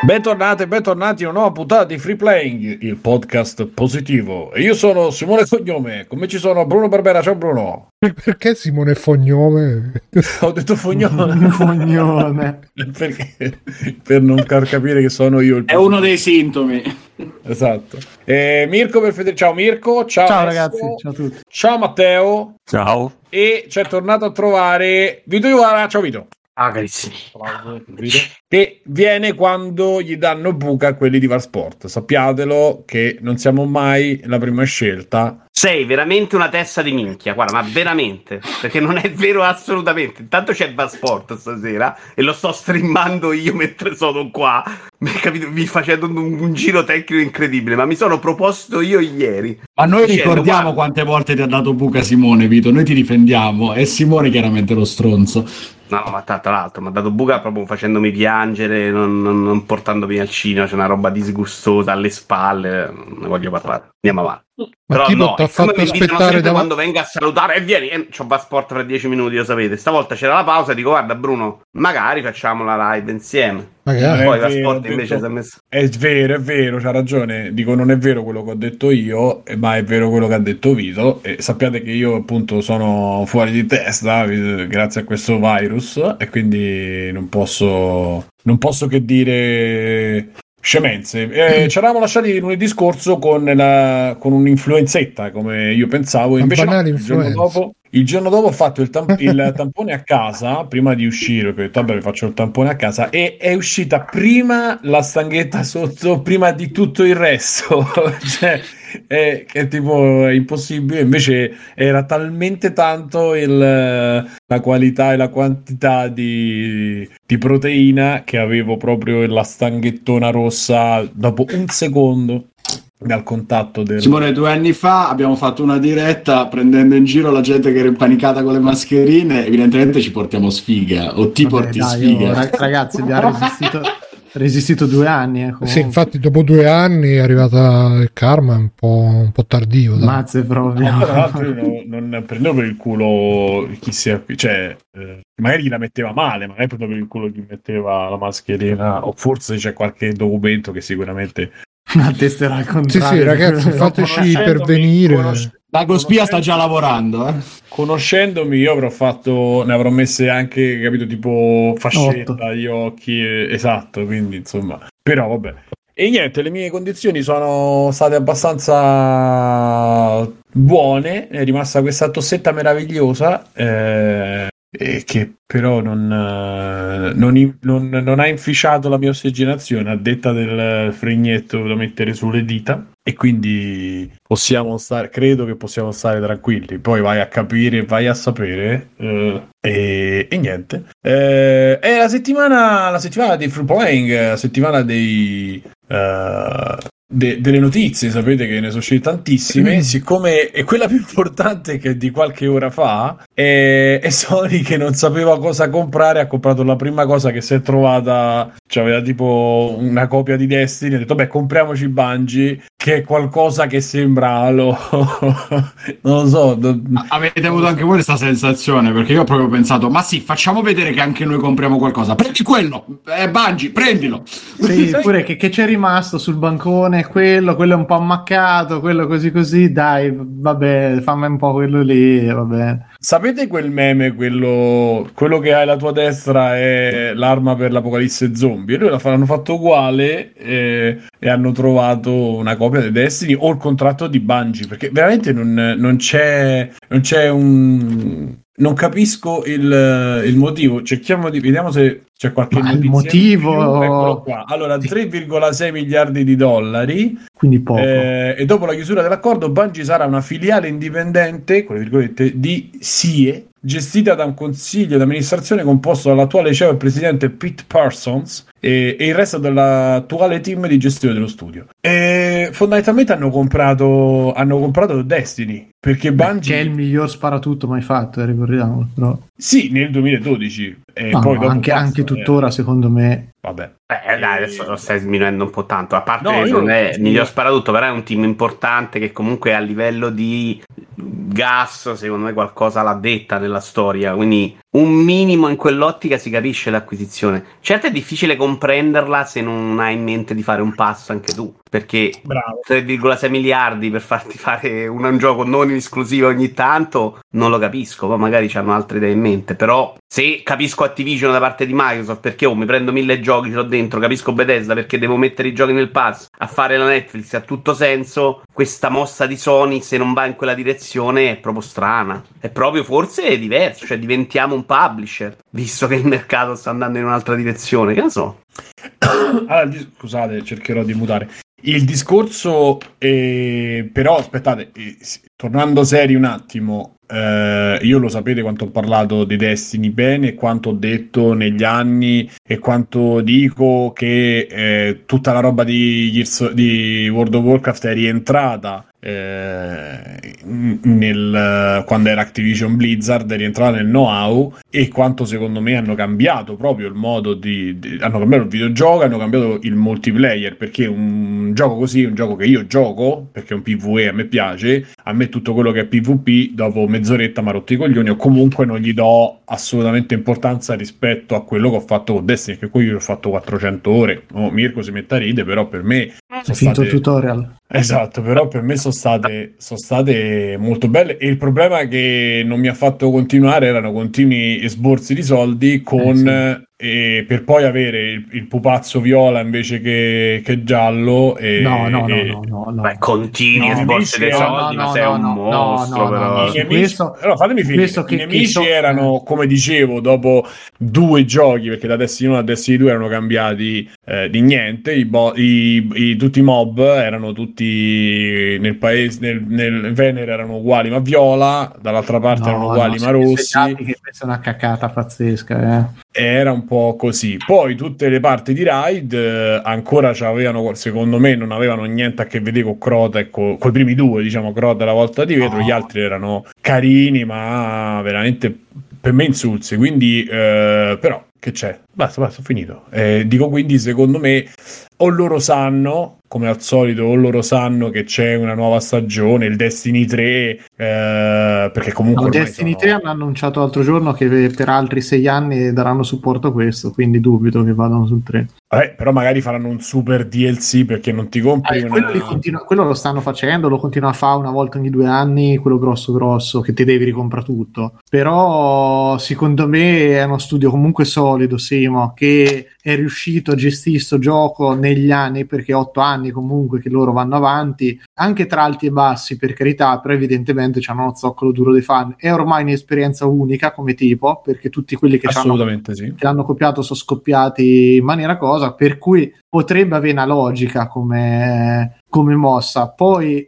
Bentornati e bentornati a una nuova puntata di Free Playing, il podcast positivo. E io sono Simone Fognome, come ci sono Bruno Barbera. Ciao Bruno. Perché Simone Fognome? Ho detto Fognome. Fognone. Perché? Per non far capire che sono io il È uno dei sintomi. Esatto. Mirko per Federico. Ciao Mirko. Ciao ragazzi, ciao a tutti. Ciao Matteo. Ciao. E ci è tornato a trovare Vito Iuvara. Ciao Vito. Ah, carissimi. Che viene quando gli danno buca a quelli di Varsport. Sappiatelo che non siamo mai la prima scelta. Sei veramente una testa di minchia, guarda, ma veramente, perché non è vero assolutamente. Intanto c'è Vasport stasera e lo sto streamando io mentre sono qua, capito? Mi facendo un giro tecnico incredibile, ma mi sono proposto io ieri. Ma noi ricordiamo quante volte ti ha dato buca Simone, Vito, noi ti difendiamo, è Simone chiaramente lo stronzo. No, ma tra l'altro mi ha dato buca proprio facendomi piangere, non portandomi al cinema, c'è una roba disgustosa alle spalle, non ne voglio parlare. Andiamo avanti. Ma Però tipo no, ti ha fatto aspettare quando venga a salutare vieni, c'ho Vasport fra 10 minuti, lo sapete. Stavolta c'era la pausa e dico guarda Bruno, magari facciamo la live insieme. Magari. Poi Vasport invece si è messo. È vero, c'ha ragione. Dico, non è vero quello che ho detto io, ma è vero quello che ha detto Vito. E sappiate che io appunto sono fuori di testa grazie a questo virus e quindi non posso che dire scemenze. Ci eravamo lasciati lunedì scorso con un'influenzetta, come io pensavo, invece no, il giorno dopo ho fatto il tampone a casa prima di uscire, perché ho detto vabbè faccio il tampone a casa e è uscita prima la stanghetta sotto, prima di tutto il resto. Cioè è tipo impossibile, invece era talmente tanto la qualità e la quantità di proteina che avevo proprio la stanghettona rossa dopo un secondo dal contatto Simone, 2 anni fa abbiamo fatto una diretta prendendo in giro la gente che era impanicata con le mascherine. Evidentemente ci portiamo sfiga, o ti porti sfiga. Ragazzi, abbiamo resistito 2 anni. Sì, infatti dopo 2 anni è arrivata il karma un po' tardivo. Mazze proprio. Tra l'altro io non prendevo per il culo chi sia, cioè magari la metteva male, ma non è proprio per il culo chi metteva la mascherina, o forse c'è qualche documento che sicuramente una testera al contrario. Sì, ragazzi, fateci pervenire. La Gospia sta già lavorando. Conoscendomi, io ne avrò messe anche, capito, tipo fascetta agli occhi, esatto, quindi insomma. Però vabbè. E niente, le mie condizioni sono state abbastanza buone, è rimasta questa tossetta meravigliosa, che però non ha inficiato la mia ossigenazione, a detta del fregnetto da mettere sulle dita, e quindi credo che possiamo stare tranquilli. Poi vai a capire, vai a sapere, e niente. È la settimana di Free Playing, la settimana delle notizie, sapete che ne sono uscite tantissime, siccome è quella più importante, che di qualche ora fa è Sony, che non sapeva cosa comprare, ha comprato la prima cosa che si è trovata, cioè aveva tipo una copia di Destiny, ha detto beh, compriamoci Bungie, che è qualcosa che sembra non lo so. Avete avuto anche voi questa sensazione? Perché io ho proprio pensato, ma sì, facciamo vedere che anche noi compriamo qualcosa. Prendi quello, Bungie, prendilo. Sì, pure che c'è rimasto sul bancone, quello è un po' ammaccato, quello così, dai, vabbè, fammi un po' quello lì, va bene. Sapete quel meme, quello che hai alla tua destra è l'arma per l'apocalisse zombie? E lui l'hanno fatto uguale, e hanno trovato una copia di Destiny o il contratto di Bungie, perché veramente non c'è un... Non capisco il motivo. Vediamo se c'è qualche notizia. Il motivo... Eccolo qua. Allora, 3,6 miliardi di dollari. Quindi poco. E dopo la chiusura dell'accordo, Bungie sarà una filiale indipendente, con le virgolette, di SIE, gestita da un consiglio di amministrazione composto dall'attuale CEO e presidente Pete Parsons e il resto dell'attuale team di gestione dello studio. E fondamentalmente hanno comprato Destiny, perché Bungie, che è il miglior sparatutto mai fatto, ricordiamo, però. Sì, nel 2012. E No, poi dopo anche tuttora, secondo me. Vabbè. Dai, adesso lo stai sminuendo un po' tanto. A parte No, che non è il miglior sparatutto, però è un team importante che comunque a livello di Gas secondo me qualcosa l'ha detta nella storia, quindi un minimo in quell'ottica si capisce l'acquisizione. Certo è difficile comprenderla se non hai in mente di fare un passo anche tu, perché Bravo. 3,6 miliardi per farti fare un gioco non in esclusiva ogni tanto non lo capisco, poi magari c'hanno altre idee in mente, però se capisco Activision da parte di Microsoft perché mi prendo 1000 giochi, ce l'ho dentro, capisco Bethesda perché devo mettere i giochi nel pass, a fare la Netflix, ha tutto senso, questa mossa di Sony se non va in quella direzione è proprio strana, è proprio forse è diverso, cioè diventiamo un publisher, visto che il mercato sta andando in un'altra direzione, che ne so. Allora, scusate, cercherò di mutare. Il discorso, però aspettate, tornando seri un attimo, io lo sapete quanto ho parlato di Destiny bene e quanto ho detto negli anni e quanto dico che tutta la roba di World of Warcraft è rientrata quando era Activision Blizzard, è rientrata nel know-how, e quanto secondo me hanno cambiato proprio il modo hanno cambiato il videogioco, hanno cambiato il multiplayer, perché un gioco così è un gioco che io gioco perché è un PvE, a me piace, a me tutto quello che è PvP dopo mezz'oretta mi ha rotto i coglioni, o comunque non gli do assolutamente importanza rispetto a quello che ho fatto con Destiny, che qui io ho fatto 400 ore. Mirko si mette a ride, però per me è finito il tutorial. Esatto, però per me sono state molto belle, e il problema che non mi ha fatto continuare erano continui esborsi di soldi per poi avere il pupazzo viola invece che giallo. No. Beh, continui esborsi dei soldi, ma sei un mostro, però. Allora, fatemi finire. I nemici erano, come dicevo, dopo 2 giochi, perché da Destiny 1 a Destiny 2 erano cambiati di niente, tutti i mob erano tutti nel paese, nel Venere erano uguali ma viola, dall'altra parte erano uguali ma rossi. Questa è una cacata pazzesca, Era un po' così. Poi tutte le parti di raid ancora c'avevano, secondo me non avevano niente a che vedere con Crota e coi primi 2, diciamo, Crota e la volta di vetro. Gli altri erano carini ma veramente per me insulsi, quindi però che c'è? Basta, ho finito. Dico, quindi secondo me o loro sanno, come al solito, o loro sanno che c'è una nuova stagione, il Destiny 3, perché comunque Destiny 3 hanno annunciato l'altro giorno che per altri 6 anni daranno supporto a questo, quindi dubito che vadano sul 3. Però magari faranno un super DLC, perché non ti compri quello lo stanno facendo, lo continuano a fare una volta ogni 2 anni, quello grosso che ti devi ricomprare tutto. Però secondo me è uno studio comunque solido, Simo, che è riuscito a gestire sto gioco negli anni, perché 8 anni comunque che loro vanno avanti, anche tra alti e bassi, per carità, però evidentemente hanno uno zoccolo duro dei fan. È ormai un'esperienza unica come tipo, perché tutti quelli che l'hanno copiato sono scoppiati in maniera cosa, per cui potrebbe avere una logica come mossa. Poi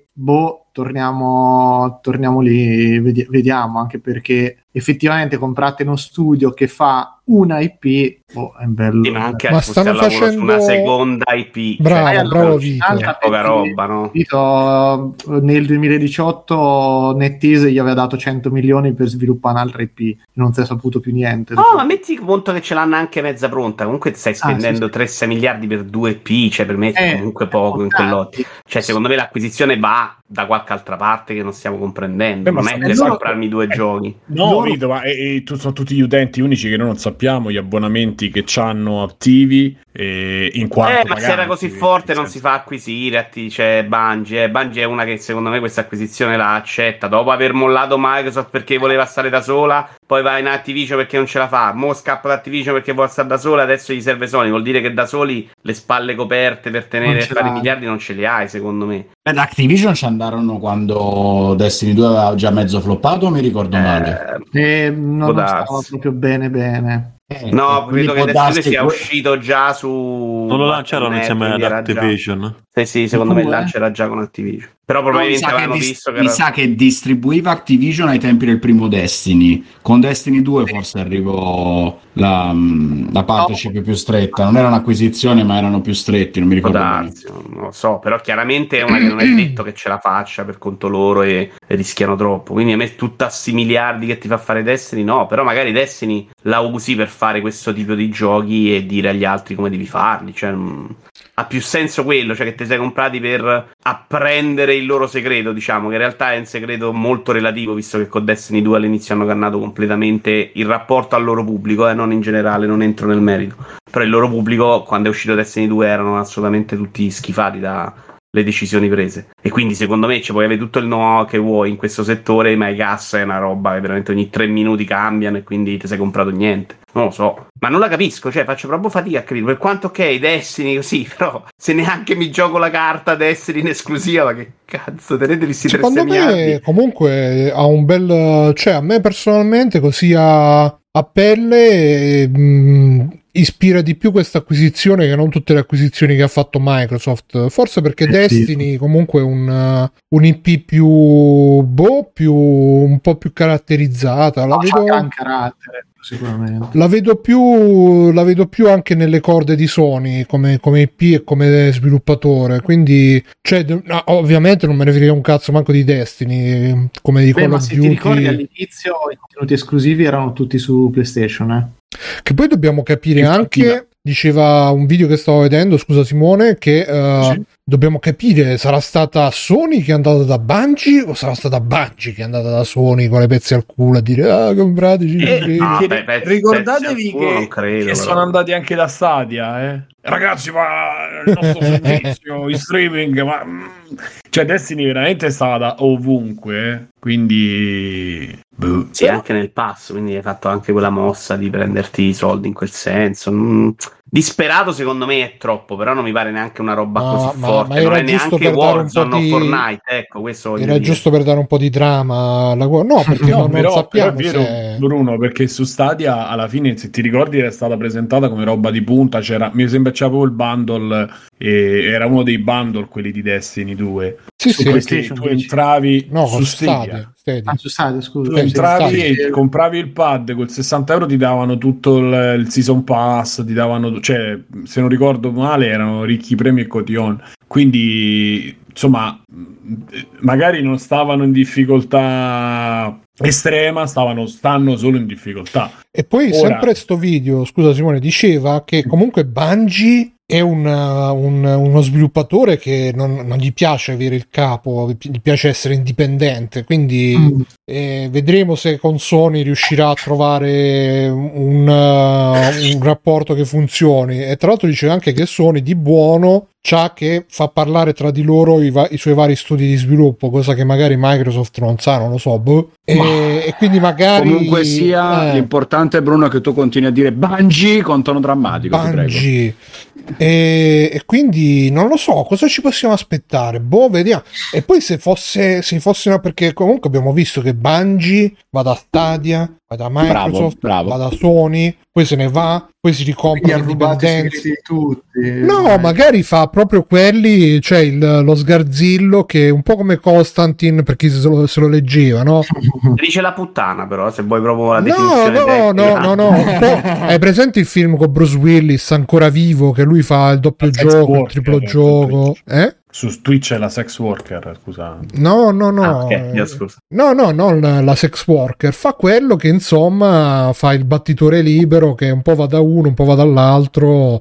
torniamo lì, vediamo, anche perché effettivamente comprate uno studio che fa una IP, è bello. Sì, ma stanno facendo una seconda IP. Bravo Vito. Poca roba, no? Vito, nel 2018 NetEase gli aveva dato 100 milioni per sviluppare un'altra IP, non si è saputo più niente. Ma metti conto che ce l'hanno anche mezza pronta, comunque stai spendendo 3-6 miliardi per 2 IP, cioè per me è comunque poco in quell'ottica. Cioè secondo me l'acquisizione va da qualche altra parte che non stiamo comprendendo, non è per comprarmi 2 giochi. No, Vito, ma sono tutti gli utenti unici che noi non sappiamo, gli abbonamenti che c'hanno attivi, in quanto ma se era così forte non si fa acquisire, c'è Bungie. Bungie è una che secondo me questa acquisizione la accetta dopo aver mollato Microsoft perché voleva stare da sola, poi va in Activision perché non ce la fa, mo scappa da Activision perché vuole stare da sola, adesso gli serve Sony, vuol dire che da soli le spalle coperte per tenere e fare miliardi non ce li hai, secondo me. Da Activision ci andarono quando Destiny 2 aveva già mezzo floppato, mi ricordo male. Non stava proprio bene. No, credo che Destiny sia uscito già su... Non lo lanciarono insieme ad Activision? Sì, secondo me il lancio era già con Activision. Però probabilmente avevano visto che... Mi sa che distribuiva Activision ai tempi del primo Destiny. Con Destiny 2 forse arrivò la partnership più stretta. Non era un'acquisizione, ma erano più stretti, non mi ricordo bene. Non lo so, però chiaramente è una che non è detto che ce la faccia per conto loro e rischiano troppo. Quindi a me tutta sti miliardi che ti fa fare Destiny, no. Però magari Destiny la usi per fare questo tipo di giochi e dire agli altri come devi farli, cioè... ha più senso quello, cioè che ti sei comprati per apprendere il loro segreto, diciamo, che in realtà è un segreto molto relativo, visto che con Destiny 2 all'inizio hanno cannato completamente il rapporto al loro pubblico, non in generale, non entro nel merito, però il loro pubblico quando è uscito Destiny 2 erano assolutamente tutti schifati da le decisioni prese, e quindi secondo me puoi avere tutto il know-how che vuoi in questo settore, ma i gas è una roba che veramente ogni 3 minuti cambiano e quindi ti sei comprato niente, non lo so, ma non la capisco, cioè faccio proprio fatica a capire, per quanto ok Destiny così, però se neanche mi gioco la carta Destiny in esclusiva, ma che cazzo, tenete questi 3 miliardi? Secondo me comunque ha un bel, cioè a me personalmente così a pelle ispira di più questa acquisizione che non tutte le acquisizioni che ha fatto Microsoft, forse perché Destiny comunque è un IP più un po' più caratterizzata, la vedo, c'ha un carattere sicuramente, la vedo più anche nelle corde di Sony come IP e come sviluppatore, quindi cioè, ovviamente non me ne frega un cazzo manco di Destiny come di Call of Duty. Ti ricordi all'inizio i contenuti esclusivi erano tutti su PlayStation, Che poi dobbiamo capire anche, diceva un video che stavo vedendo, scusa Simone, che dobbiamo capire, sarà stata Sony che è andata da Bungie o sarà stata Bungie che è andata da Sony con le pezze al culo a dire comprateci. Ricordatevi che sono andati anche da Stadia, ragazzi, ma il nostro servizio in streaming, ma cioè Destiny veramente è stata ovunque, quindi sì, anche nel pass, quindi hai fatto anche quella mossa di prenderti i soldi in quel senso. Disperato secondo me è troppo, però non mi pare neanche una roba così forte, ma non è neanche Warzone o Fortnite, ecco, questo era giusto per dare un po' di trama no, perché non sappiamo, però è vero, se... Bruno, perché su Stadia alla fine, se ti ricordi, era stata presentata come roba di punta, mi sembra c'avevo il bundle, era uno dei bundle quelli di Destiny 2. Sì, perché tu entravi su Stadia. Su Stadia, scusa. Tu entravi e compravi il pad, col 60 euro ti davano tutto il season pass, ti davano, cioè se non ricordo male erano ricchi premi e cotillon, quindi insomma magari non stavano in difficoltà estrema, stanno solo in difficoltà. E poi sempre sto video, scusa Simone, diceva che comunque Bungie è uno sviluppatore che non gli piace avere il capo, gli piace essere indipendente, quindi vedremo se con Sony riuscirà a trovare un rapporto che funzioni. E tra l'altro dice anche che Sony di buono c'ha che fa parlare tra di loro i suoi vari studi di sviluppo, cosa che magari Microsoft non sa, non lo so, e quindi magari comunque sia l'importante, Bruno, è che tu continui a dire Bungie con tono drammatico. Bungie. E quindi non lo so cosa ci possiamo aspettare, vediamo. E poi se fosse perché comunque abbiamo visto che Bungie va da Stadia, va da Microsoft, bravo. va da Sony, poi se ne va, poi si ricompra l'indipendenza. No, magari fa proprio quelli, cioè lo sgarzillo che è un po' come Constantine per chi se lo leggeva, no? Dice la puttana, però se vuoi proprio la definizione no. Hai presente il film con Bruce Willis ancora vivo che lui fa il doppio gioco, il triplo gioco, Su Twitch è la sex worker, scusa. No. Okay, scusa. No, non la sex worker, fa quello che insomma fa il battitore libero che un po' va da uno, un po' va dall'altro.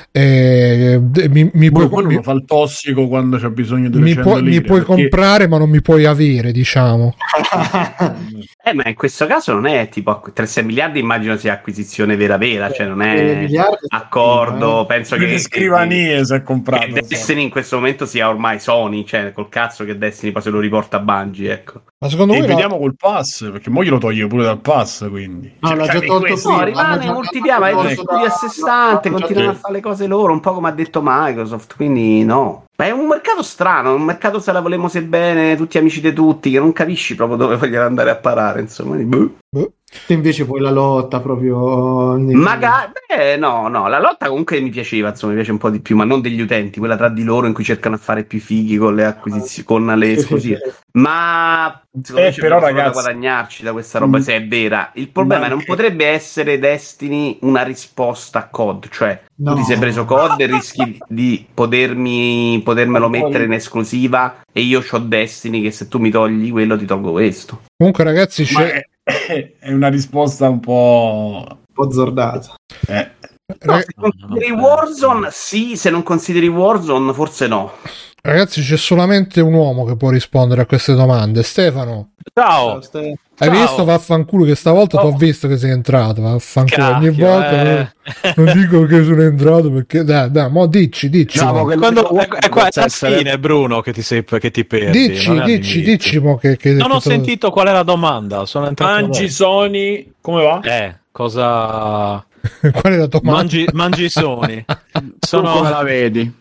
Mi fa il tossico quando c'è bisogno di mi puoi comprare, ma non mi puoi avere, diciamo. Ma in questo caso non è tipo 3-6 miliardi, immagino sia acquisizione vera, cioè non è accordo, penso che scrivanie si è comprato. Che Destiny in questo momento sia ormai Sony, cioè col cazzo che Destiny poi se lo riporta a Bungie, ecco. Ma secondo voi vediamo col pass, perché mo glielo toglie pure dal pass, quindi l'ha già tolto prima, rimane multipiama, è studio a sé stante, continuano a fare le cose loro, un po' come ha detto Microsoft, quindi no. Ma è un mercato strano, un mercato se la volemo se bene, tutti amici di tutti, che non capisci proprio dove vogliono andare a parare, insomma. Te invece poi la lotta proprio magari no, la lotta comunque mi piaceva, insomma, mi piace un po' di più, ma non degli utenti, quella tra di loro in cui cercano a fare più fighi con le acquisizioni, con le esclusive. Ma secondo me però ragazzi, da guadagnarci da questa roba, se è vera. Il problema non potrebbe essere Destiny una risposta a COD, cioè tu ti sei preso COD e rischi di potermelo mettere in esclusiva e io c'ho Destiny che se tu mi togli quello ti tolgo questo. Comunque ragazzi è una risposta un po' zordata. No, se consideri Warzone, sì, se non consideri Warzone, forse no. Ragazzi, c'è solamente un uomo che può rispondere a queste domande. Stefano. Ciao. Hai visto, vaffanculo, che stavolta ti ho visto che sei entrato, vaffanculo. Ogni volta non dico che sono entrato perché dai, mo dici. No, quando è qua alla fine, Bruno, che ti perdi. Dici mo che non ho sentito qual è la domanda. Sono entrato. Mangi Sony, come va? Cosa qual è la domanda? Mangi Sony. Come la vedi?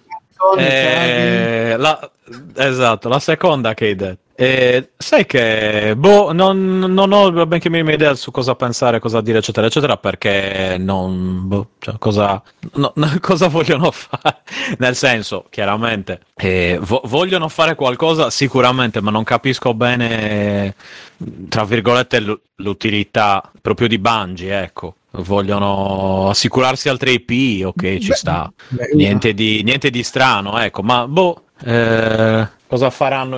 Esatto, la seconda che hai detto. Sai che non ho benché minima idea su cosa pensare, cosa dire, eccetera, eccetera, perché cosa vogliono fare? Nel senso, chiaramente, vogliono fare qualcosa sicuramente, ma non capisco bene, tra virgolette, l'utilità proprio di Bungie, ecco. Vogliono assicurarsi altre IP, ok, ci sta. Niente di strano, ecco, ma cosa faranno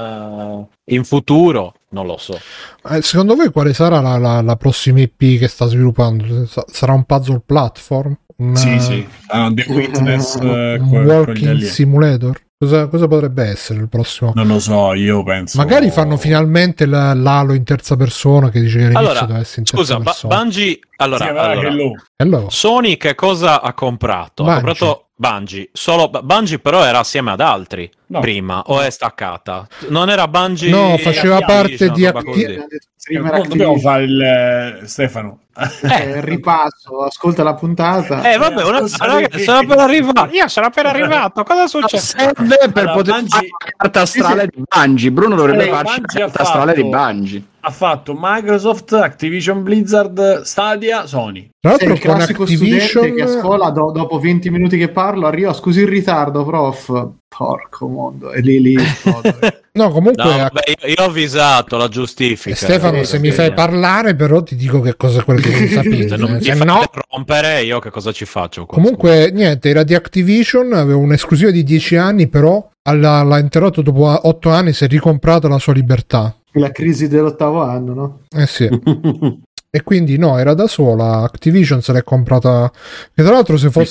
in futuro? Non lo so. Secondo voi quale sarà la prossima IP che sta sviluppando? Sarà un puzzle platform? Sì. The Witness, un walking simulator? Cosa potrebbe essere il prossimo? Non lo so, io penso. Magari fanno finalmente l'Halo in terza persona, che dice che all'inizio deve essere in terza persona. Bungie. Allora. Sony che cosa ha comprato? Bungie. Ha comprato Bungie. Solo Bungie, però era assieme ad altri prima, o è staccata? Non era Bungie? No, faceva parte di non dobbiamo fare il Stefano. Ripasso, ascolta la puntata. Vabbè, sarà per arrivare. Io sarò per arrivato. Cosa succede? Serve per poter fare la carta astrale di Bungie. Bruno dovrebbe farci la carta astrale di Bungie. Ha fatto Microsoft, Activision Blizzard, Stadia, Sony. Tra l'altro, il classico studente che a scuola dopo 20 minuti che parlo arriva, scusi il ritardo, prof. Porco mondo, e lì no, comunque io ho avvisato, la giustifica. Stefano, se mi fai parlare, però ti dico che cosa è quello che devi sapere. Se non ti fai rompere, io che cosa ci faccio qua? Comunque, niente, era di Activision, aveva un'esclusiva di 10 anni, però l'ha interrotto dopo 8 anni, si è ricomprata la sua libertà. La crisi dell'8º anno, no? Sì. E quindi no, era da sola. Activision se l'è comprata. E tra l'altro, se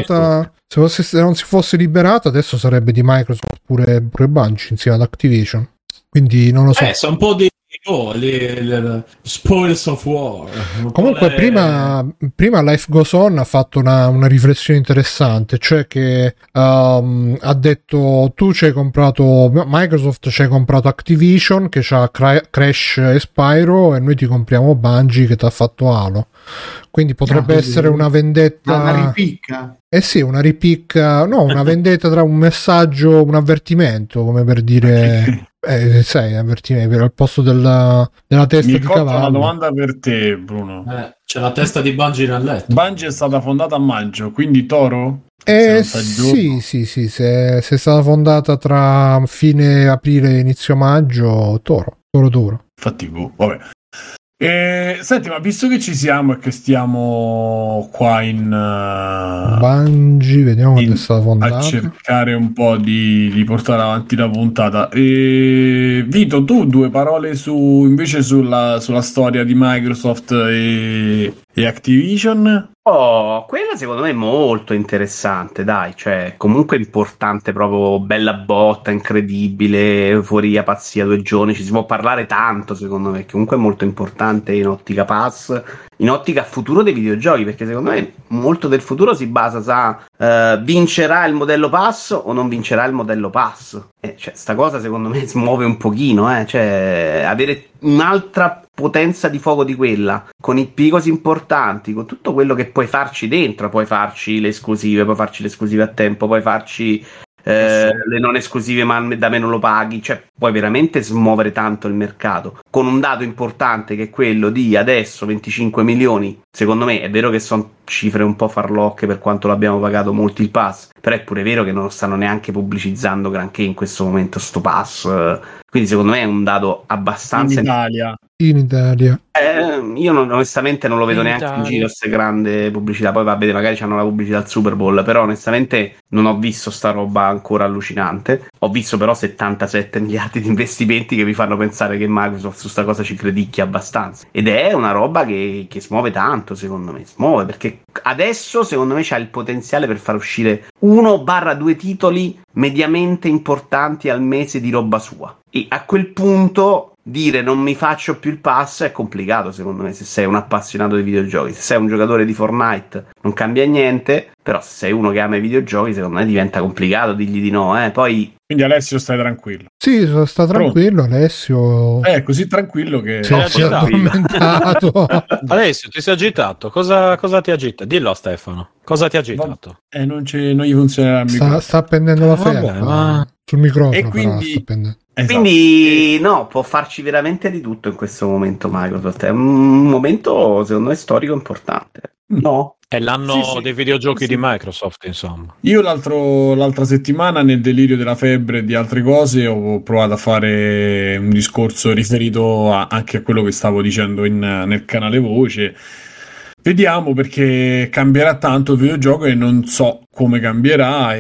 non si fosse liberata, adesso sarebbe di Microsoft pure Bungie insieme ad Activision. Quindi non lo so. Sono un po' di spoils of war. Comunque prima Life Goes On ha fatto una riflessione interessante, cioè che ha detto: tu ci hai comprato Microsoft, ci hai comprato Activision che c'ha Crash e Spyro, e noi ti compriamo Bungie che ti ha fatto Halo. Quindi potrebbe essere una vendetta, una ripicca. Sì, una ripicca, no, una vendetta tra un messaggio, un avvertimento, come per dire sai, avvertimento al posto della testa di cavallo. Una domanda per te, Bruno. C'è la testa di Bungie nel letto. Bungie è stata fondata a maggio, quindi Toro? Sì, se è stata fondata tra fine aprile e inizio maggio, Toro. Infatti, vabbè. Senti, ma visto che ci siamo e che stiamo qua in Bungie, vediamo quando è stata fondata, a cercare un po' di portare avanti la puntata. Vito, tu 2 parole invece sulla storia di Microsoft e Activision? Quella secondo me è molto interessante, dai, cioè comunque importante, proprio bella botta, incredibile, euforia, pazzia, 2 giorni, ci si può parlare tanto, secondo me, comunque è molto importante in ottica pass, in ottica futuro dei videogiochi, perché secondo me molto del futuro si basa vincerà il modello pass o non vincerà il modello pass, cioè sta cosa secondo me smuove un pochino, cioè avere un'altra potenza di fuoco di quella, con IP così importanti, con tutto quello che puoi farci dentro, puoi farci le esclusive a tempo, puoi farci le non esclusive ma da me non lo paghi, cioè puoi veramente smuovere tanto il mercato, con un dato importante che è quello di adesso 25 milioni, secondo me è vero che sono cifre un po' farlocche per quanto l'abbiamo pagato molti il pass, però è pure vero che non lo stanno neanche pubblicizzando granché in questo momento sto pass, quindi secondo me è un dato abbastanza in Italia. Io onestamente non lo vedo neanche in giro queste grandi pubblicità, poi vabbè magari c'hanno la pubblicità al Super Bowl, però onestamente non ho visto sta roba ancora allucinante, ho visto però 77 miliardi di investimenti che mi fanno pensare che Microsoft su sta cosa ci credicchia abbastanza, ed è una roba che smuove tanto, secondo me smuove, perché adesso secondo me c'ha il potenziale per far uscire 1-2 titoli mediamente importanti al mese di roba sua, e a quel punto dire non mi faccio più il pass è complicato secondo me, se sei un appassionato di videogiochi. Se sei un giocatore di Fortnite non cambia niente, però se sei uno che ama i videogiochi secondo me diventa complicato dirgli di no, poi. Quindi Alessio stai tranquillo. Sì, sta tranquillo Alessio. Così tranquillo che si è addormentato. Alessio, ti sei agitato? Cosa ti agita? Dillo a Stefano. Cosa ti ha agitato? Non gli funzionerà il microfono. Sta appendendo la felpa sul microfono. E quindi Quindi no, può farci veramente di tutto in questo momento Microsoft. È un momento secondo me storico importante. No? È l'anno dei videogiochi di Microsoft, insomma. Io l'altra settimana, nel delirio della febbre e di altre cose, ho provato a fare un discorso riferito anche a quello che stavo dicendo nel canale Voce. Vediamo, perché cambierà tanto il videogioco e non so come cambierà,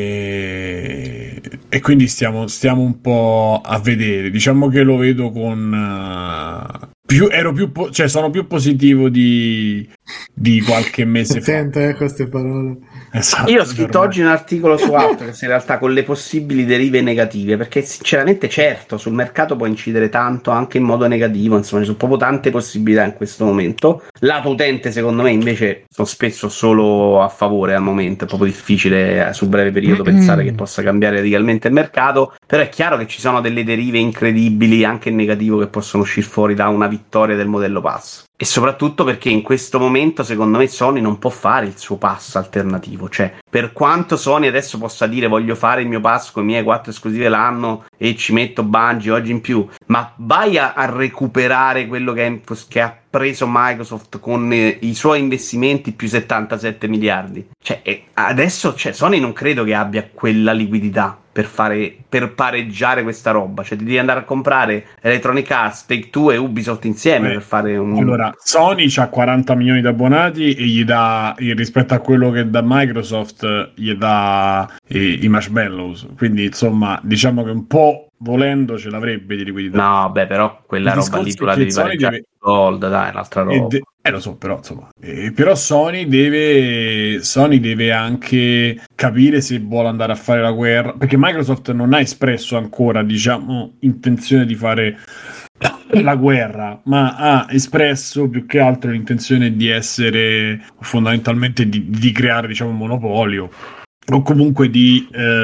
e quindi stiamo un po' a vedere. Diciamo che lo vedo con sono più positivo di qualche mese fa. Attento queste parole. Esatto, io ho scritto oggi un articolo su Outcast in realtà con le possibili derive negative, perché sinceramente certo sul mercato può incidere tanto anche in modo negativo, insomma ci sono proprio tante possibilità in questo momento. Lato utente secondo me invece sono spesso solo a favore al momento, è proprio difficile sul breve periodo pensare che possa cambiare radicalmente il mercato, però è chiaro che ci sono delle derive incredibili anche in negativo che possono uscire fuori da una vittoria del modello pass. E soprattutto perché in questo momento secondo me Sony non può fare il suo pass alternativo, cioè per quanto Sony adesso possa dire voglio fare il mio pass con i miei 4 esclusive l'anno e ci metto Bungie oggi in più, ma vai a recuperare quello che ha preso Microsoft con i suoi investimenti più 77 miliardi, cioè adesso Sony non credo che abbia quella liquidità per pareggiare questa roba, cioè ti devi andare a comprare Electronic Arts, Take-Two e Ubisoft insieme per fare un... Allora, Sony c'ha 40 milioni di abbonati e gli dà, rispetto a quello che dà Microsoft, gli dà i Marshmallows, quindi insomma diciamo che un po' volendo ce l'avrebbe di liquidità. No, beh, però quella roba lì tu la devi pareggiare gold, dai, un'altra roba. Lo so, però insomma, però Sony deve anche capire se vuole andare a fare la guerra, perché Microsoft non ha espresso ancora, diciamo, intenzione di fare la guerra, ma ha espresso più che altro l'intenzione di essere fondamentalmente di creare, diciamo, un monopolio, o comunque di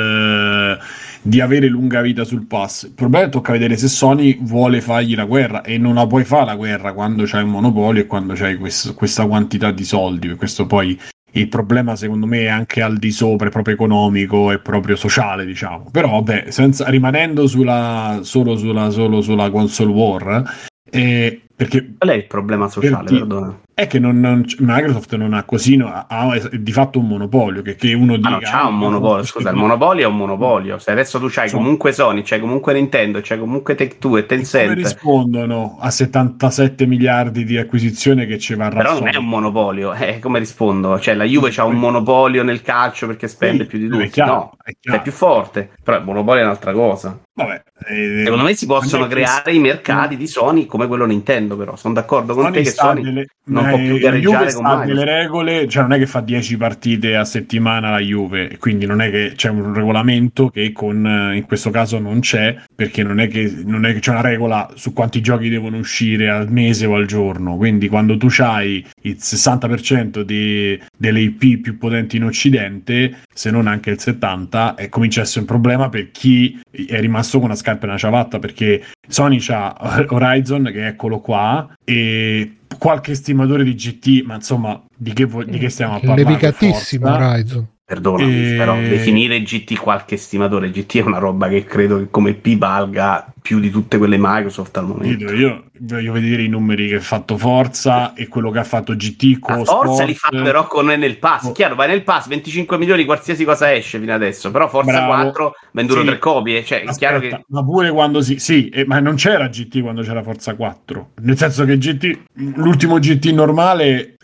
avere lunga vita sul pass. Il problema è che tocca vedere se Sony vuole fargli la guerra, e non la puoi fare la guerra quando c'hai un monopolio e quando c'hai questa quantità di soldi. Per questo poi il problema secondo me è anche al di sopra, è proprio economico e proprio sociale, diciamo. Però vabbè, rimanendo solo sulla console war, perché qual è il problema sociale? Perdona. È che Microsoft non ha così, ha di fatto un monopolio, che uno dica... no, c'ha un monopolio, scusa, il monopolio è un monopolio. Se adesso tu c'hai comunque Sony, c'hai comunque Nintendo, c'hai comunque Take-Two e Tencent... Come rispondono a 77 miliardi di acquisizione che ci varrà? Però non è un monopolio, come rispondo? Cioè la Juve c'ha un monopolio nel calcio perché spende più di tutti, è più forte, però il monopolio è un'altra cosa. Vabbè, secondo me si possono creare i mercati di Sony come quello Nintendo, però sono d'accordo con te che Sony non può più gareggiare con Microsoft. Delle regole, cioè non è che fa 10 partite a settimana la Juve, e quindi non è che c'è un regolamento che in questo caso non c'è, perché non è che c'è una regola su quanti giochi devono uscire al mese o al giorno. Quindi quando tu c'hai il 60% delle IP più potenti in Occidente, se non anche il 70%, comincia a essere un problema per chi è rimasto con una scarpa e una ciabatta, perché Sony c'ha Horizon, che eccolo qua, e qualche estimatore di GT, ma insomma di che stiamo a parlare? Levicatissimo Horizon. Perdonami, però definire GT qualche estimatore, GT è una roba che credo che come P valga più di tutte quelle Microsoft al momento. Io voglio vedere i numeri che ha fatto Forza e quello che ha fatto GT con Forza li fa però con nel pass, chiaro, vai nel pass 25 milioni qualsiasi cosa esce fino adesso, però Forza 4 venduto 3 copie, cioè è chiaro che... ma pure quando ma non c'era GT quando c'era Forza 4, nel senso che GT, l'ultimo GT normale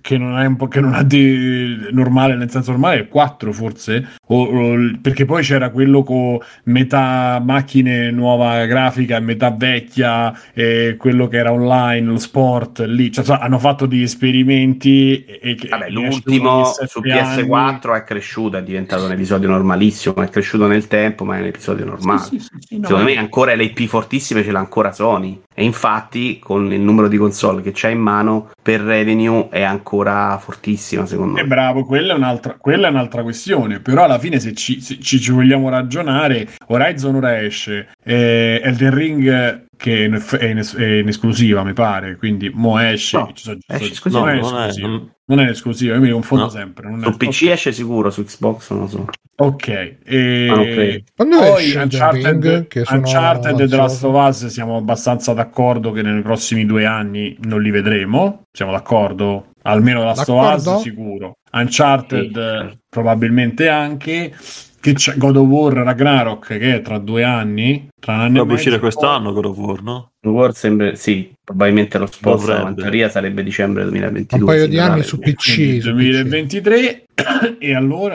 che non è un po' che non ha di normale, nel senso normale, è il 4 forse, perché poi c'era quello con metà macchine nuova grafica e metà vecchia, e quello che era online, lo sport lì, cioè, hanno fatto degli esperimenti vabbè, l'ultimo su PS4 è cresciuto, è diventato un episodio normalissimo, è cresciuto nel tempo, ma è un episodio normale. Sì, secondo me ancora le IP fortissime ce l'ha ancora Sony, e infatti con il numero di console che c'ha in mano per revenue è ancora fortissima, secondo me. Bravo, quella è un'altra questione, però alla fine se ci vogliamo ragionare, Horizon ora esce, Elden Ring che è in esclusiva mi pare, quindi mo esce, No, esce esclusiva. Non è in esclusiva, io mi confondo sempre. Su PC esce sicuro, su Xbox non lo so. Ok, quando poi esce Uncharted e The Last of Us siamo abbastanza d'accordo che nei prossimi 2 anni non li vedremo, siamo d'accordo? Almeno The Last of Us sicuro, Uncharted probabilmente anche, che c'è God of War Ragnarok che è tra 2 anni, tra un anno e mezzo. Dovrebbe uscire quest'anno God of War, no? God of War sembra, sì, probabilmente lo sponsor in teoria sarebbe dicembre 2022. Un paio di anni su PC. 2023 e allora,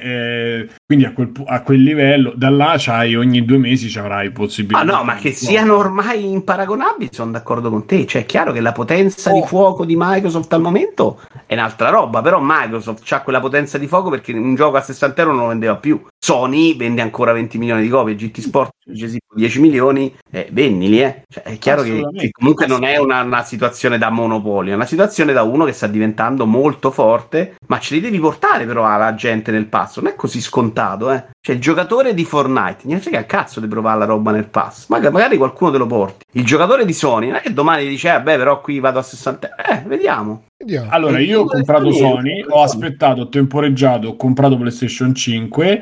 quindi a quel livello, da là c'hai ogni 2 mesi c'avrai possibilità. No, ma che siano ormai imparagonabili, sono d'accordo con te. Cioè, è chiaro che la potenza di fuoco di Microsoft al momento è un'altra roba, però Microsoft c'ha quella potenza di fuoco perché un gioco a 60 euro non lo vendeva più. Sony vende ancora 20 milioni di copie, GT Sport 10 milioni, vendili, Cioè, è chiaro che comunque non è una situazione da monopolio, è una situazione da uno che sta diventando molto forte, ma ce li devi portare però alla gente nel pass, non è così scontato, Cioè, il giocatore di Fortnite, ne frega a cazzo di provare la roba nel pass, magari qualcuno te lo porti. Il giocatore di Sony non è che domani ti dice, però qui vado a 60, vediamo. Allora, io ho comprato Sony, ho aspettato, ho temporeggiato, ho comprato PlayStation 5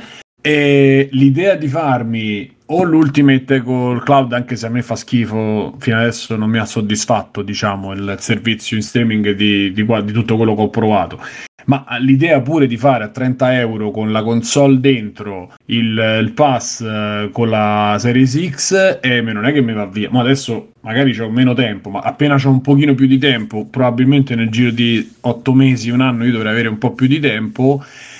e l'idea di farmi o l'Ultimate col cloud, anche se a me fa schifo, fino adesso non mi ha soddisfatto, diciamo, il servizio in streaming di tutto quello che ho provato, ma l'idea pure di fare a 30 euro con la console dentro il pass con la Series X, non è che mi va via, ma adesso magari c'ho meno tempo, ma appena c'ho un pochino più di tempo, probabilmente nel giro di 8 mesi, un anno, io dovrei avere un po' più di tempo.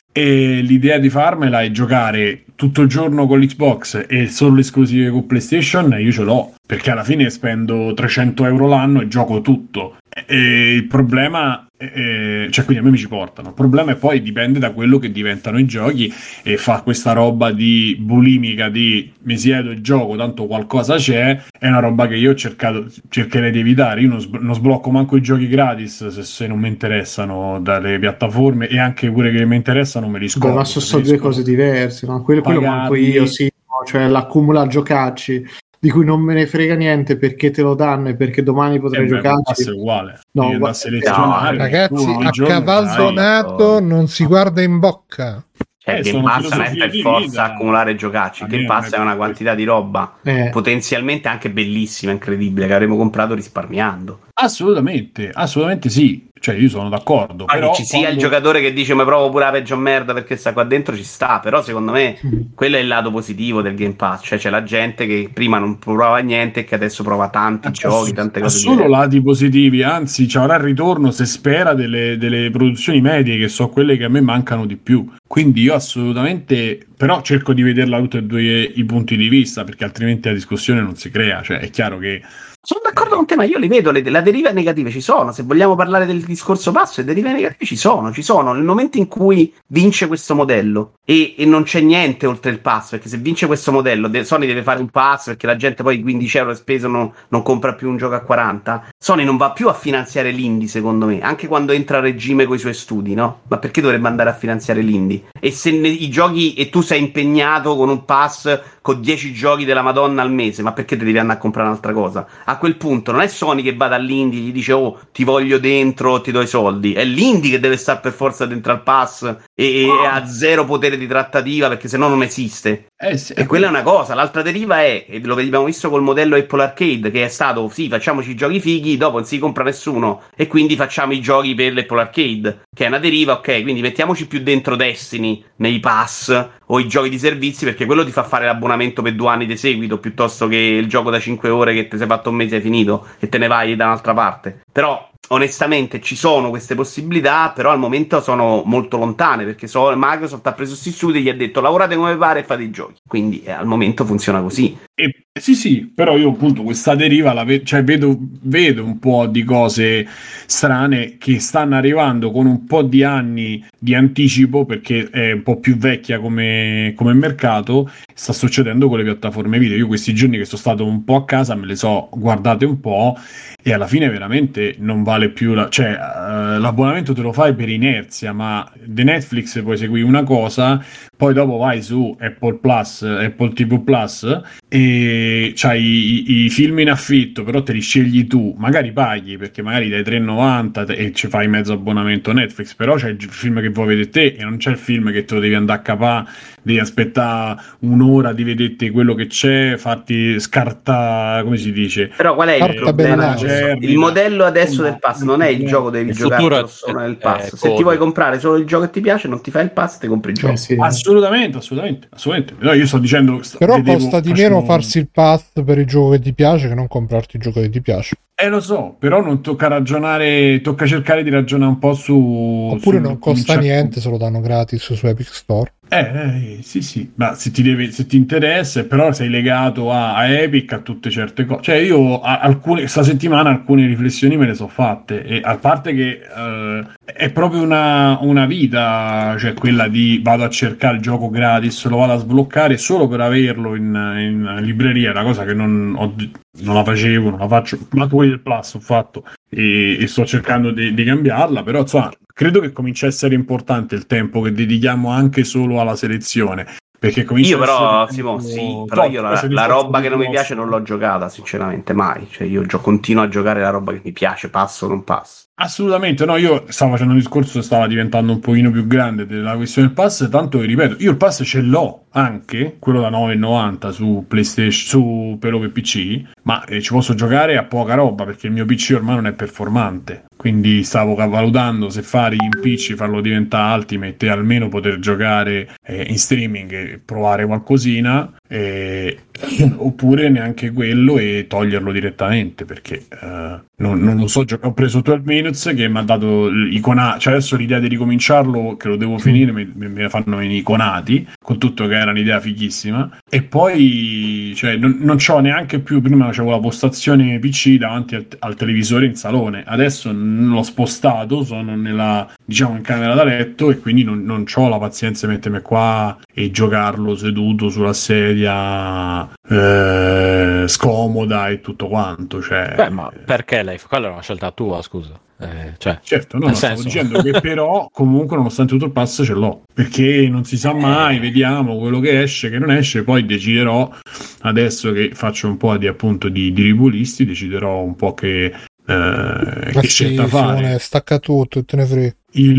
E l'idea di farmela è giocare tutto il giorno con l'Xbox e solo le esclusive con PlayStation, io ce l'ho, perché alla fine spendo 300 euro l'anno e gioco tutto. E il problema cioè, quindi a me mi ci portano. Il problema è poi dipende da quello che diventano i giochi, e fa questa roba di bulimica di mi siedo e gioco, tanto qualcosa c'è, è una roba che io cercherei di evitare. Io non sblocco manco i giochi gratis se non mi interessano dalle piattaforme, e anche pure che mi interessano me li scordo. Ma sono due cose diverse, no? Quello manco io, sì, no? Cioè l'accumula giocacci di cui non me ne frega niente perché te lo danno e perché domani potrei giocarci. È uguale. No, da selezionare. Ragazzi, a cavallo donato non si guarda in bocca. Cioè, il Game Pass non è per forza accumulare giocacci. Il Game Pass è una quantità di roba potenzialmente anche bellissima, incredibile, che avremmo comprato risparmiando. Assolutamente sì. Cioè, io sono d'accordo. Ma però che ci sia il giocatore che dice ma provo pure la peggio merda perché sta qua dentro, ci sta. Però secondo me quello è il lato positivo del Game Pass. Cioè c'è la gente che prima non provava niente e che adesso prova tanti giochi, tante cose. Solo lati positivi, anzi ci avrà il ritorno, se spera, delle produzioni medie, che sono quelle che a me mancano di più. Quindi io assolutamente, però cerco di vederla tutti e due i punti di vista, perché altrimenti la discussione non si crea. Cioè è chiaro che sono d'accordo con te, ma io li vedo, la deriva negative ci sono. Se vogliamo parlare del discorso passo, le derive negative ci sono. Nel momento in cui vince questo modello e non c'è niente oltre il pass, perché se vince questo modello Sony deve fare un pass perché la gente poi 15 euro speso non compra più un gioco a 40. Sony non va più a finanziare l'indie, secondo me, anche quando entra a regime con i suoi studi, no? Ma perché dovrebbe andare a finanziare l'indie? E se i giochi, e tu sei impegnato con un pass con 10 giochi della Madonna al mese, ma perché te devi andare a comprare un'altra cosa? A quel punto non è Sony che va dall'indie e gli dice oh ti voglio dentro, ti do i soldi, è l'indie che deve stare per forza dentro al pass e ha zero potere di trattativa, perché sennò non esiste. Sì, e quella è una cosa. L'altra deriva è, e lo abbiamo visto col modello Apple Arcade, che è stato sì, facciamoci i giochi fighi, dopo non si compra nessuno e quindi facciamo i giochi per l'Apple Arcade, che è una deriva. Ok, quindi mettiamoci più dentro Destiny nei pass o i giochi di servizi, perché quello ti fa fare l'abbonamento per 2 anni di seguito piuttosto che il gioco da 5 ore che ti sei fatto un mese e hai finito e te ne vai da un'altra parte. Però onestamente ci sono queste possibilità, però al momento sono molto lontane, perché Microsoft ha preso questi studi e gli ha detto lavorate come pare e fate i giochi, quindi al momento funziona così. Sì, però io appunto questa deriva cioè vedo un po' di cose strane che stanno arrivando con un po' di anni di anticipo, perché è un po' più vecchia come mercato. Sta succedendo con le piattaforme video. Io questi giorni che sono stato un po' a casa me le so guardate un po' e alla fine veramente non vale più l'abbonamento te lo fai per inerzia, ma di Netflix poi segui una cosa, poi dopo vai su Apple TV Plus e c'hai i film in affitto, però te li scegli tu, magari paghi perché magari dai $3,90 e ci fai mezzo abbonamento Netflix, però c'è il film che vuoi vedere te e non c'è il film che te lo devi andare a capà, devi aspettare un'ora di vedere quello che c'è, farti scarta, come si dice? Però qual è il problema? Il modello adesso del pass non è il gioco, devi giocare solo nel pass. Se ti vuoi comprare solo il gioco che ti piace, non ti fai il pass, ti compri il gioco. Sì. Assolutamente. No, io sto dicendo, però costa di meno farsi il pass per il gioco che ti piace che non comprarti il gioco che ti piace. Lo so, però non tocca ragionare, tocca cercare di ragionare un po' oppure non costa niente, se lo danno gratis su Epic Store. Sì, ma se ti interessa, però sei legato a Epic, a tutte certe cose. Cioè io questa settimana alcune riflessioni me le so fatte, e a parte che è proprio una vita, cioè quella di vado a cercare il gioco gratis, lo vado a sbloccare solo per averlo in libreria, una cosa che non la facevo, non la faccio, ma quelli del Plus ho fatto e sto cercando di cambiarla, però insomma credo che cominci a essere importante il tempo che dedichiamo anche solo alla selezione, perché io però io la roba che non mi piace non l'ho giocata sinceramente mai, cioè io continuo a giocare la roba che mi piace, passo o non passo. Assolutamente no, io stavo facendo un discorso che stava diventando un pochino più grande della questione del pass, tanto che ripeto, io il pass ce l'ho anche, quello da $9,90 su PlayStation, per PC, ma ci posso giocare a poca roba perché il mio PC ormai non è performante, quindi stavo valutando se fare in PC, farlo diventare Ultimate e almeno poter giocare in streaming e provare qualcosina, oppure neanche quello e toglierlo direttamente, perché non lo so, ho preso 12 Minutes che mi ha dato cioè adesso l'idea di ricominciarlo, che lo devo finire, mi fanno venire iconati, con tutto che era un'idea fighissima, e poi cioè non c'ho neanche più, prima c'avevo la postazione PC davanti al televisore in salone, adesso l'ho spostato, sono in camera da letto, e quindi non c'ho la pazienza di mettermi qua e giocarlo seduto sulla sedia scomoda e tutto quanto, cioè. Ma perché quella è una scelta tua, scusa. Certo, stavo dicendo che però comunque nonostante tutto il pass ce l'ho, perché non si sa mai, vediamo quello che esce, che non esce, poi deciderò, adesso che faccio un po' di ripulisti, deciderò un po' che scelta fare. Stacca tutto e te ne frega.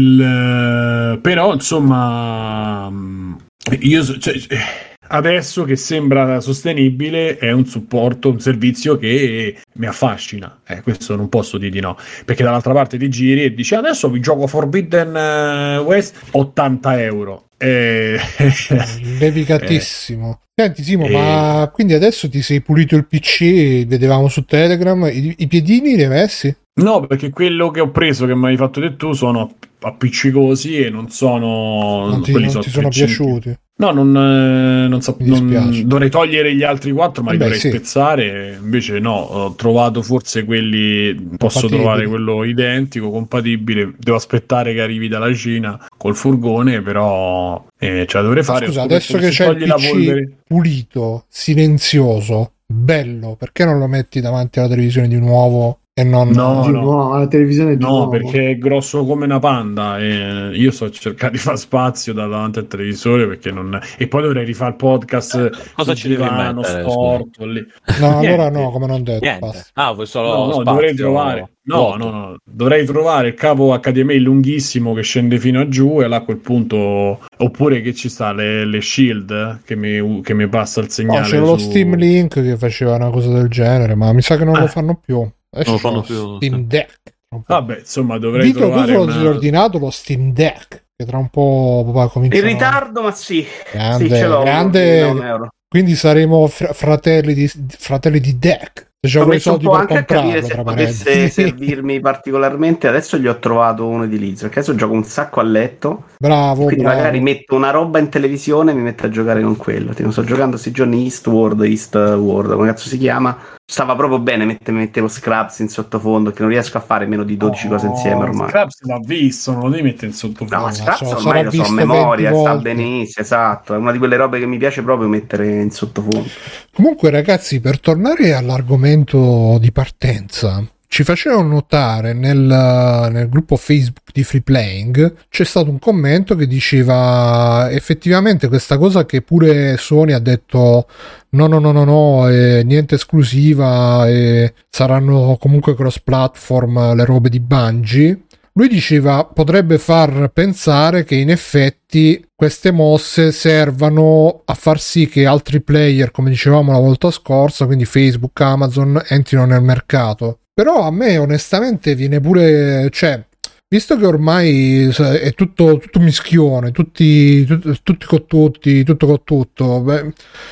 Però insomma io adesso che sembra sostenibile è un supporto, un servizio che mi affascina, questo non posso dire di no, perché dall'altra parte ti giri e dici adesso vi gioco Forbidden West €80 levicatissimo. Senti Simo, ma quindi adesso ti sei pulito il PC, vedevamo su Telegram, i piedini li hai messi? No, perché quello che ho preso, che mi hai fatto vedere tu, sono appiccicosi e non ti sono piaciuti. No, non dovrei togliere gli altri 4, ma li dovrei spezzare. Invece no, ho trovato forse quelli, posso trovare quello identico, compatibile. Devo aspettare che arrivi dalla Cina col furgone, però ce la dovrei fare. Scusa, adesso che c'è il PC pulito, silenzioso, bello, perché non lo metti davanti alla televisione di nuovo? E non la televisione perché è grosso come una panda e io sto cercando di fare spazio davanti al televisore, perché e poi dovrei rifare il podcast. Cosa ci devi mettere? Storto lì. No, allora no, come non detto. Vuoi solo spazio, dovrei trovare. No, dovrei trovare il capo HDMI lunghissimo che scende fino a giù, e là a quel punto, oppure che ci sta le Shield che mi passa il segnale. C'è lo Steam Link che faceva una cosa del genere, ma mi sa che non lo fanno più. Non fanno più Steam Deck. Vabbè, insomma, dovrei trovare. Io ho ordinato lo Steam Deck, che tra un po' comincia. In ritardo, ma sì. Grande, ce l'ho. Grande. Quindi saremo fratelli di Deck. Se c'avevo i soldi per anche a capire comprarlo, se tra potesse parentesi. servirmi particolarmente. Adesso gli ho trovato uno di Liz, perché adesso gioco un sacco a letto. Bravo, Quindi bravo. magari metto una roba in televisione e mi metto a giocare con quello. Tipo, sto giocando questi giorni Eastward, come cazzo si chiama? Stava proprio bene, mettevo Scraps in sottofondo, che non riesco a fare meno di 12 cose insieme ormai. Scraps l'ha visto, non lo devi mettere in sottofondo. No, Scraps sarà ormai lo so a visto memoria, 20 sta volte. benissimo, esatto. È una di quelle robe che mi piace proprio mettere in sottofondo. Comunque, ragazzi, per tornare all'argomento di partenza, ci facevano notare nel gruppo Facebook di Free Playing, c'è stato un commento che diceva effettivamente questa cosa che pure Sony ha detto no, niente esclusiva, saranno comunque cross platform le robe di Bungie. Lui diceva potrebbe far pensare che in effetti queste mosse servano a far sì che altri player, come dicevamo la volta scorsa, quindi Facebook, Amazon, entrino nel mercato. Però a me onestamente viene pure, cioè, visto che ormai è tutto mischione, tutti con tutti, tutto con tutto, beh,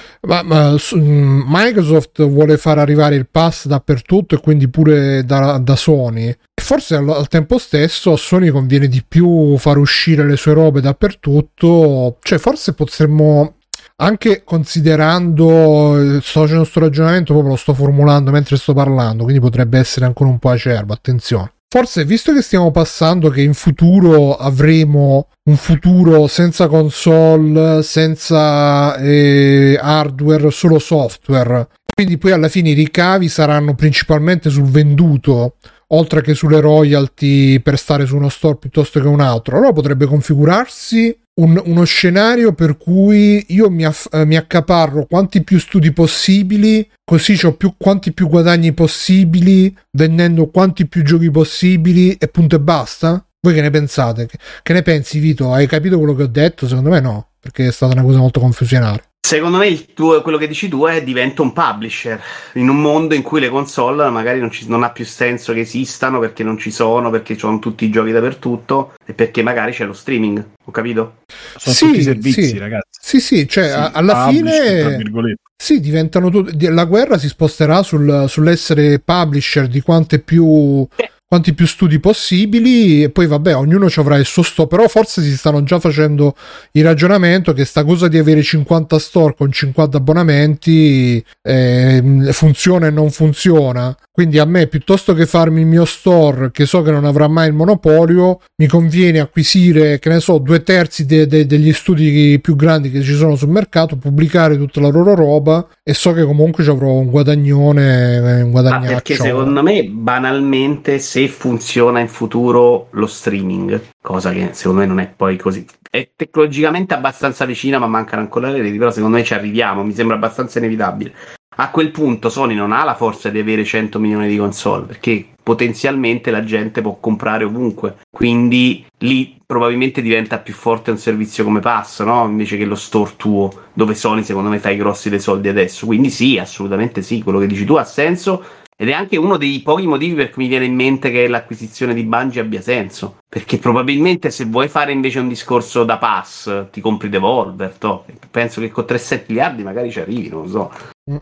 ma Microsoft vuole far arrivare il pass dappertutto e quindi pure da Sony. Forse al tempo stesso a Sony conviene di più far uscire le sue robe dappertutto, cioè forse potremmo, anche considerando, sto facendo questo ragionamento, proprio lo sto formulando mentre sto parlando, quindi potrebbe essere ancora un po' acerbo, attenzione. Forse, visto che stiamo passando che in futuro avremo un futuro senza console, senza hardware, solo software, quindi poi alla fine i ricavi saranno principalmente sul venduto, oltre che sulle royalty per stare su uno store piuttosto che un altro, allora potrebbe configurarsi uno scenario per cui io mi accaparro quanti più studi possibili, così ho quanti più guadagni possibili, vendendo quanti più giochi possibili e punto e basta? Voi che ne pensate? Che ne pensi, Vito? Hai capito quello che ho detto? Secondo me no, perché è stata una cosa molto confusionaria. Secondo me quello che dici tu è diventa un publisher in un mondo in cui le console magari non ha più senso che esistano, perché non ci sono, perché ci sono tutti i giochi dappertutto e perché magari c'è lo streaming, ho capito? Sono tutti servizi, ragazzi. Sì, cioè Sì, alla publisher, tra fine virgolette. sì, diventano la guerra si sposterà sull'essere publisher di quanti più studi possibili, e poi vabbè, ognuno ci avrà il suo store, però forse si stanno già facendo il ragionamento che sta cosa di avere 50 store con 50 abbonamenti funziona e non funziona. Quindi a me, piuttosto che farmi il mio store, che so che non avrà mai il monopolio, mi conviene acquisire, che ne so, 2/3 degli studi più grandi che ci sono sul mercato, pubblicare tutta la loro roba e so che comunque ci avrò un guadagnone, un guadagnaccio. Perché secondo me, banalmente, se funziona in futuro lo streaming, cosa che secondo me non è poi così, è tecnologicamente abbastanza vicina, ma mancano ancora le reti, però secondo me ci arriviamo, mi sembra abbastanza inevitabile. A quel punto Sony non ha la forza di avere 100 milioni di console, perché potenzialmente la gente può comprare ovunque, quindi lì probabilmente diventa più forte un servizio come Pass, no? Invece che lo store tuo, dove Sony secondo me fa i grossi dei soldi adesso. Quindi sì, assolutamente sì, quello che dici tu ha senso, ed è anche uno dei pochi motivi per cui mi viene in mente che l'acquisizione di Bungie abbia senso, perché probabilmente se vuoi fare invece un discorso da Pass ti compri Devolver, penso che con 3-7 miliardi magari ci arrivi, non lo so.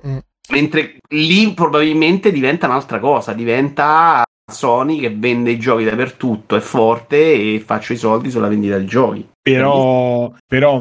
Mentre lì probabilmente diventa un'altra cosa, diventa Sony che vende i giochi dappertutto, è forte e faccio i soldi sulla vendita di giochi. Però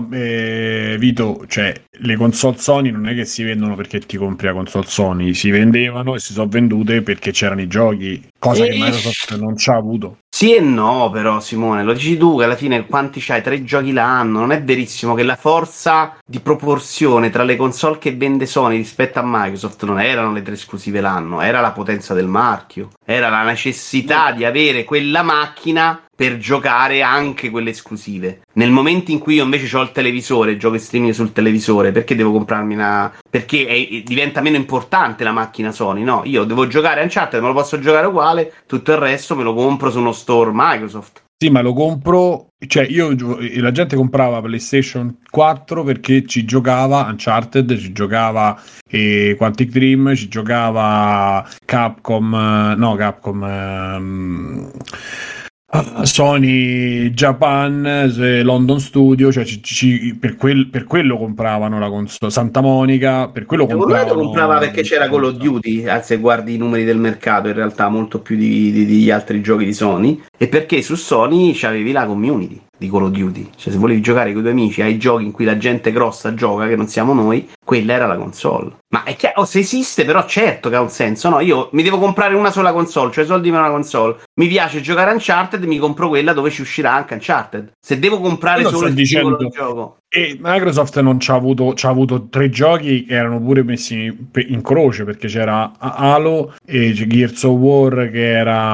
Vito, cioè le console Sony non è che si vendono perché ti compri la console Sony, si vendevano e si sono vendute perché c'erano i giochi, cosa che Microsoft non c'ha avuto. Sì e no, però Simone, lo dici tu che alla fine quanti c'hai? 3 giochi l'anno, non è verissimo che la forza di proporzione tra le console che vende Sony rispetto a Microsoft non erano le 3 esclusive l'anno, era la potenza del marchio, era la necessità di avere quella macchina per giocare anche quelle esclusive. Nel momento in cui io invece ho il televisore, gioco in streaming sul televisore, perché devo comprarmi perché diventa meno importante la macchina Sony, no? Io devo giocare Uncharted, me lo posso giocare uguale, tutto il resto me lo compro su uno store Microsoft. Sì, ma lo compro, cioè la gente comprava PlayStation 4 perché ci giocava Uncharted, ci giocava Quantic Dream, ci giocava Capcom, Sony Japan, London Studio, cioè per quello compravano la console. Santa Monica, per quello Secondo me lo compravano. comprava perché c'era Call of Duty, se guardi i numeri del mercato, in realtà molto più degli altri giochi di Sony, e perché su Sony c'avevi la community di Call of Duty, cioè se volevi giocare con i tuoi amici ai giochi in cui la gente grossa gioca, che non siamo noi, quella era la console. Ma è chiaro, se esiste, però certo che ha un senso, no? Io mi devo comprare una sola console, cioè soldi per una console, mi piace giocare Uncharted, mi compro quella dove ci uscirà anche Uncharted. Se devo comprare solo il singolo gioco. E Microsoft non c'ha avuto 3 giochi che erano pure messi in croce, perché c'era Halo e Gears of War che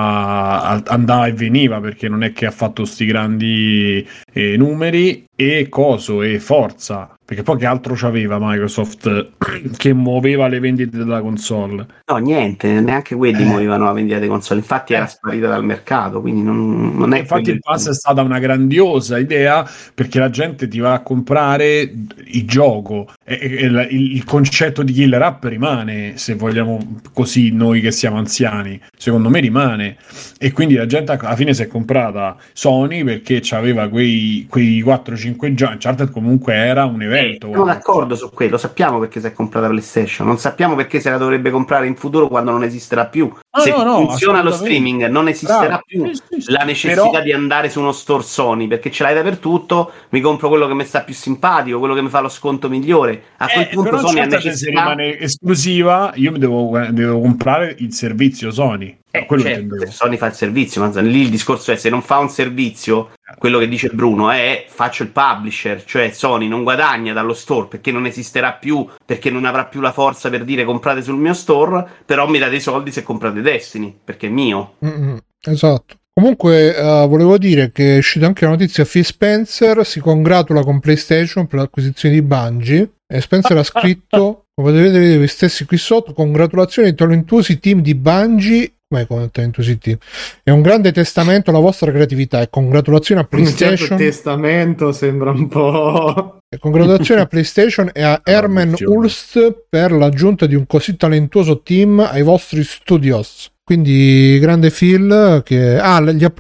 andava e veniva, perché non è che ha fatto sti grandi numeri, e Coso e Forza, perché poi che altro c'aveva Microsoft che muoveva le vendite della console? No, niente, neanche quelli muovevano la vendita delle console, infatti era sparita dal mercato, quindi non è. Infatti il pass è stata una grandiosa idea, perché la gente ti va a comprare il gioco, e il concetto di killer app rimane, se vogliamo così, noi che siamo anziani, secondo me rimane, e quindi la gente alla fine si è comprata Sony perché c'aveva quei 4-5 giochi. Uncharted comunque era un evento. Siamo d'accordo su quello, sappiamo perché si è comprata PlayStation, non sappiamo perché se la dovrebbe comprare in futuro quando non esisterà più. Se funziona lo streaming non esisterà più la necessità di andare su uno store Sony, perché ce l'hai dappertutto, mi compro quello che mi sta più simpatico, quello che mi fa lo sconto migliore. A quel punto Sony ha necessità. Se rimane esclusiva, io mi devo comprare il servizio Sony. Certo, Sony fa il servizio, ma lì il discorso è: se non fa un servizio, quello che dice Bruno è faccio il publisher, cioè Sony non guadagna dallo store perché non esisterà più, perché non avrà più la forza per dire comprate sul mio store, però mi date i soldi se comprate Destiny, perché è mio. Esatto. Comunque volevo dire che è uscita anche la notizia: Phil Spencer si congratula con PlayStation per l'acquisizione di Bungie, e Spencer ha scritto, come potete vedere voi stessi qui sotto: congratulazioni ai talentuosi team di Bungie. Come talentuosi team, è un grande testamento alla vostra creatività, e congratulazioni a PlayStation. Certo, testamento sembra un po'. E congratulazioni a PlayStation e a Herman Hulst per l'aggiunta di un così talentuoso team ai vostri studios. Quindi grande Phil, che gli ha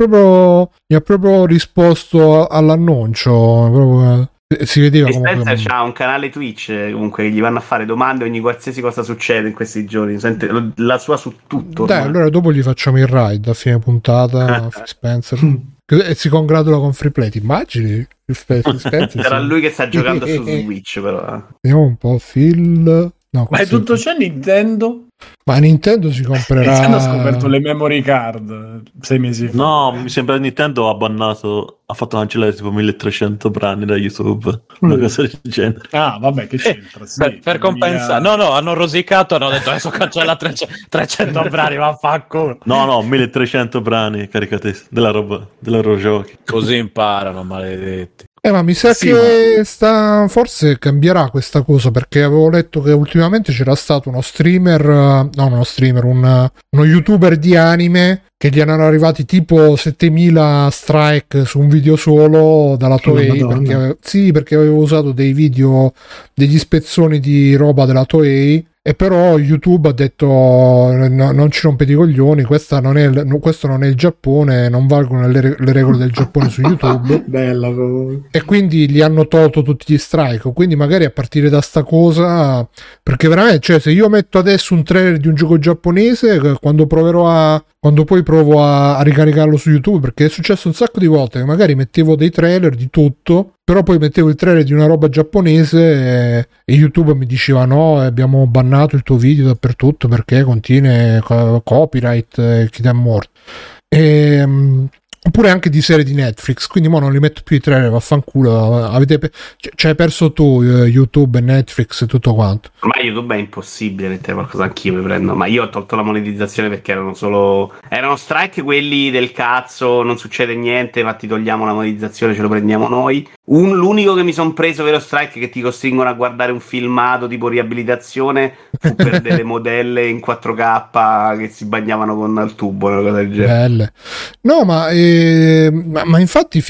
proprio risposto all'annuncio, proprio, si vedeva comunque. C'ha un canale Twitch comunque che gli vanno a fare domande ogni qualsiasi cosa succede in questi giorni, sente la sua su tutto. Dai, allora dopo gli facciamo il raid a fine puntata. Spencer e si congratula con free play, ti immagini? Sarà lui che sta giocando su Switch, però vediamo un po'. Phil, no, ma è tutto c'è Nintendo? Ma Nintendo si comprerà. Hanno scoperto le memory card 6 mesi fa. No, mi sembra che Nintendo ha fatto cancellare tipo 1300 brani da YouTube, una cosa del genere. Ah, vabbè, che c'entra? Sì, per compensare. No, hanno rosicato, hanno detto adesso cancella 300 brani, vaffanculo. No, 1300 brani caricati della roba, dei loro giochi. Così imparano, maledetti. Ma mi sa che forse cambierà questa cosa, perché avevo letto che ultimamente c'era stato uno youtuber di anime che gli erano arrivati tipo 7000 strike su un video solo dalla Toei, perché aveva usato dei video, degli spezzoni di roba della Toei. E però YouTube ha detto no, non ci rompete i coglioni, questo non è il Giappone, non valgono le regole del Giappone su YouTube. Bella comunque. E quindi gli hanno tolto tutti gli strike. Quindi magari a partire da sta cosa, perché veramente, cioè, se io metto adesso un trailer di un gioco giapponese, quando poi provo a ricaricarlo su YouTube, perché è successo un sacco di volte che magari mettevo dei trailer di tutto, però poi mettevo il trailer di una roba giapponese e YouTube mi diceva no, abbiamo bannato il tuo video dappertutto perché contiene copyright, chi ti è morto. Oppure anche di serie di Netflix, quindi mo non li metto più i trailer, vaffanculo. C'hai perso tu YouTube, Netflix e tutto quanto. Ma YouTube è impossibile mettere qualcosa, anch'io mi prendo, ma io ho tolto la monetizzazione perché erano strike quelli del cazzo, non succede niente, ma ti togliamo la monetizzazione, ce lo prendiamo noi. L'unico che mi sono preso vero strike, che ti costringono a guardare un filmato tipo riabilitazione, fu per delle modelle in 4K che si bagnavano con il tubo, una cosa del genere. Belle. No, ma infatti fino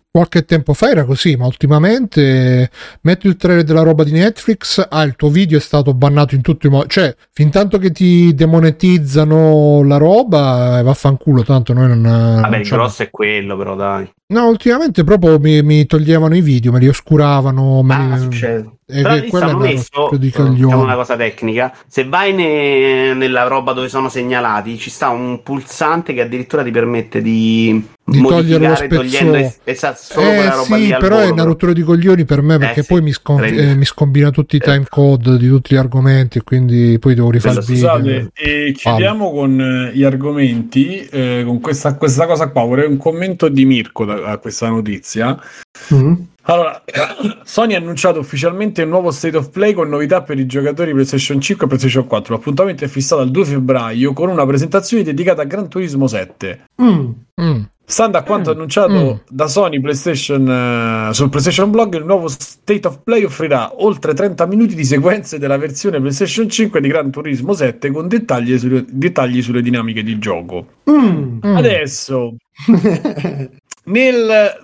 qualche tempo fa era così, ma ultimamente metti il trailer della roba di Netflix, il tuo video è stato bannato in tutti i modi, cioè fin tanto che ti demonetizzano la roba, vaffanculo, tanto noi non... Vabbè, il grosso è quello, però dai. No, ultimamente proprio mi toglievano i video, me li oscuravano, succede. e però che lì quella stanno è messo, diciamo una cosa tecnica, se vai nella roba dove sono segnalati ci sta un pulsante che addirittura ti permette di togliere lo togliendo solo quella roba lì al però volo, è una rottura di coglioni per me, perché sì, poi mi scombina tutti i time code di tutti gli argomenti e quindi poi devo rifare il video. Scusate, e chiudiamo con gli argomenti, con questa cosa qua. Vorrei un commento di Mirko a questa notizia. Allora, Sony ha annunciato ufficialmente un nuovo State of Play con novità per i giocatori PlayStation 5 e PlayStation 4. L'appuntamento è fissato al 2 febbraio con una presentazione dedicata a Gran Turismo 7. Stando a quanto annunciato da Sony PlayStation sul PlayStation Blog, il nuovo State of Play offrirà oltre 30 minuti di sequenze della versione PlayStation 5 di Gran Turismo 7 con dettagli sulle dinamiche di gioco. Adesso nel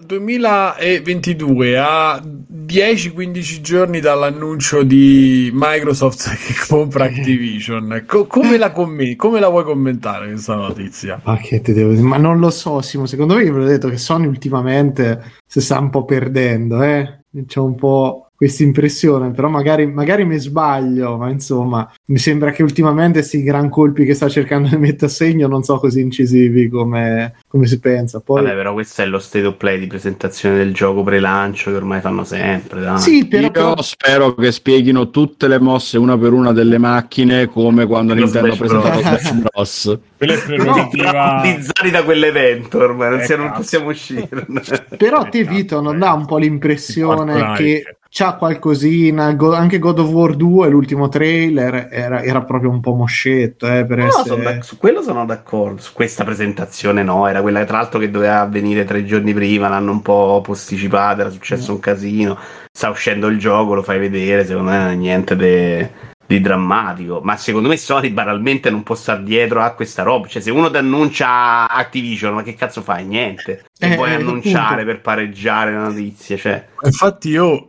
2022, a 10-15 giorni dall'annuncio di Microsoft che compra Activision, come la vuoi commentare questa notizia? Ma che te devo dire? Ma non lo so, Simo, secondo me vi ho detto che Sony ultimamente si sta un po' perdendo, c'è un po' questa impressione, però magari mi sbaglio, ma insomma mi sembra che ultimamente questi gran colpi che sta cercando di mettere a segno non so così incisivi come si pensa. Poi... Vabbè, però questo è lo state of play di presentazione del gioco pre-lancio che ormai fanno sempre, dai. Sì, però spero che spieghino tutte le mosse una per una delle macchine, come quando Nintendo ha presentato Smash Bros. Traumatizzati da quell'evento ormai, non possiamo uscire. Però te, Vito, non dà un po' l'impressione che c'ha qualcosina, anche God of War 2, l'ultimo trailer era proprio un po' moscetto, su quello sono d'accordo, su questa presentazione no, era quella tra l'altro che doveva avvenire 3 giorni prima, l'hanno un po' posticipata, era successo un casino, sta uscendo il gioco, lo fai vedere, secondo me non è niente di drammatico, ma secondo me Sony banalmente non può stare dietro a questa roba, cioè se uno ti annuncia Activision, ma che cazzo fai? Niente, che vuoi annunciare per pareggiare la notizia, cioè. Infatti io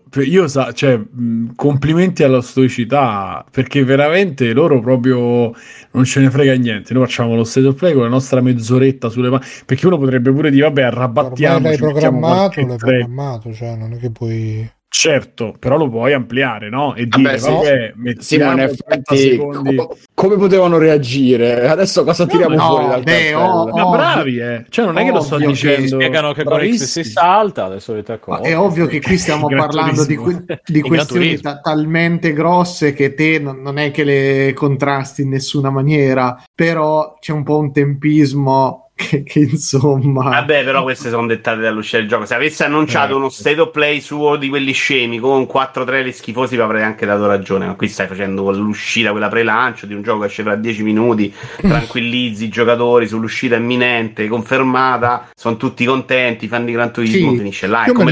complimenti alla stoicità, perché veramente loro proprio non ce ne frega niente, noi facciamo lo State of Play con la nostra mezz'oretta sulle mani, perché uno potrebbe pure dire vabbè arrabattiamo, l'hai programmato, cioè non è che puoi... Certo, però lo puoi ampliare, no? E dire, Simone, effetti, come potevano reagire? Adesso cosa tiriamo fuori dal cartello? Ma bravi, cioè non è che lo sto dicendo. Spiegano che con X si salta, le solite cose. È ovvio che qui stiamo parlando di questioni talmente grosse che te non è che le contrasti in nessuna maniera, però c'è un po' un tempismo che insomma, vabbè, però queste sono dettate dall'uscita del gioco. Se avesse annunciato uno state of play suo di quelli scemi con 4 trailer schifosi, vi avrei anche dato ragione, ma qui stai facendo con l'uscita, quella pre-lancio di un gioco che esce fra 10 minuti, tranquillizzi i giocatori sull'uscita imminente confermata, sono tutti contenti, fan di Gran Turismo, finisce là. Io me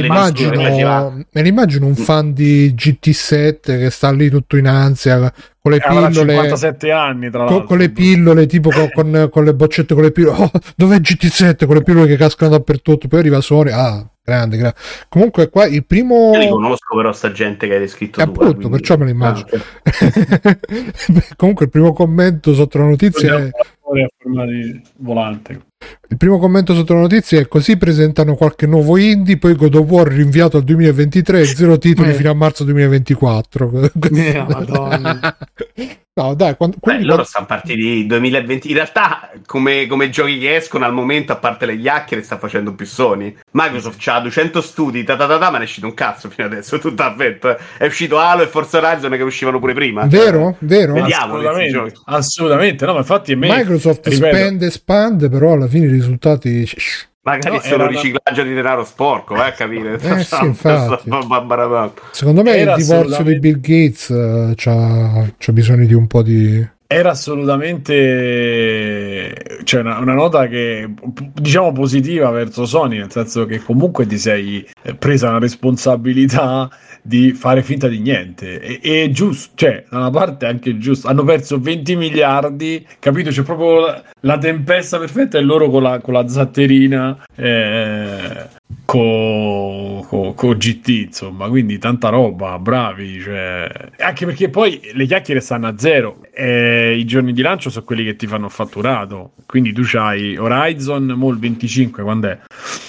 ne immagino un fan di GT7 che sta lì tutto in ansia con le pillole, 57 anni tra l'altro, con le pillole tipo con le boccette, con le pillole, dov'è GT7, con le pillole che cascano dappertutto, poi arriva Sony, grande. Comunque qua il primo, io li conosco però sta gente che hai descritto tu, appunto, quindi... perciò me lo immagino. Comunque il primo commento sotto la notizia è a forma di volante. Il primo commento sotto la notizia è: così presentano qualche nuovo indie, poi God of War rinviato al 2023 e 0 titoli fino a marzo 2024. Madonna. No, dai, loro stanno partiti 2020. In realtà, come giochi che escono al momento, a parte le chiacchiere, sta facendo più Sony. Microsoft c'ha 200 studi, ma ne è uscito un cazzo fino adesso. Tutto affetto. È uscito Halo e Forza Horizon che uscivano pure prima. Vero? Vediamo assolutamente. No, ma infatti Microsoft spende, però alla fine i risultati. Magari sono riciclaggio di denaro sporco, vai a capire. Sì, infatti. Secondo me il divorzio di Bill Gates c'ha bisogno di un po' di... Era assolutamente, cioè una nota che diciamo positiva verso Sony, nel senso che comunque ti sei presa una responsabilità di fare finta di niente, e giusto, cioè da una parte è anche giusto, hanno perso 20 miliardi, capito? C'è proprio la tempesta perfetta e loro con la zatterina con GT, insomma, quindi tanta roba, bravi, cioè, anche perché poi le chiacchiere stanno a zero, i giorni di lancio sono quelli che ti fanno fatturato, quindi tu c'hai Horizon, mo il 25, quando è?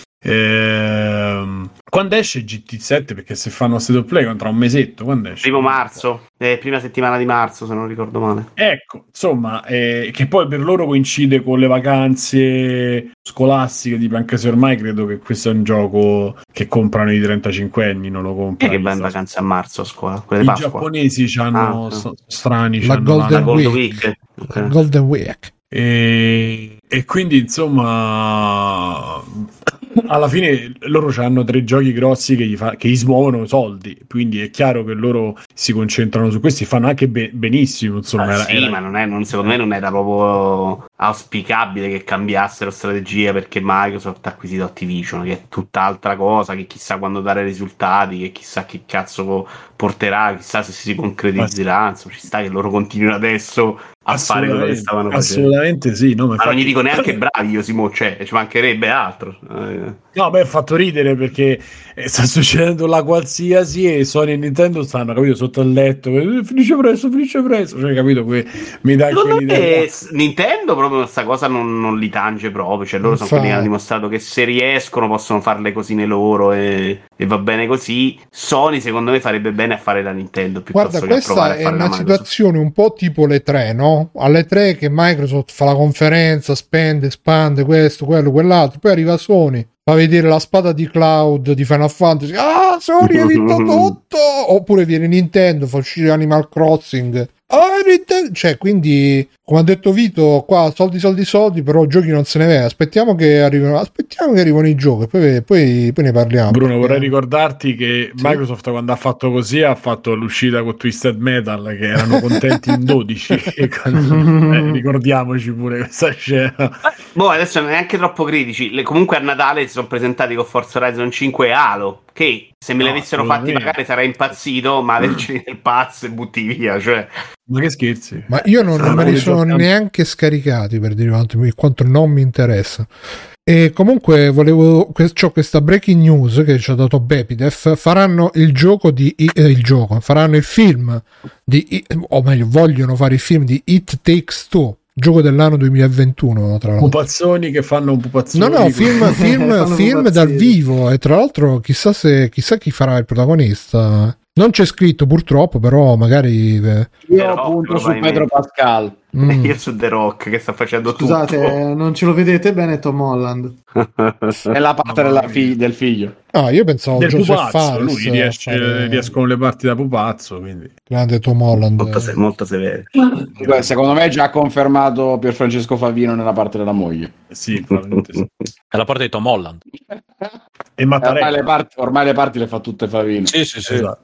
Quando esce GT7? Perché se fanno State of Play tra un mesetto, quando esce? 1 marzo, prima settimana di marzo, se non ricordo male. Ecco, insomma, che poi per loro coincide con le vacanze scolastiche, tipo, anche se ormai credo che questo è un gioco che comprano i 35 anni, non lo comprano. Che va in vacanza a marzo a scuola? Quelle I di Pasqua. giapponesi c'hanno strani, la Golden Golden Week. Week. Okay. Golden Week. E quindi insomma alla fine loro hanno 3 giochi grossi che gli smuovono soldi, quindi è chiaro che loro si concentrano su questi, fanno anche benissimo, insomma. Sì, ma secondo me non era proprio auspicabile che cambiassero strategia, perché Microsoft ha acquisito Activision, che è tutt'altra cosa, che chissà quando dare risultati, che chissà che cazzo porterà, chissà se si concretizzerà, insomma ci sta che loro continuino adesso a fare quello che stavano facendo. Assolutamente sì, no, ma non gli dico neanche bravi, io Simo, cioè ci mancherebbe altro. No, beh, ho fatto ridere perché sta succedendo la qualsiasi e Sony e Nintendo stanno, capito, sotto il letto, finisce presto, cioè, capito, mi dà quell'idea. Nintendo proprio questa cosa non li tange proprio, cioè loro sono quelli che hanno dimostrato che se riescono possono fare le cosine loro e va bene così. Sony secondo me farebbe bene a fare la Nintendo piuttosto che a provare a fare la Microsoft. Questa è una situazione un po' tipo le 3, no? Alle 3 che Microsoft fa la conferenza, spende, espande questo, quello, quell'altro, poi arriva Sony, fa vedere la spada di Cloud di Final Fantasy, Sony hai vinto tutto, oppure viene Nintendo, fa uscire Animal Crossing, Nintendo, cioè, quindi come ha detto Vito, qua soldi, però giochi non se ne vede, aspettiamo che arrivino i giochi, poi ne parliamo. Bruno, perché... vorrei ricordarti che Microsoft quando ha fatto così ha fatto l'uscita con Twisted Metal, che erano contenti in 12 ricordiamoci pure questa scena. Adesso non è neanche troppo critici, comunque a Natale si sono presentati con Forza Horizon 5 e Halo, che se me li avessero fatti pagare sarei impazzito, ma averceli nel pazzo e butti via, cioè. Ma che scherzi? Ma io non me li sono neanche scaricati, per dire quanto non mi interessa. E comunque c'ho questa breaking news che ci ha dato Bepidef. Faranno faranno il film o meglio vogliono fare il film di It Takes Two, gioco dell'anno 2021, tra l'altro. Pupazzoni che fanno pupazzoni. No, film dal vivo, e tra l'altro chissà chi farà il protagonista. Non c'è scritto purtroppo, però magari io appunto su Pedro Pascal. Io su The Rock che sta facendo Scusate, tutto. non ce lo vedete bene Tom Holland? È la parte del figlio. No, io pensavo del Joseph pupazzo, Fares, lui riescono le parti da pupazzo, quindi grande Tom Holland, molto severo. Secondo me è già confermato Pierfrancesco Favino nella parte della moglie. Sì, probabilmente sì. È la parte di Tom Holland. E Mattarella. Ormai le parti le fa tutte Favino. Sì. Esatto.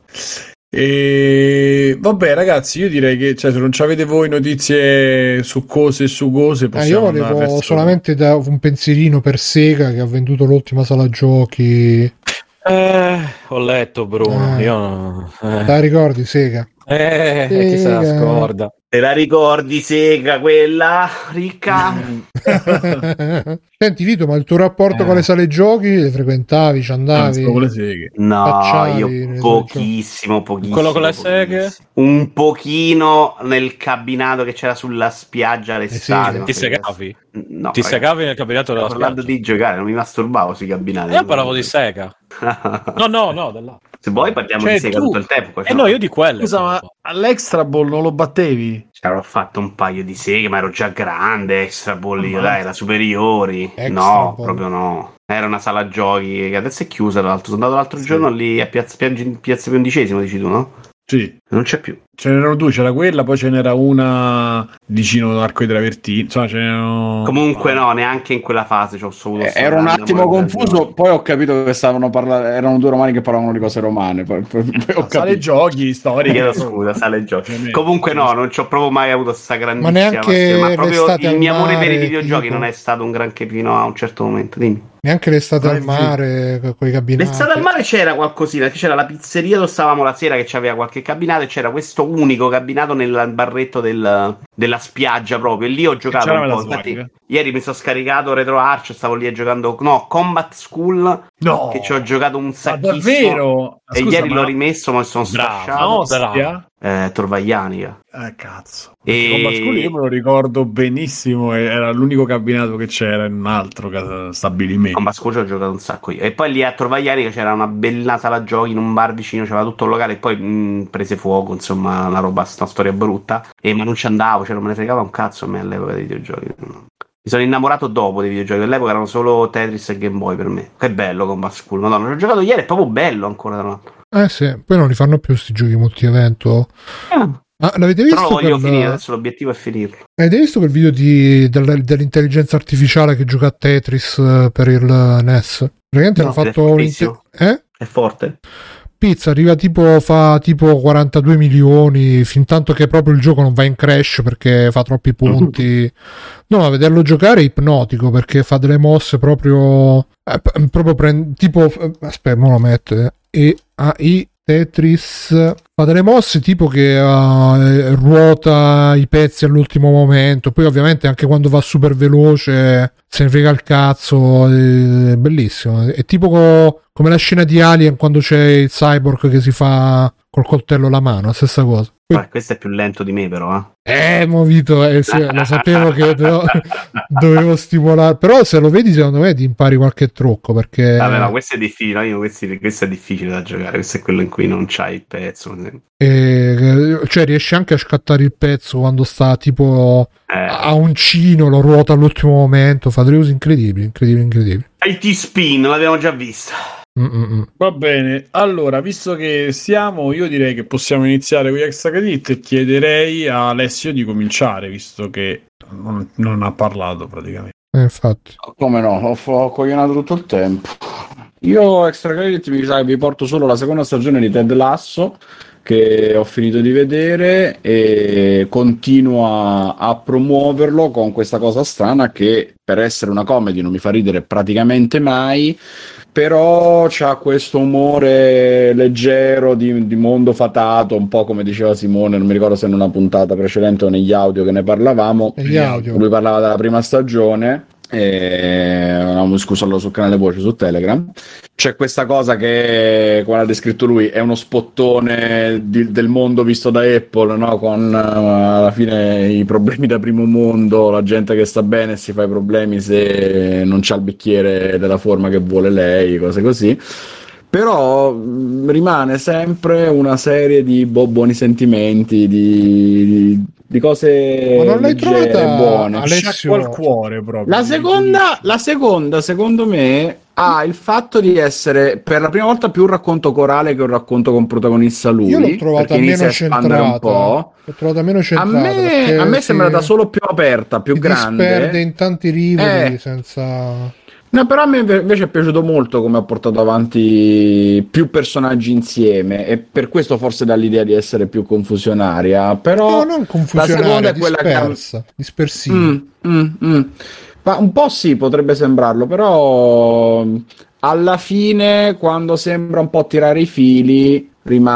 E vabbè ragazzi, io direi che se non avete voi notizie su cose io volevo solamente dare un pensierino per Sega che ha venduto l'ultima sala giochi. Ho letto Bruno, io la ricordi Sega? Chi se la scorda? Te la ricordi Sega, quella ricca? Senti Vito, ma il tuo rapporto con le sale giochi, le frequentavi, ci andavi? Con le seghe. No, io pochissimo. Quello con le seghe? Un pochino nel cabinato che c'era sulla spiaggia l'estate. Ti segavi? No, ti segavi nel cabinato della spiaggia? Parlando di giocare, non mi masturbavo sui cabinati. Io parlavo di Sega. No, dell'altro. Se vuoi parliamo di Sega tutto il tempo. No, io di quelle. Scusa, ma all'Extra Ball non lo battevi? Avrò fatto un paio di seghe, ma ero già grande. Extra Ball, io dai, era superiori. Extra no, Ball. proprio no. Era una sala giochi che adesso è chiusa, tra l'altro. Sono andato l'altro giorno lì a Piazza Pondicesimo, dici tu, no? Sì. Non c'è più. Ce n'erano due, c'era quella, poi ce n'era una vicino all'Arco di Travertini. Insomma, ce n'erano... Comunque no, neanche in quella fase ci ho saputo. Ero un attimo confuso, poi ho capito che stavano parlando, erano due romani che parlavano di cose romane. Poi ho sale giochi, storiche. Scusa, sale giochi. Comunque no, non ci ho proprio mai avuto questa grandissima neanche ma proprio il mio amore per i mare, videogiochi tipo... non è stato un granché fino a un certo momento. Dimmi. Neanche l'estate al mare con i cabinati. L'estate al mare c'era qualcosina, c'era la pizzeria dove stavamo la sera che c'aveva qualche cabinato e c'era questo unico cabinato nel barretto della spiaggia proprio, e lì ho giocato un po'. Infatti, ieri mi sono scaricato Retro Arch, stavo lì giocando Combat School No, che ci ho giocato un ma sacchissimo. davvero? E Scusa, ieri ma- l'ho rimesso, ma sono Bravo, sfasciato. bravo. Torvaglianica. Cazzo. E- Combat School io me lo ricordo benissimo, era l'unico cabinato che c'era in un altro stabilimento. Combat School ci ho giocato un sacco io. E poi lì a Torvaglianica c'era una bella sala giochi in un bar vicino, c'era tutto il locale, e poi prese fuoco, insomma, una roba, una storia brutta. Ma non ci andavo, cioè non me ne fregava un cazzo a me all'epoca dei videogiochi. Mi sono innamorato dopo dei videogiochi, all'epoca erano solo Tetris e Game Boy per me. Che bello Combat School, madonna, l'ho giocato ieri, è proprio bello ancora tra l'altro. Sì, poi non li fanno più sti giochi multi-evento. Ah, l'avete Però visto? lo voglio quel- finire, adesso l'obiettivo è finirlo. Avete visto quel video dell'intelligenza artificiale che gioca a Tetris per il NES? Praticamente No, hanno è fatto fortissimo. È forte? Pizza arriva fa tipo 42 milioni fin tanto che proprio il gioco non va in crash perché fa troppi punti. No, a vederlo giocare è ipnotico perché fa delle mosse proprio tipo aspetta, me lo metto EAI Tetris fa delle mosse tipo che ruota i pezzi all'ultimo momento, poi ovviamente anche quando va super veloce se ne frega il cazzo, è bellissimo, è tipo come la scena di Alien quando c'è il cyborg che si fa col coltello alla mano, stessa cosa. Questo è più lento di me però, Movito, sì, lo sapevo che dovevo stimolare, però se lo vedi secondo me ti impari qualche trucco perché Vabbè, no, questo è difficile, no? Questo è difficile da giocare, questo è quello in cui non c'hai il pezzo. cioè riesce anche a scattare il pezzo quando sta tipo a uncino, lo ruota all'ultimo momento, fa delle cose incredibili. IT Spin, l'abbiamo già vista. Va bene, allora, visto che siamo, io direi che possiamo iniziare con gli extra credit e chiederei a Alessio di cominciare, visto che non ha parlato praticamente. Infatti. Come no, ho coglionato tutto il tempo. Io extra credit mi sa che vi porto solo la seconda stagione di Ted Lasso che ho finito di vedere e continuo a promuoverlo con questa cosa strana che per essere una comedy non mi fa ridere praticamente mai, però c'ha questo umore leggero di mondo fatato, un po' come diceva Simone, non mi ricordo se in una puntata precedente o negli audio che ne parlavamo. Lui parlava della prima stagione, avevamo discusso sul canale Voce su Telegram. C'è questa cosa che, come l'ha descritto lui, è uno spottone del mondo visto da Apple, no? Con alla fine i problemi da primo mondo, la gente che sta bene si fa i problemi se non c'ha il bicchiere della forma che vuole lei, cose così. Però rimane sempre una serie di buoni sentimenti, di cose. Ma non l'hai trovata buone, Alessio? Al cuore proprio. La seconda, secondo me, ha il fatto di essere per la prima volta più un racconto corale che un racconto con protagonista lui. Io l'ho trovata meno centrata. Un po'. L'ho trovata meno centrata. A me è sembrata solo più aperta, più grande. Si perde in tanti rivoli senza. No, però a me invece è piaciuto molto come ha portato avanti più personaggi insieme e per questo forse dà l'idea di essere più confusionaria, però no, non confusionaria, la seconda è quella dispersiva. Ma un po' sì, potrebbe sembrarlo, però alla fine quando sembra un po' tirare i fili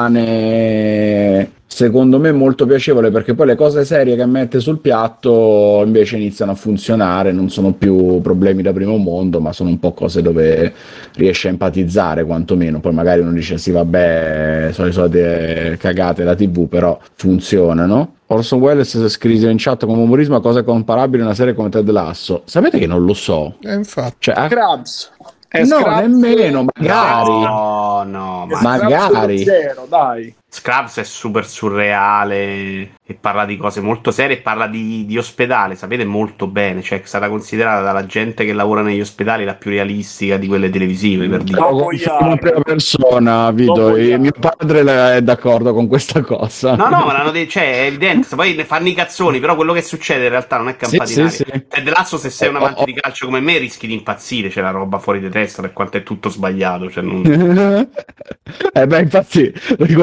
rimane secondo me molto piacevole, perché poi le cose serie che mette sul piatto invece iniziano a funzionare, non sono più problemi da primo mondo, ma sono un po' cose dove riesce a empatizzare quantomeno. Poi magari uno dice sì vabbè, sono le solite cagate da TV, però funzionano. Orson Welles scrive in chat come umorismo a cosa comparabile a una serie come Ted Lasso. Sapete che non lo so, infatti. cioè, Scrubs. no, nemmeno, magari. No, magari. Zero, dai. Scrubs è super surreale e parla di cose molto serie e parla di ospedale, sapete molto bene, cioè è stata considerata dalla gente che lavora negli ospedali la più realistica di quelle televisive, per dire. In prima persona, Vito, mio padre è d'accordo con questa cosa. No, ma l'hanno detto, cioè è evidente, poi fanno i cazzoni, però quello che succede in realtà non è campata in aria. Sì. Ted Lasso, se sei un amante di calcio come me, rischi di impazzire, c'è la roba fuori di testa per quanto è tutto sbagliato, cioè non... Infatti ricordiamo sempre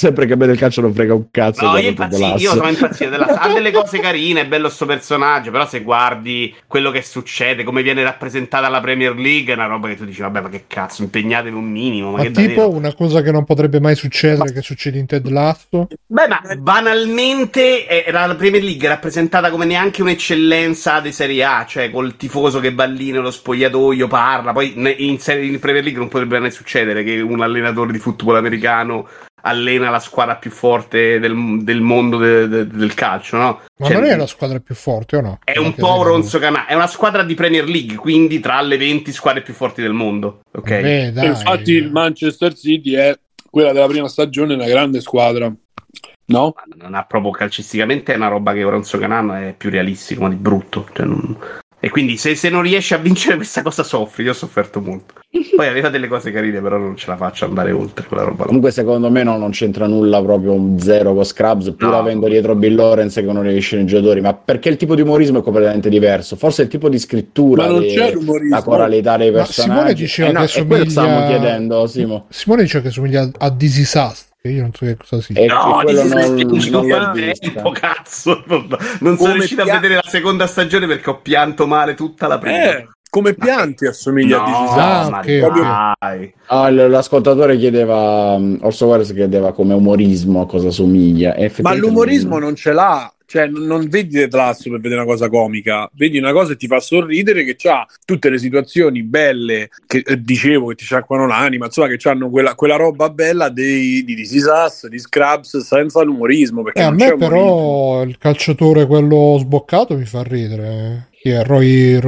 sempre che a me del calcio non frega un cazzo. No, io sono impazzito. Ha delle cose carine, è bello sto personaggio, però se guardi quello che succede, come viene rappresentata la Premier League, è una roba che tu dici, vabbè, ma che cazzo, impegnatevi un minimo. Ma che tipo davvero? una cosa che non potrebbe mai succedere, che succede in Ted Lasso? Beh, ma banalmente la Premier League è rappresentata come neanche un'eccellenza di Serie A, cioè col tifoso che va lì nello spogliatoio, parla. Poi in Premier League non potrebbe mai succedere che un allenatore di football americano allena la squadra più forte del mondo del calcio, no? Ma Cioè, non è la squadra più forte, o no? è un po' Ronzo Canà, è una squadra di Premier League, quindi tra le 20 squadre più forti del mondo, ok? Beh, dai. Infatti il Manchester City è quella della prima stagione, una grande squadra, no? Ma non ha proprio calcisticamente, è una roba che Ronzo Canà è più realistico, ma di brutto, cioè e quindi se non riesci a vincere questa cosa soffri. Io ho sofferto molto. Poi aveva delle cose carine, però non ce la faccio andare oltre quella roba là. Comunque secondo me non c'entra nulla, proprio un zero con Scrubs, pur avendo dietro Bill Lawrence che non riesce nei giocatori, ma perché il tipo di umorismo è completamente diverso, forse il tipo di scrittura, ma non c'è l'umorismo, la coralità dei personaggi. Simone diceva che somiglia... stavamo chiedendo, Simo. Simone dice che somiglia a This Is Us, che io non so che cosa sia. No, quello non tempo, cazzo. Non sono riuscito a vedere la seconda stagione perché ho pianto male tutta la prima. Come pianti assomiglia a This Is Us. L'ascoltatore chiedeva, Orso Welles chiedeva come umorismo a cosa somiglia. Ma l'umorismo non ce l'ha. Cioè, non vedi Ted Lasso per vedere una cosa comica, vedi una cosa che ti fa sorridere, che ha tutte le situazioni belle, che dicevo, che ti sciacquano l'anima, insomma, che hanno quella roba bella di This Is Us, di Scrubs, senza l'umorismo. Perché a me però il calciatore, quello sboccato, mi fa ridere. Chi è? Roy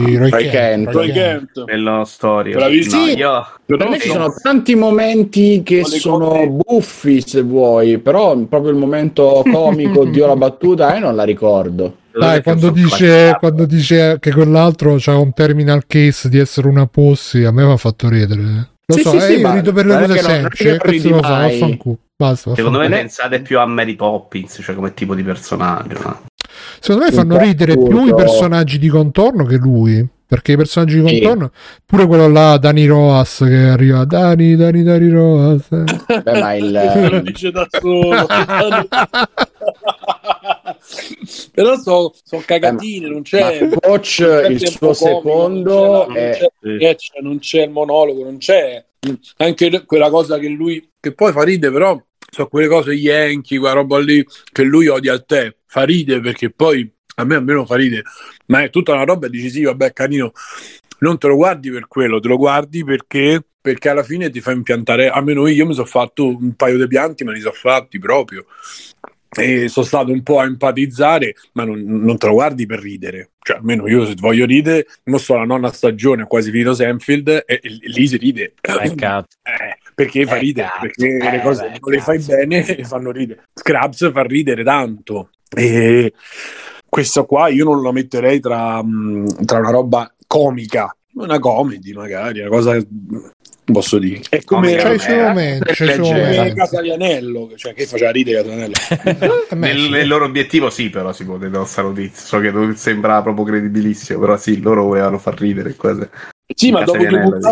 Kent. Bello storia. Sì, per me ci sono tanti momenti che sono buffi, se vuoi, però proprio il momento comico, Dio la battuta, non la ricordo. Dai, quando dice che quell'altro c'ha un terminal case di essere una pussy, a me mi ha fatto ridere. Io rido per le cose semplici, basta. Secondo me pensate più a Mary Poppins, cioè come tipo di personaggio, no? Secondo me fanno ridere più i personaggi di contorno che lui, perché i personaggi di contorno, pure quello là, Dani Roas, che arriva, Dani Roas. Beh, ma lo dice da solo. Però sono cagatine, non c'è Coach, il suo secondo non c'è il monologo, non c'è anche quella cosa che poi fa ridere, però sono quelle cose Yankee, quella roba lì che lui odia al tè, fa ridere perché poi a me almeno fa ridere, ma è tutta una roba e dici sì, vabbè, carino, non te lo guardi per quello, te lo guardi perché alla fine ti fa impiantare, almeno io mi sono fatto un paio di pianti, me li sono fatti proprio, e sono stato un po' a empatizzare, ma non te lo guardi per ridere, cioè almeno io se voglio ridere, mo sto alla 9ª stagione, ho quasi finito Seinfeld e lì si ride, perché fa ridere, perché le cose non le fai bene e fanno ridere. Scrubs fa ridere tanto, e questo qua io non lo metterei tra una roba comica, una comedy magari, una cosa, posso dire, è come c'è i suoi momenti, Casalianello, cioè che faceva ridere Casalianello. Nel loro obiettivo sì, però si può vedere nostra notizia, so che non sembra proprio credibilissimo, però sì, loro volevano far ridere cose. Sì, ma dopo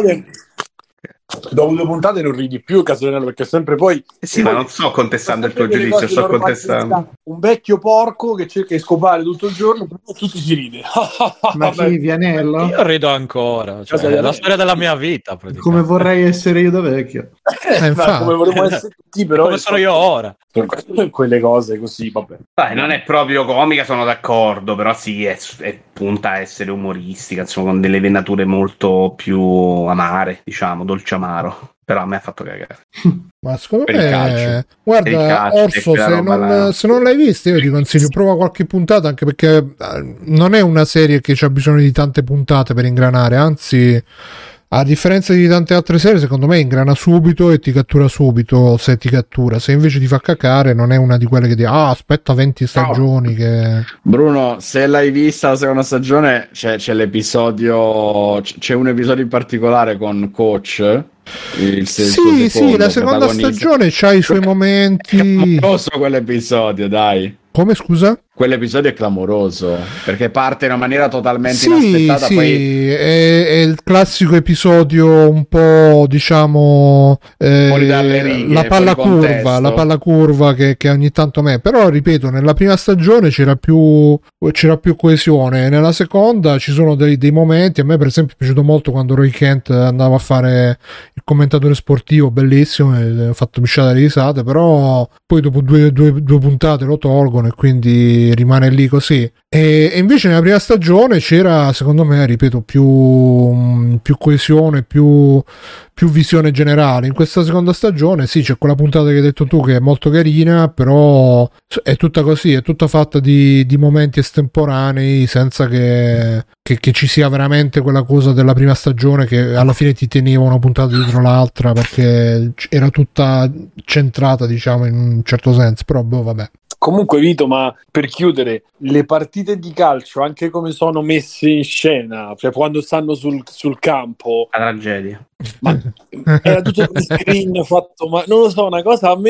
due puntate non ridi più Casalianello, perché sempre poi ma non sto contestando il tuo giudizio, sto contestando un vecchio porco che cerca di scopare tutto il giorno, però tutti si ride. Ma chi, Vianello? Io rido ancora, cioè, è la storia della mia vita come vorrei essere io da vecchio, come vorremmo essere tutti, però come sono io ora, quelle cose così, vabbè. Non è proprio comica, sono d'accordo, però sì, è punta a essere umoristica, insomma, con delle venature molto più amare, diciamo, dolce amaro. Però a me ha fatto cagare. Ma secondo me, guarda, Orso, se non l'hai vista, io ti consiglio, prova qualche puntata, anche perché non è una serie che c'ha bisogno di tante puntate per ingranare, anzi, a differenza di tante altre serie, secondo me ingrana subito e ti cattura subito, se ti cattura. Se invece ti fa cacare, non è una di quelle che dici aspetta 20 stagioni che... Bruno, se l'hai vista la seconda stagione, c'è l'episodio, c'è un episodio in particolare con Coach. Sì, la seconda stagione c'ha i suoi momenti. È famoso quell'episodio, dai. Come, scusa? quell'episodio è clamoroso perché parte in una maniera totalmente Sì, inaspettata. sì, Poi è il classico episodio un po', diciamo, fuori dalle righe, la palla fuori curva, contesto. la palla curva che ogni tanto me. Però, ripeto, nella prima stagione c'era più coesione, nella seconda ci sono dei momenti. A me, per esempio, è piaciuto molto quando Roy Kent andava a fare il commentatore sportivo, bellissimo, e ho fatto pisciare le risate, però poi dopo due puntate lo tolgono e quindi rimane lì così. E invece nella prima stagione c'era, secondo me, ripeto, più coesione, più visione generale. In questa seconda stagione sì, c'è quella puntata che hai detto tu che è molto carina, però è tutta così, è tutta fatta di momenti estemporanei senza che ci sia veramente quella cosa della prima stagione che alla fine ti teneva una puntata dietro l'altra perché era tutta centrata, diciamo, in un certo senso. Però vabbè. Comunque, Vito, ma per chiudere, le partite di calcio, anche come sono messe in scena, cioè quando stanno sul campo, La tragedia. ma era tutto con screen fatto, ma non lo so, una cosa a me...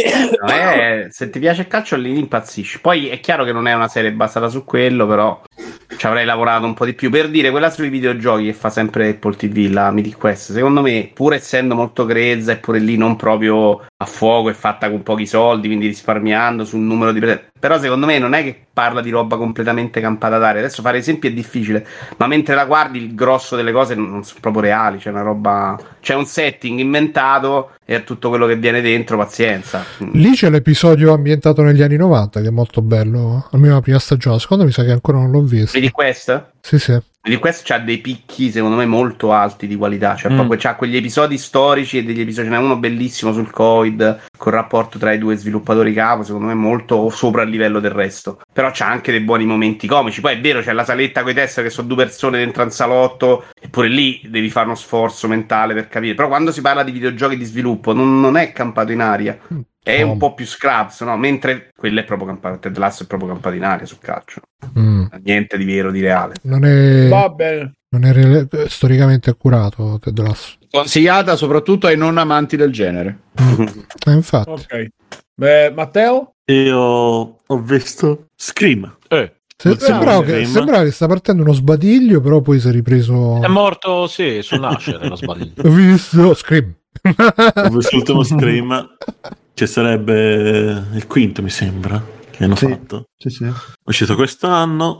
No, se ti piace il calcio lì impazzisci. Poi è chiaro che non è una serie basata su quello, però ci avrei lavorato un po' di più. Per dire, quella sui videogiochi che fa sempre Apple TV, la Mythic Quest, secondo me, pur essendo molto grezza e pure lì non proprio a fuoco, è fatta con pochi soldi, quindi risparmiando sul numero di... Però secondo me non è che parla di roba completamente campata d'aria. Adesso fare esempi è difficile, ma mentre la guardi il grosso delle cose non sono proprio reali, c'è una roba... C'è un setting inventato e tutto quello che viene dentro, pazienza. Lì c'è l'episodio ambientato negli anni 90 che è molto bello, almeno la prima stagione. La seconda mi sa che ancora non l'ho visto. Vedi questo? Sì, sì. Di questo c'ha dei picchi secondo me molto alti di qualità, cioè proprio c'ha quegli episodi storici e degli episodi, ce n'è uno bellissimo sul Covid col rapporto tra i due sviluppatori capo, secondo me molto sopra il livello del resto, però c'ha anche dei buoni momenti comici. Poi è vero, c'è la saletta coi test che sono due persone dentro un salotto, eppure lì devi fare uno sforzo mentale per capire. Però quando si parla di videogiochi di sviluppo non è campato in aria, è un po' più Scraps, no? Mentre quello è proprio campato, Ted Lasso è proprio campato in aria sul calcio, niente di vero, di reale. Non è, Va bene. non è storicamente accurato Ted Lasso. Consigliata soprattutto ai non amanti del genere. Infatti. Ok. Beh, Matteo? Io ho visto Scream. Sembrava che sta partendo uno sbadiglio, però poi si è ripreso. È morto, sì, sul nascere lo sbadiglio. Ho visto Scream. Ho visto l'ultimo Scream, che sarebbe il quinto, mi sembra, che hanno fatto. Sì, sì. È uscito quest'anno.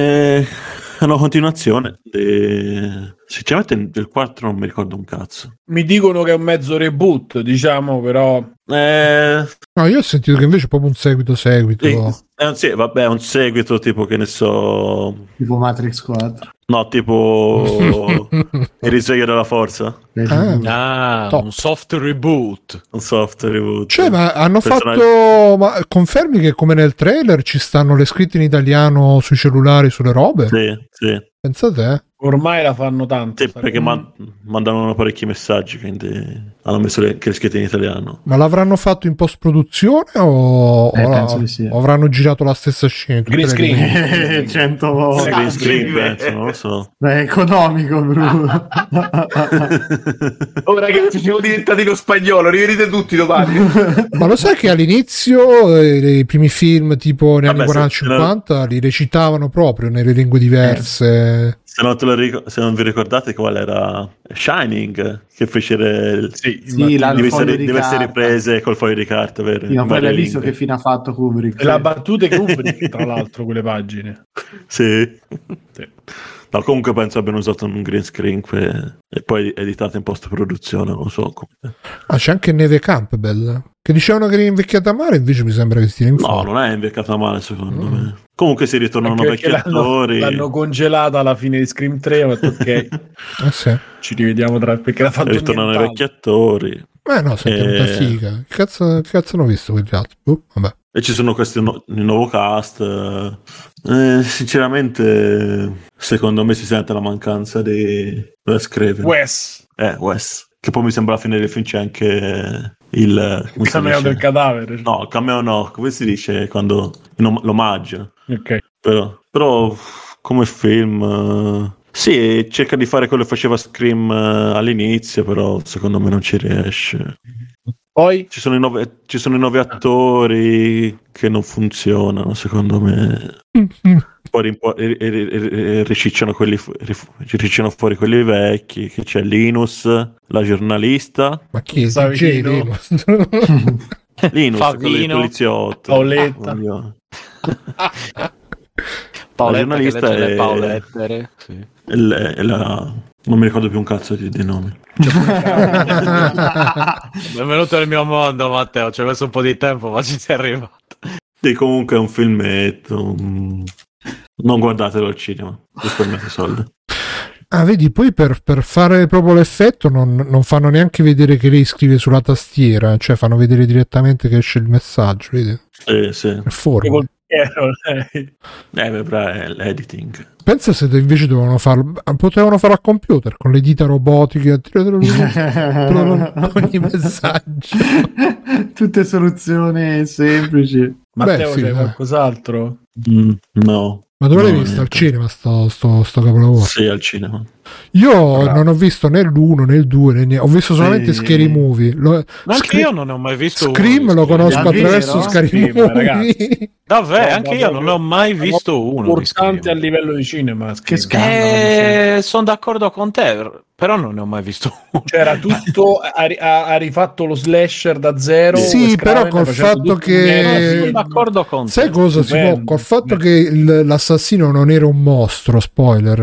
È una continuazione. Sinceramente, del 4 non mi ricordo un cazzo. Mi dicono che è un mezzo reboot, diciamo, però... No, io ho sentito che invece è proprio un seguito. Vabbè, è un seguito tipo, che ne so... Tipo Matrix 4. No, tipo il risveglio della forza. Un soft reboot. Un soft reboot. Cioè, ma hanno fatto... Ma confermi che come nel trailer ci stanno le scritte in italiano sui cellulari, sulle robe? Sì. Pensate? Ormai la fanno tanto. Sì, perché mandano parecchi messaggi, quindi hanno messo le scritte in italiano. Ma l'avranno fatto in post-produzione o penso di sì. avranno girato la stessa scena? Green screen. 100 volte. Green screen, penso, non lo so. Beh, è economico, Bruno. Oh ragazzi, siamo diventati lo spagnolo, rivedete tutti domani. Ma lo sai che all'inizio i primi film tipo negli anni 40-50 li recitavano proprio nelle lingue diverse. Se non vi ricordate qual era Shining, che fece diverse riprese col foglio di carta, vero? Sì, ma poi l'hai visto che fine ha fatto Kubrick? E la battute Kubrick, tra l'altro, quelle pagine. Sì. No, comunque penso abbiano usato un green screen e poi editato in post-produzione, non lo so. C'è anche Neve Campbell, che dicevano che era invecchiata male, invece mi sembra che stia in forma. No, non è invecchiata male, secondo me. Comunque si ritornano vecchi attori. L'hanno congelata alla fine di Scream 3, ho detto ok. Sì. Ci rivediamo perché l'ha fatto ritornano i vecchi attori. No, sembra figa. Che cazzo hanno visto quegli altri? Vabbè. E ci sono questi il nuovo cast. Sinceramente, secondo me si sente la mancanza di Wes Craven. Wes. Che poi mi sembra alla fine del film c'è anche il cameo del cadavere. No, il cameo no. Come si dice quando l'omaggio? Ok. Però come film... Sì, cerca di fare quello che faceva Scream all'inizio, però secondo me non ci riesce. Poi Ci sono i 9 attori che non funzionano, secondo me. Poi ricicciano fuori quelli vecchi, che c'è Linus, la giornalista. Ma chi è Stavi DJ Lino? Linus, quello del Favino. poliziotto. Paoletta. Paoletta, giornalista che legge le è- Paulettere, sì. Non mi ricordo più un cazzo di nomi. Benvenuto nel mio mondo, Matteo. Ci ho messo un po' di tempo, ma ci sei arrivato. Sì, comunque è un filmetto. Non guardatelo al cinema, risparmiate soldi. Ah, vedi, poi per fare proprio l'effetto non fanno neanche vedere che lei scrive sulla tastiera, cioè fanno vedere direttamente che esce il messaggio, vedi? Sì. È forma. Col piero, lei. Però è l'editing. Pensa se invece potevano farlo al computer con le dita robotiche ogni messaggio. Tutte soluzioni semplici. Matteo, sì, c'è dai. qualcos'altro? No. Ma dove l'hai No, visto? Al niente. cinema sto capolavoro? Sì, al cinema. Io non ho visto né l'1 né il 2 né niente. Ho visto solamente Scary Movie. Ma anche io non ne ho mai visto Scream uno. lo conosco Davvero? attraverso Scary Scream, Movie. ragazzi. Davvero, No, anche ma io non ne ho mai proprio visto uno. di Importante Scream. a livello di cinema. Che Scream. Sono d'accordo con te, però non ne ho mai visto uno. C'era tutto, ha rifatto lo slasher da zero. Sì, Wes però Craven, col facendo fatto tutto che- un Sono d'accordo con te. Sai cosa si può? Stupendo. Col fatto che l'assassino non era un mostro, spoiler.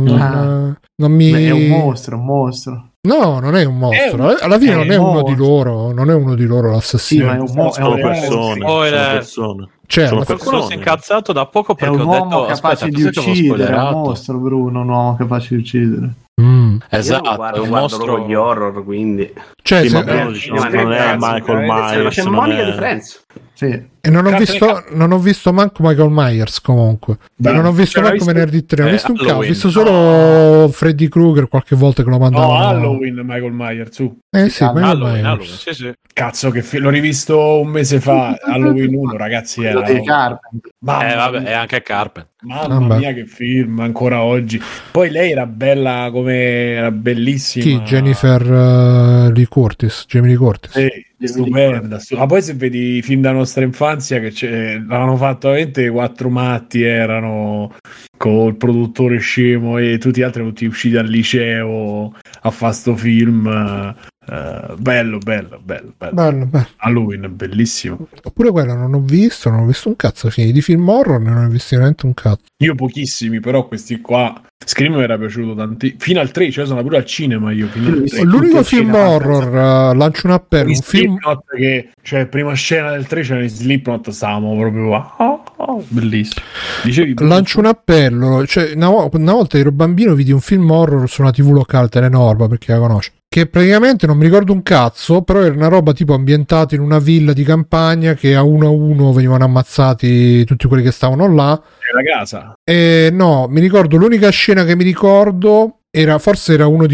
Non mi... Beh, è un mostro. No, non è un mostro. Alla fine è non è un uno di mostro. loro. Non è uno di loro Sì, l'assassino. ma è un Sono persone. Spoiler. Sono persone. Cioè, Sono ma Qualcuno si è persone. incazzato da poco È perché un ho uomo detto capace aspetta, di cos'è che ho uccidere, è un spoilerato? mostro, Bruno, un uomo capace di uccidere. Esatto, Io è guardo, un guardo mostro. gli horror, quindi. Cioè, Sì, se- ma però diciamo, non è Michael Myers. C'è non Monica è- di Friends. Sì. e non ho visto manco Michael Myers comunque. Beh, Non ho visto cioè, manco visto- Venerdì 3. Ho visto un cazzo. Ho Halloween. visto solo Freddy Krueger qualche volta che lo mandavano. No, Halloween, Michael Myers, su. Sì, Michael Halloween, Myers. sì. Cazzo, l'ho rivisto un mese fa. Halloween 1, ragazzi. Quello Era... dei Carpenter. Mamma Vabbè, mia. è anche Carpenter. Mamma Vabbè. mia, che film ancora oggi. Poi lei era bella come era bellissima. Chi? Jennifer Lee Curtis. Jamie Lee Curtis. Sì, stupenda. Ma poi se vedi i film della nostra infanzia che l'hanno fatto veramente quattro matti, erano col produttore scemo e tutti gli altri tutti usciti al liceo a fare sto film. Bello. Bello. Halloween, bellissimo. Oppure quello non ho visto un cazzo. Di film horror non ho visto veramente un cazzo. Io pochissimi, però questi qua. Scream mi era piaciuto tanti. Fino al 3, cioè sono pure al cinema io. Fino al 3. L'unico al film cinema, horror, lancio un appello. Un film. Slipknot che, cioè, prima scena del 3 c'era in Slipknot, stavamo proprio bellissimo. Dicevi tu? Lancio un appello. Cioè, una volta ero bambino, vidi un film horror su una TV locale, Telenorba, perché la conosco. Che praticamente non mi ricordo un cazzo, però era una roba tipo ambientata in una villa di campagna che a uno venivano ammazzati tutti quelli che stavano là. la casa. E no, mi ricordo l'unica scena che mi ricordo forse era uno di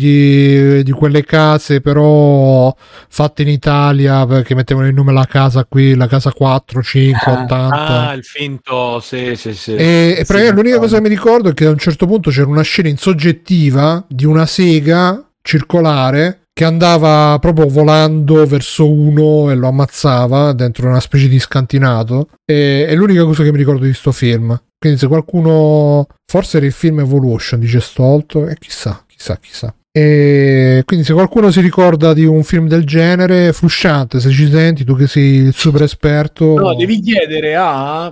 quelle case però fatte in Italia, perché mettevano il nome alla casa qui, la casa 4, 5, 80. Il finto, sì. E praticamente l'unica cosa che mi ricordo è che a un certo punto c'era una scena in soggettiva di una sega circolare che andava proprio volando verso uno e lo ammazzava dentro una specie di scantinato. E è l'unica cosa che mi ricordo di sto film. Quindi se qualcuno, forse era il film Evolution, dice Stolto, e chissà. E quindi se qualcuno si ricorda di un film del genere, Frusciante, se ci senti, tu che sei il super esperto. No, devi chiedere a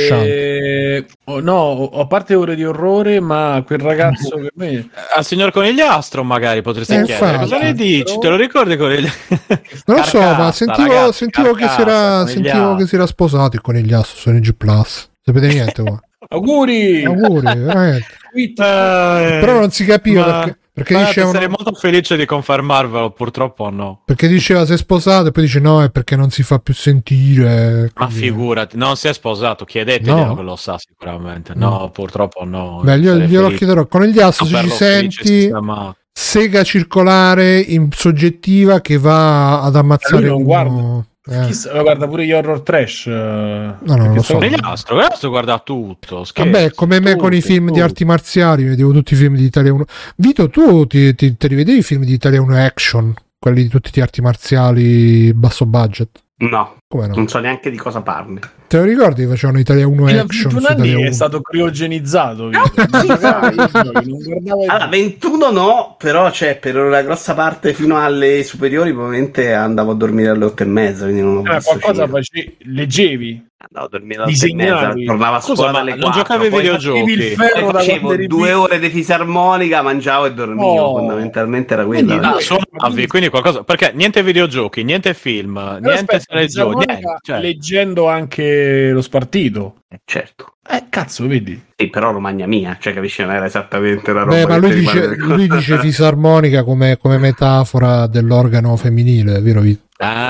no, a parte Ore di Orrore, ma quel ragazzo che me Al signor Conigliastro magari potresti chiedere. infatti. Cosa ne dici? Te lo ricordi Conigliastro? Non lo so, ma Carcassa, sentivo che si era sposato il Conigliastro su NG Plus. Sapete niente qua? auguri Veramente. Però non si capiva perché dicevano, sarei molto felice di confermarvelo, purtroppo no. perché diceva si è sposato e poi dice no, è perché non si fa più sentire. Ma quindi- figurati, non si è sposato, chiedeteglielo No. che lo sa sicuramente. No, purtroppo no. Beh, Sarei glielo felice. chiederò. Conigliastro, se ci Saperlo felice, senti, sistemato. sega circolare in soggettiva che va ad ammazzare Lui non uno. guarda. Guarda pure gli horror trash. non lo so. Conigliastro guarda tutto. Vabbè, come me con i film di arti marziali, vedevo tutti i film di Italia 1. Vito, tu ti rivedevi i film di Italia 1 Action? quelli di tutti gli arti marziali basso budget? No, Come no? non so neanche di cosa parli. Te lo ricordi che facevano Italia 1 Fino a Action 21 su Italia anni 1? è stato criogenizzato. Non guardava. Allora, 21 no, però per una grossa parte fino alle superiori probabilmente andavo a dormire alle 8:30, quindi non ho visto qualcosa cinema. leggevi. Andavo a dormire alle 8:30, tornavo a Scusa, scuola ma dalle non 4. giocavi ai poi videogiochi? Il ferro poi da facevo quando eri 2 ore di fisarmonica, mangiavo e dormivo. No. Fondamentalmente era quello. Quindi, Suonavi, quindi qualcosa, perché niente videogiochi, niente film, niente serie giochi, niente, cioè. leggendo anche lo spartito. Certo. Cazzo, vedi? Sì, però Romagna mia, cioè capisci, non era esattamente la roba. Beh, ma che lui ti dice, rimane- lui dice fisarmonica come metafora dell'organo femminile, vero Vito?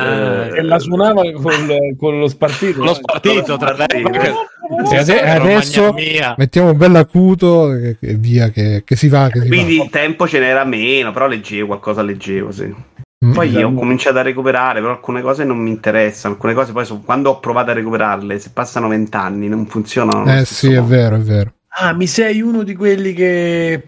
E la suonava con lo spartito. Lo spartito tra l'altro. Adesso mettiamo un bel acuto e via che si va. Quindi il tempo ce n'era meno, però leggevo, sì. Poi ho cominciato a recuperare, però alcune cose non mi interessano, alcune cose poi quando ho provato a recuperarle, se passano 20 anni non funzionano. Sì, è vero, è vero. Ah, mi sei uno di quelli che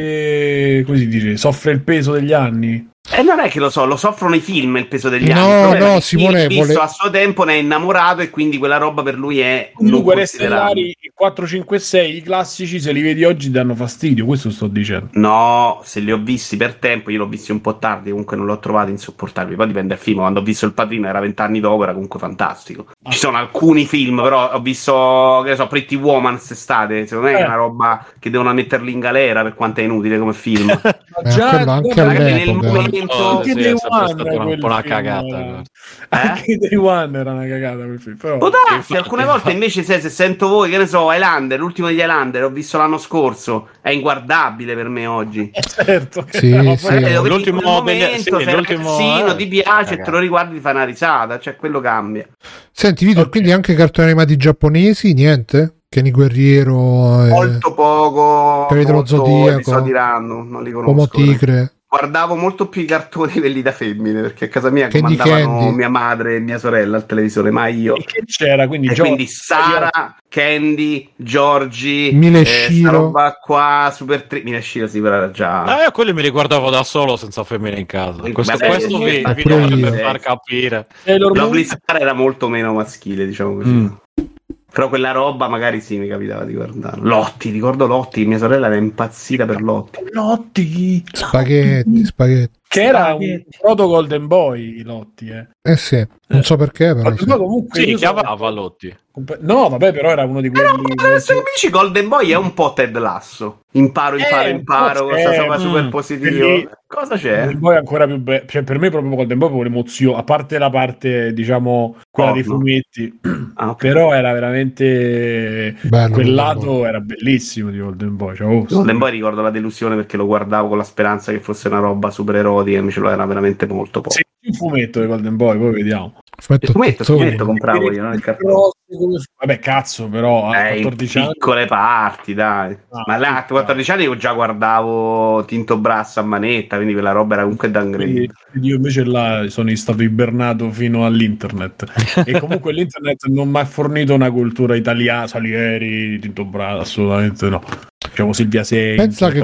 come si dice, soffre il peso degli anni? Non è che lo soffrono i film il peso degli anni. No, Il problema è che Simone chi visto a suo tempo ne è innamorato e quindi quella roba per lui è comunque non le stellari, i 4, 5, 6, i classici, se li vedi oggi danno fastidio, questo sto dicendo. No, se li ho visti per tempo, io l'ho visti un po' tardi, comunque non l'ho trovato insopportabile. Poi dipende dal film, quando ho visto Il Padrino era 20 anni dopo, era comunque fantastico. Ci sono alcuni film, però ho visto, che ne so, Pretty Woman quest'estate, secondo me è una roba che devono metterli in galera per quanto è inutile come film. Ma quello anche all'epoca. Anche Day One un po' una cagata. Anche Day One era una cagata quel film. Però... Può darsi, alcune volte invece se sento voi, che ne so, Highlander, l'ultimo degli Highlander, l'ho visto l'anno scorso, è inguardabile per me oggi. Certo. Sì, l'ultimo momento, sei ragazzino, ti piace e te lo riguardi e fai una risata, cioè quello cambia. Senti Vito, quindi anche cartoni animati giapponesi, niente? Kenny Guerriero, molto poco, Cavaliere dello Zodiaco, non li conosco. Uomo Tigre. Guardavo molto più i cartoni quelli da femmine, perché a casa mia Candy comandavano Candy. mia madre e mia sorella al televisore, ma io. E che c'era? Quindi Sara, Candy, Giorgi, Mile sta Shiro. roba qua, Super 3, Mile Shiro sì, però era già... Quelli me li guardavo da solo senza femmine in casa. Questo vi pure dovrebbe io. far capire. L'Obli Star era molto meno maschile, diciamo così. Però quella roba magari sì mi capitava di guardarla. Lotti, ricordo Lotti, mia sorella era impazzita per Lotti. Lotti! Spaghetti. Che era un proto Golden Boy, Lotti, Sì, non so perché, però sì. Comunque Sì, chiamava Lotti. No, vabbè, però era uno di quelli... Se mi dici Golden Boy è un po' Ted Lasso. Imparo, questa roba super positiva. Cosa c'è? Golden Boy è ancora più bello. Cioè, per me proprio Golden Boy con l'emozione, a parte la parte, diciamo, quella dei fumetti. Però era veramente... Bello, quel Golden lato Boy. era bellissimo di Golden Boy. Golden Boy ricordo la delusione perché lo guardavo con la speranza che fosse una roba super erotica, invece lo era veramente molto poco. Sì, un fumetto di Golden Boy, poi vediamo. Il fumetto compravo io, non il cartone. Vabbè, cazzo, però a 14 in anni... piccole parti, dai. Ma là a 14 anni io già guardavo Tinto Brass a manetta, quindi quella roba era comunque downgrade. Io invece là sono stato ibernato fino all'internet e comunque l'internet non mi ha fornito una cultura italiana, Salieri, Tinto Brass, assolutamente no. Diciamo Silvia Sei. Pensa che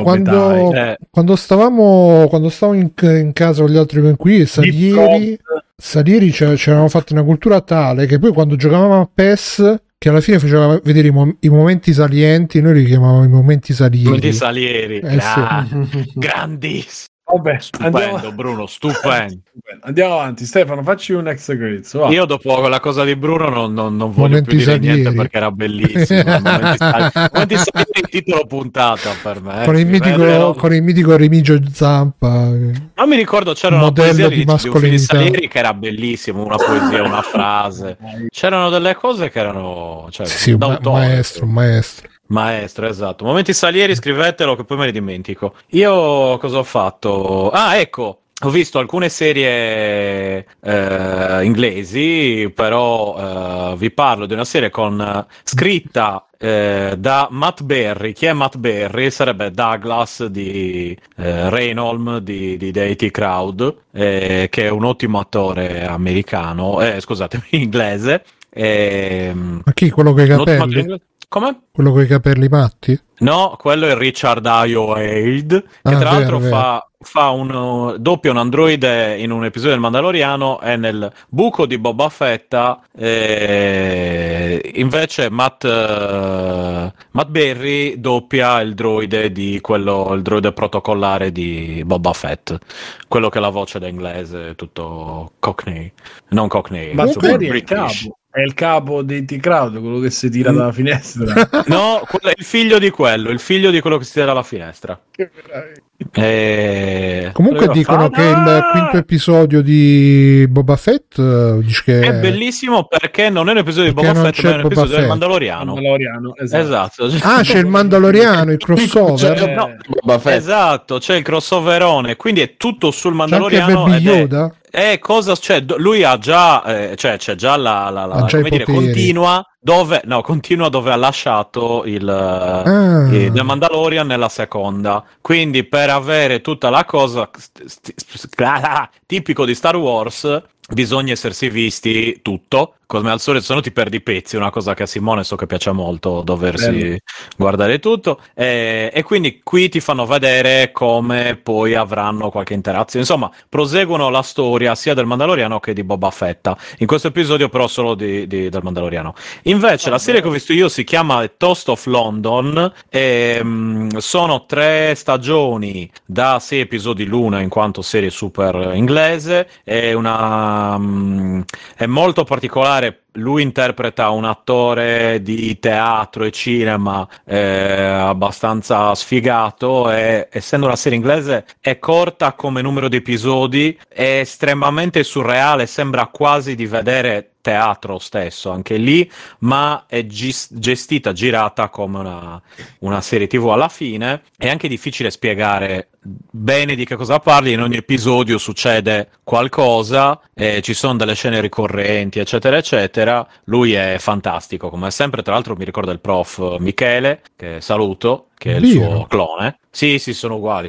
quando stavamo in casa con gli altri coinquilini, Salieri ci avevamo fatto una cultura tale che poi quando giocavamo a PES, che alla fine faceva vedere i momenti salienti, noi li chiamavamo i momenti salieri. Momenti salieri, sì. grandissimo. Vabbè, stupendo, Bruno, stupendo. Andiamo avanti, Stefano, facci un ex quiz. Io dopo quella cosa di Bruno non voglio più dire niente perché era bellissimo. Momenti salieri, il titolo puntata per me. Con il mitico Remigio Zampa. Non mi ricordo, c'era una poesia di un film di Salieri che era bellissimo, una poesia, una frase. C'erano delle cose che erano Maestro, esatto. Momenti Salieri, scrivetelo che poi me li dimentico. Io cosa ho fatto? Ecco, ho visto alcune serie inglesi, però vi parlo di una serie scritta da Matt Berry. Chi è Matt Berry? Sarebbe Douglas di Reynolds di The IT Crowd, che è un ottimo attore americano, scusatemi, inglese. Ma chi? Quello con i capelli? Come? Quello con i capelli matti? No, quello è Richard Ayoade, che tra l'altro doppia un androide in un episodio del Mandaloriano, e nel buco di Boba Fett invece Matt Berry doppia il droide il droide protocollare di Boba Fett, quello che ha la voce da inglese tutto cockney, non cockney, Ma super Berry è il British. capo. È il capo di T-Crowd, quello che si tira dalla finestra. No, quello è il figlio di quello che si tira dalla finestra. Comunque dicono che il quinto episodio di Boba Fett dice che è bellissimo perché non è un episodio di perché Boba non Fett, c'è ma è un Boba episodio del Fett. Mandaloriano. Esatto. Esatto. c'è il Mandaloriano, il crossover. No, Boba Fett. esatto, c'è il crossoverone, quindi è tutto sul C'è anche Mandaloriano. Baby ed è- Yoda. cosa c'è? Lui ha già, c'è già Ha già i come dire, poteri. continua dove ha lasciato il The Mandalorian nella seconda. Quindi per avere tutta la cosa tipico di Star Wars bisogna essersi visti tutto. Come al solito, se no ti perdi i pezzi, una cosa che a Simone so che piace molto, doversi Bello. guardare tutto, e quindi qui ti fanno vedere come poi avranno qualche interazione. Insomma, proseguono la storia sia del Mandaloriano che di Boba Fett. In questo episodio però solo del Mandaloriano. Invece la serie che ho visto io si chiama Toast of London, e sono 3 stagioni da 6 episodi l'una, in quanto serie super inglese. È molto particolare. Lui interpreta un attore di teatro e cinema abbastanza sfigato, e essendo una serie inglese è corta come numero di episodi, è estremamente surreale, sembra quasi di vedere teatro stesso anche lì, ma è girata come una serie TV alla fine. È anche difficile spiegare bene di che cosa parli. In ogni episodio succede qualcosa, ci sono delle scene ricorrenti, eccetera eccetera. Lui è fantastico come sempre, tra l'altro mi ricorda il prof Michele, che saluto, che è il suo clone. Sì, sono uguali.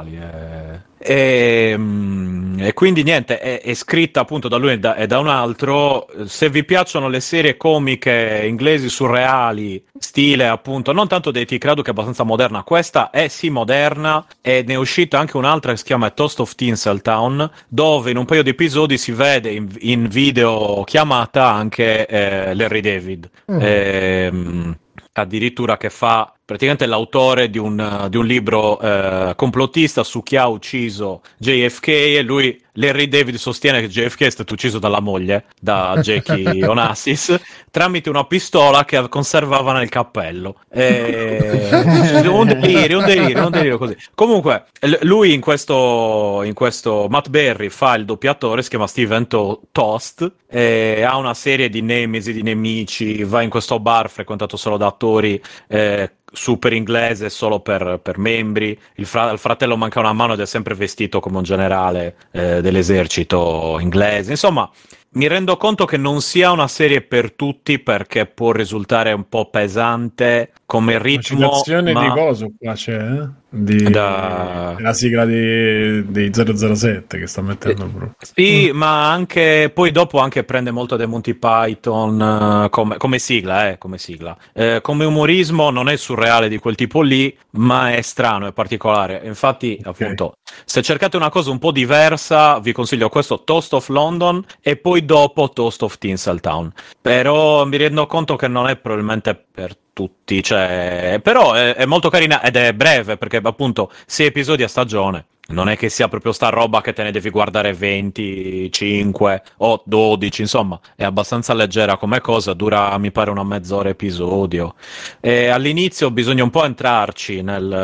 E quindi niente, è scritta appunto da lui e da un altro. Se vi piacciono le serie comiche inglesi surreali, stile appunto non tanto dei T-Crowd, che è abbastanza moderna, questa è sì moderna, e ne è uscita anche un'altra che si chiama Toast of Tinseltown, dove in un paio di episodi si vede in video chiamata anche Larry David. Addirittura che fa praticamente l'autore di un libro complottista su chi ha ucciso JFK, e Larry David sostiene che JFK è stato ucciso dalla moglie, da Jackie Onassis, tramite una pistola che conservava nel cappello. Un delirio così. Comunque, lui in questo Matt Berry fa il doppiatore, si chiama Steven Toast, ha una serie di nemesi, di nemici, va in questo bar frequentato solo da attori super inglese, solo per membri. Il fratello manca una mano ed è sempre vestito come un generale dell'esercito inglese. Insomma, mi rendo conto che non sia una serie per tutti, perché può risultare un po' pesante come ritmo. Una citazione di coso qua c'è, la sigla di 007 che sta mettendo proprio. Sì, ma anche poi dopo anche prende molto dai Monty Python come sigla. Come umorismo non è surreale di quel tipo lì, ma è strano, è particolare. Infatti, appunto, se cercate una cosa un po' diversa, vi consiglio questo Toast of London e poi dopo Toast of Tinseltown. Però mi rendo conto che non è probabilmente per tutti, però è molto carina ed è breve, perché appunto 6 episodi a stagione. Non è che sia proprio sta roba che te ne devi guardare 25 o 12, insomma, è abbastanza leggera come cosa, dura mi pare una mezz'ora episodio. E all'inizio bisogna un po' entrarci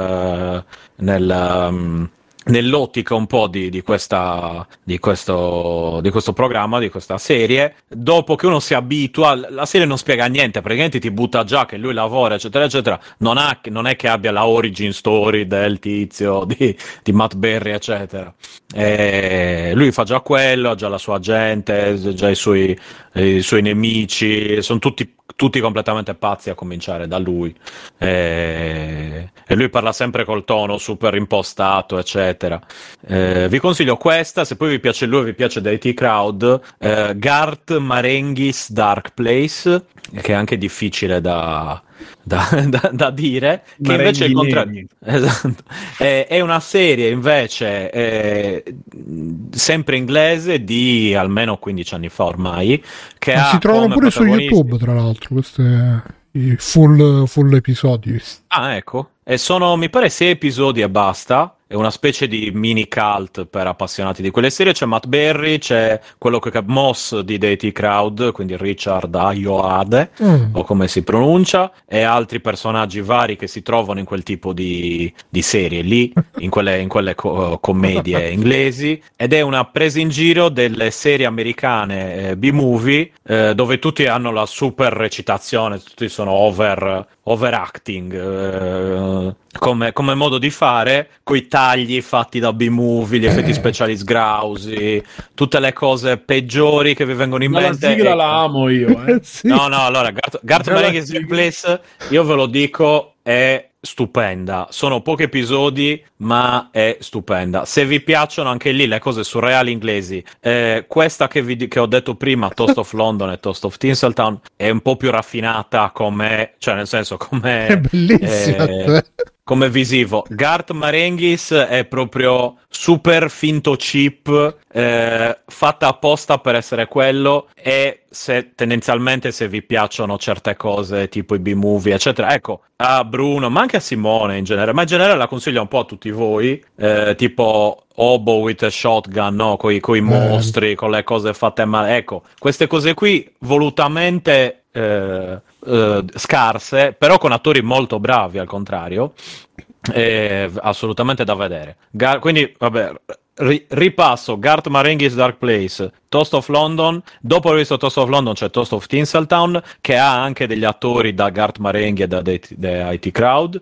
nell'ottica un po' di questo programma, di questa serie. Dopo che uno si abitua, la serie non spiega niente, praticamente ti butta già che lui lavora, eccetera eccetera. Non è che abbia la origin story del tizio di Matt Berry, eccetera. Lui fa già quello, ha già la sua gente, già i suoi nemici, sono tutti completamente pazzi, a cominciare da lui, e lui parla sempre col tono super impostato, eccetera. Vi consiglio questa, se poi vi piace lui, vi piace dai T-Crowd, Garth Marenghi's Dark Place, che è anche difficile da da dire, che invece è il contrario. Esatto. È una serie invece sempre inglese di almeno 15 anni fa ormai, che si trovano pure su YouTube, tra l'altro, questi i full episodi. Ah, ecco. E sono, mi pare, 6 episodi e basta. È una specie di mini cult per appassionati di quelle serie. C'è Matt Berry, c'è quello che Moss di Deity Crowd, quindi Richard Ayoade, o come si pronuncia, e altri personaggi vari che si trovano in quel tipo di serie lì, in quelle commedie inglesi. Ed è una presa in giro delle serie americane B-movie, dove tutti hanno la super recitazione, tutti sono overacting, come modo di fare, coi tagli fatti da B-movie, gli effetti speciali sgrausi, tutte le cose peggiori che vi vengono in mente. La sigla la amo io, Sì. No, allora Garth Marenghi's Dark Place, io ve lo dico, è stupenda. Sono pochi episodi, ma è stupenda. Se vi piacciono anche lì le cose surreali inglesi, questa che ho detto prima, Toast of London e Toast of Tinseltown, è un po' più raffinata come, cioè nel senso come È bellissima. come visivo. Garth Marenghi's è proprio super finto cheap, fatta apposta per essere quello, e tendenzialmente se vi piacciono certe cose tipo i B-movie eccetera, ecco, a Bruno ma anche a Simone in genere, ma in generale la consiglio un po' a tutti voi, tipo Hobo with a Shotgun, no? Coi mostri, con le cose fatte male, ecco, queste cose qui volutamente scarse, però con attori molto bravi al contrario, assolutamente da vedere. Quindi vabbè, ripasso: Garth Marenghi's Dark Place, Toast of London. Dopo aver visto Toast of London c'è Toast of Tinseltown, che ha anche degli attori da Garth Marenghi e da The IT Crowd,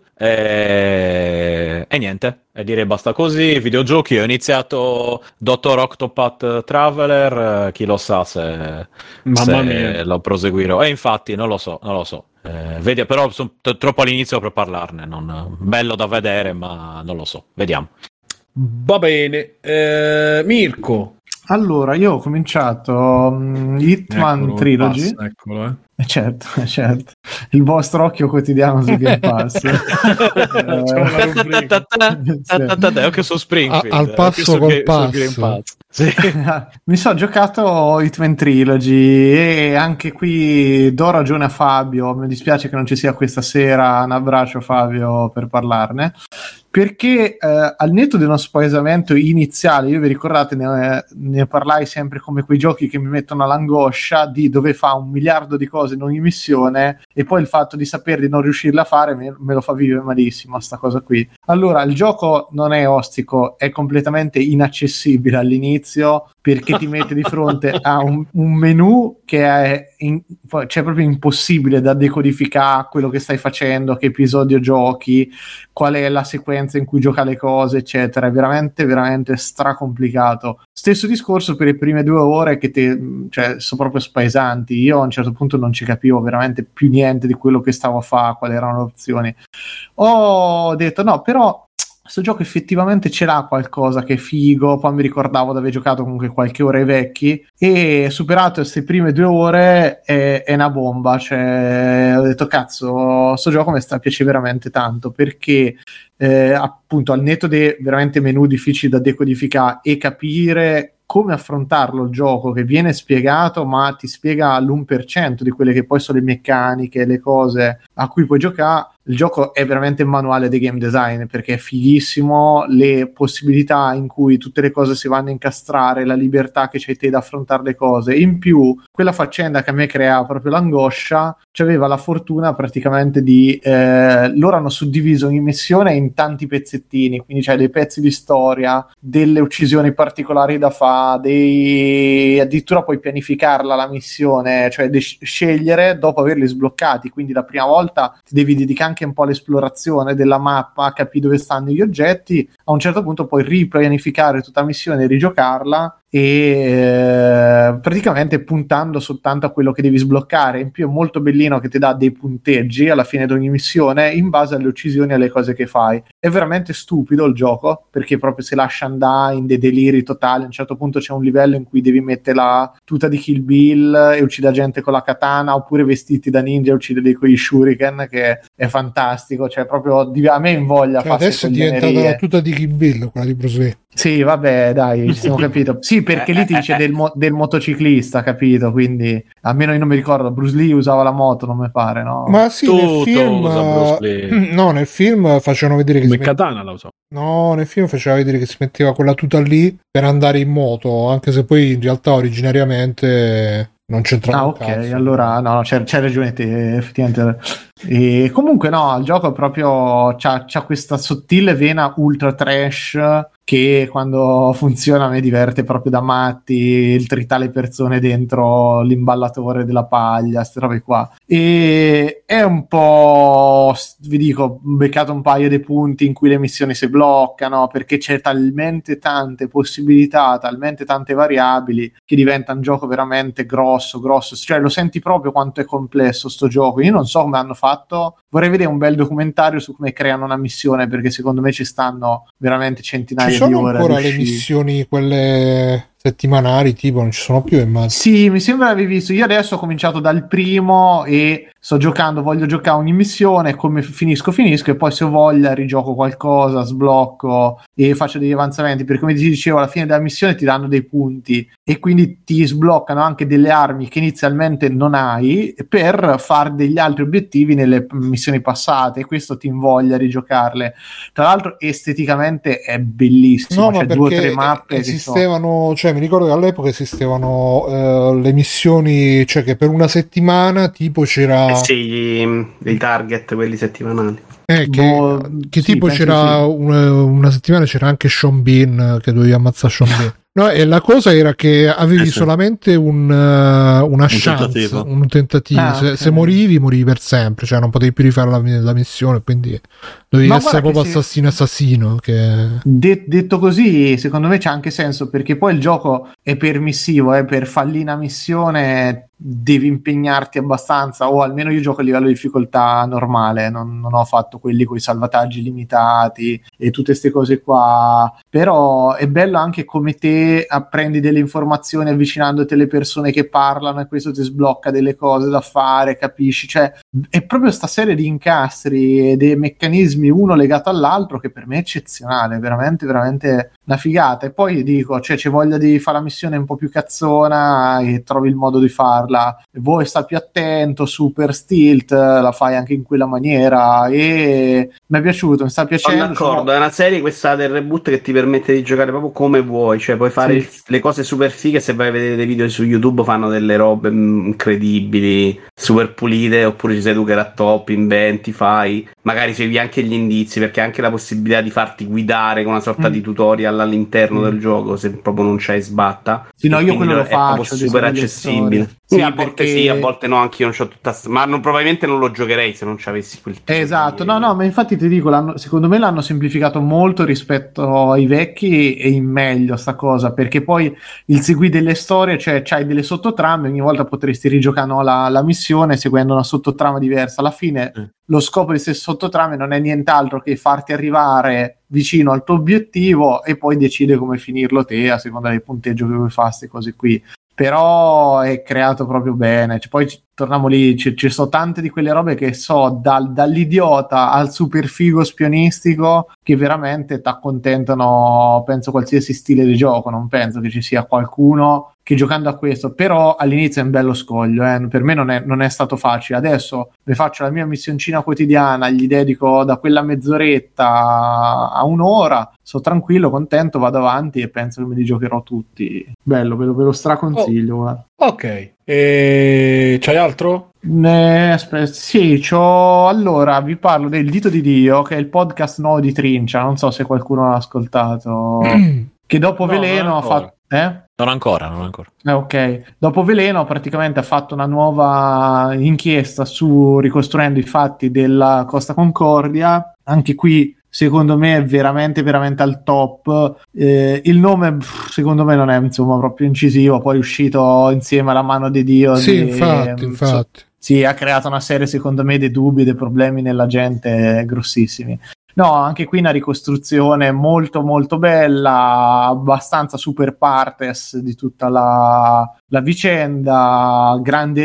e niente, e direi basta così. Videogiochi, ho iniziato Dr. Octopath Traveler, chi lo sa se lo proseguirò, e infatti non lo so. Vedi, però sono troppo all'inizio per parlarne, bello da vedere ma non lo so, vediamo. Va bene, Mirko. Allora, io ho cominciato Hitman Trilogy. Eccolo, Certo. Il vostro occhio quotidiano su Game Pass. Anche su Springfield, al passo col passo. Sì. Mi sono giocato Hitman Trilogy e anche qui do ragione a Fabio. Mi dispiace che non ci sia questa sera. Un abbraccio, Fabio, per parlarne. Perché al netto di uno spaesamento iniziale, io vi ricordate, ne parlai sempre come quei giochi che mi mettono all'angoscia di dove fa 1 miliardo di cose in ogni missione, e poi il fatto di sapere di non riuscirla a fare me lo fa vivere malissimo sta cosa qui. Allora, il gioco non è ostico, è completamente inaccessibile all'inizio, perché ti mette di fronte a un menu che è cioè proprio impossibile da decodificare, quello che stai facendo, che episodio giochi, qual è la sequenza in cui gioca le cose, eccetera. È veramente veramente stracomplicato. Stesso discorso per le prime 2 ore, che cioè sono proprio spaesanti. Io a un certo punto non ci capivo veramente più niente di quello che stavo a fare, quali erano le opzioni. Ho detto no, però questo gioco effettivamente ce l'ha qualcosa che è figo. Poi mi ricordavo di aver giocato comunque qualche ora ai vecchi, e superato queste prime 2 ore è una bomba. Cioè, ho detto cazzo, sto gioco mi sta a piacere veramente tanto, perché appunto al netto dei veramente menu difficili da decodificare e capire come affrontarlo il gioco, che viene spiegato, ma ti spiega l'1% di quelle che poi sono le meccaniche, le cose a cui puoi giocare. Il gioco è veramente un manuale di game design, perché è fighissimo, le possibilità in cui tutte le cose si vanno a incastrare, la libertà che c'hai te da affrontare le cose. In più, quella faccenda che a me crea proprio l'angoscia, c'aveva la fortuna praticamente di loro hanno suddiviso ogni missione in tanti pezzettini, quindi c'hai dei pezzi di storia, delle uccisioni particolari da fare, addirittura puoi pianificarla la missione, cioè scegliere dopo averli sbloccati, quindi la prima volta ti devi dedicare anche un po' all'esplorazione della mappa, capire dove stanno gli oggetti. A un certo punto puoi ripianificare tutta la missione e rigiocarla, e praticamente puntando soltanto a quello che devi sbloccare. In più è molto bellino che ti dà dei punteggi alla fine di ogni missione in base alle uccisioni e alle cose che fai. È veramente stupido il gioco, perché proprio si lascia andare in dei deliri totali. A un certo punto c'è un livello in cui devi mettere la tuta di Kill Bill e uccide gente con la katana, oppure vestiti da ninja e uccidere con i shuriken, che è fantastico, cioè proprio a me invoglia cioè, adesso è diventata la tuta di Kill Bill, quella di Bruce Lee. Sì, vabbè, dai, ci siamo capito. Sì, perché lì ti dice del motociclista, capito? Quindi almeno io non mi ricordo, Bruce Lee usava la moto, non mi pare, no? Ma sì, nel film no, nel film facevano vedere che come katana la usava. No, nel film faceva vedere che si metteva quella tuta lì per andare in moto, anche se poi in realtà originariamente non c'entrava un cazzo. Allora no, c'hai ragione te, effettivamente. E comunque no, il gioco proprio c'ha questa sottile vena ultra trash che quando funziona mi diverte proprio da matti, il tritare le persone dentro l'imballatore della paglia, queste robe qua. E è un po', vi dico, beccato un paio di punti in cui le missioni si bloccano, perché c'è talmente tante possibilità, talmente tante variabili, che diventa un gioco veramente grosso, cioè lo senti proprio quanto è complesso sto gioco. Io non so come hanno fatto, vorrei vedere un bel documentario su come creano una missione, perché secondo me ci stanno veramente centinaia di ore. Ci sono ancora le missioni, quelle settimanali, tipo, non ci sono più, immagino. Sì, mi sembra avevi visto. Io adesso ho cominciato dal primo e sto giocando, voglio giocare ogni missione, come finisco e poi se ho voglia rigioco qualcosa, sblocco e faccio degli avanzamenti, perché come ti dicevo alla fine della missione ti danno dei punti e quindi ti sbloccano anche delle armi che inizialmente non hai per fare degli altri obiettivi nelle missioni passate, e questo ti invoglia a rigiocarle. Tra l'altro esteticamente è bellissimo, no, c'è 2 o 3 mappe esistevano, cioè mi ricordo che all'epoca esistevano le missioni, cioè che per una settimana tipo c'era sì, dei target, quelli settimanali. Che tipo c'era sì. una settimana c'era anche Sean Bean, che dovevi ammazzare Sean Bean. No, e la cosa era che avevi solamente una chance, un tentativo. Se morivi per sempre, cioè non potevi più rifare la missione, quindi dovevi essere proprio assassino. Che... detto così, secondo me c'ha anche senso, perché poi il gioco è permissivo, per fallire una missione devi impegnarti abbastanza, o almeno io gioco a livello di difficoltà normale, non ho fatto quelli con i salvataggi limitati e tutte queste cose qua, però è bello anche come te apprendi delle informazioni avvicinandoti alle persone che parlano, e questo ti sblocca delle cose da fare, capisci? Cioè è proprio sta serie di incastri e dei meccanismi uno legato all'altro che per me è eccezionale, veramente veramente una figata. E poi dico, cioè c'è voglia di fare la missione un po' più cazzona e trovi il modo di farla, e vuoi sta più attento, super stilt, la fai anche in quella maniera, e mi è piaciuto, mi sta piacendo. Sono d'accordo, è una serie questa del reboot che ti permette di giocare proprio come vuoi, cioè puoi fare le cose super fighe. Se vai a vedere dei video su YouTube fanno delle robe incredibili, super pulite, oppure ci sei tu che era top, inventi, fai, magari segui anche gli indizi, perché hai anche la possibilità di farti guidare con una sorta di tutorial all'interno del gioco, se proprio non c'hai sbatta. Sì, no, io quello lo faccio, super accessibile. Sì, a volte sì, a volte no, anche io non c'ho tutta ma probabilmente non lo giocherei se non ci avessi quel tipo. Esatto, no, ma infatti ti dico, secondo me l'hanno semplificato molto rispetto ai vecchi, e in meglio sta cosa, perché poi il seguì delle storie, cioè c'hai delle sottotrame, ogni volta potresti rigiocare la missione seguendo una sottotrama diversa. Alla fine lo scopo di queste sottotrame non è nient'altro che farti arrivare vicino al tuo obiettivo e poi decide come finirlo te a seconda del punteggio che vuoi fare, queste cose qui. Però è creato proprio bene. Poi torniamo lì, ci sono tante di quelle robe che dall'idiota al super figo spionistico che veramente ti accontentano, penso, qualsiasi stile di gioco. Non penso che ci sia qualcuno che giocando a questo, però all'inizio è un bello scoglio, per me non è stato facile. Adesso mi faccio la mia missioncina quotidiana, gli dedico da quella mezz'oretta a un'ora, sono tranquillo, contento, vado avanti e penso che me li giocherò tutti. Bello, ve lo straconsiglio. Guarda. Ok, e c'hai altro? Sì, allora vi parlo del Dito di Dio, che è il podcast nuovo di Trincia, non so se qualcuno l'ha ascoltato, che dopo Veleno ha fatto... Non ancora. Ok, dopo Veleno praticamente ha fatto una nuova inchiesta su ricostruendo i fatti della Costa Concordia. Anche qui secondo me è veramente veramente al top. Il nome secondo me non è insomma proprio incisivo, poi è uscito insieme alla Mano di Dio. Sì, infatti. Sì, ha creato una serie secondo me dei dubbi, dei problemi nella gente grossissimi. No, anche qui una ricostruzione molto molto bella, abbastanza super partes di tutta la vicenda, grande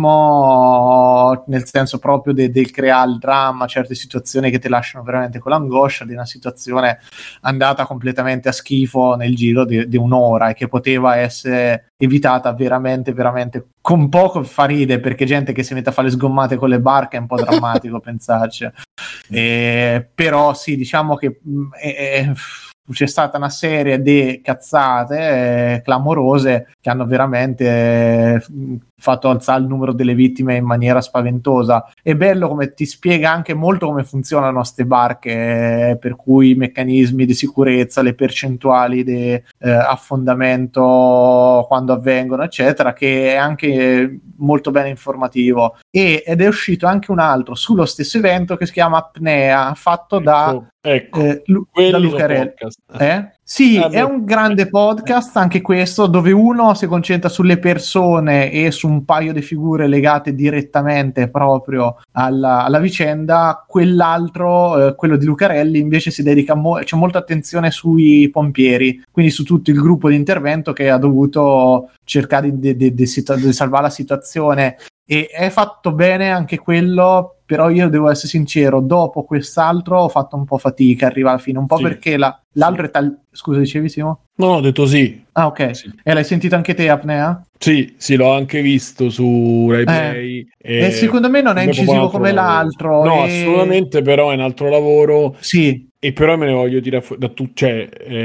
ritmo, nel senso proprio del creare il dramma, certe situazioni che ti lasciano veramente con l'angoscia di una situazione andata completamente a schifo nel giro di un'ora e che poteva essere evitata veramente veramente con poco. Fa ride perché gente che si mette a fare le sgommate con le barche è un po' drammatico pensarci. Però sì, diciamo che c'è stata una serie di cazzate clamorose che hanno veramente fatto alzare il numero delle vittime in maniera spaventosa. È bello come ti spiega anche molto come funzionano ste barche, per cui i meccanismi di sicurezza, le percentuali di affondamento quando avvengono eccetera, che è anche molto ben informativo. Ed è uscito anche un altro sullo stesso evento che si chiama Apnea, fatto da Lucarelli. Sì, è un grande podcast anche questo, dove uno si concentra sulle persone e su un paio di figure legate direttamente proprio alla vicenda. Quell'altro, quello di Lucarelli, invece si dedica c'è molta attenzione sui pompieri, quindi su tutto il gruppo di intervento che ha dovuto cercare di salvare la situazione. E è fatto bene anche quello, però io devo essere sincero, dopo quest'altro ho fatto un po' fatica a arrivare alla fine, un po' perché l'altro è scusa, dicevi Simo? No, ho detto sì. Ah, ok. Sì. E l'hai sentito anche te, Apnea? Sì, l'ho anche visto su Rai Play. E secondo me non è incisivo come l'altro. No, assolutamente, però è un altro lavoro. Sì. E però me ne voglio tirare fuori da tu, cioè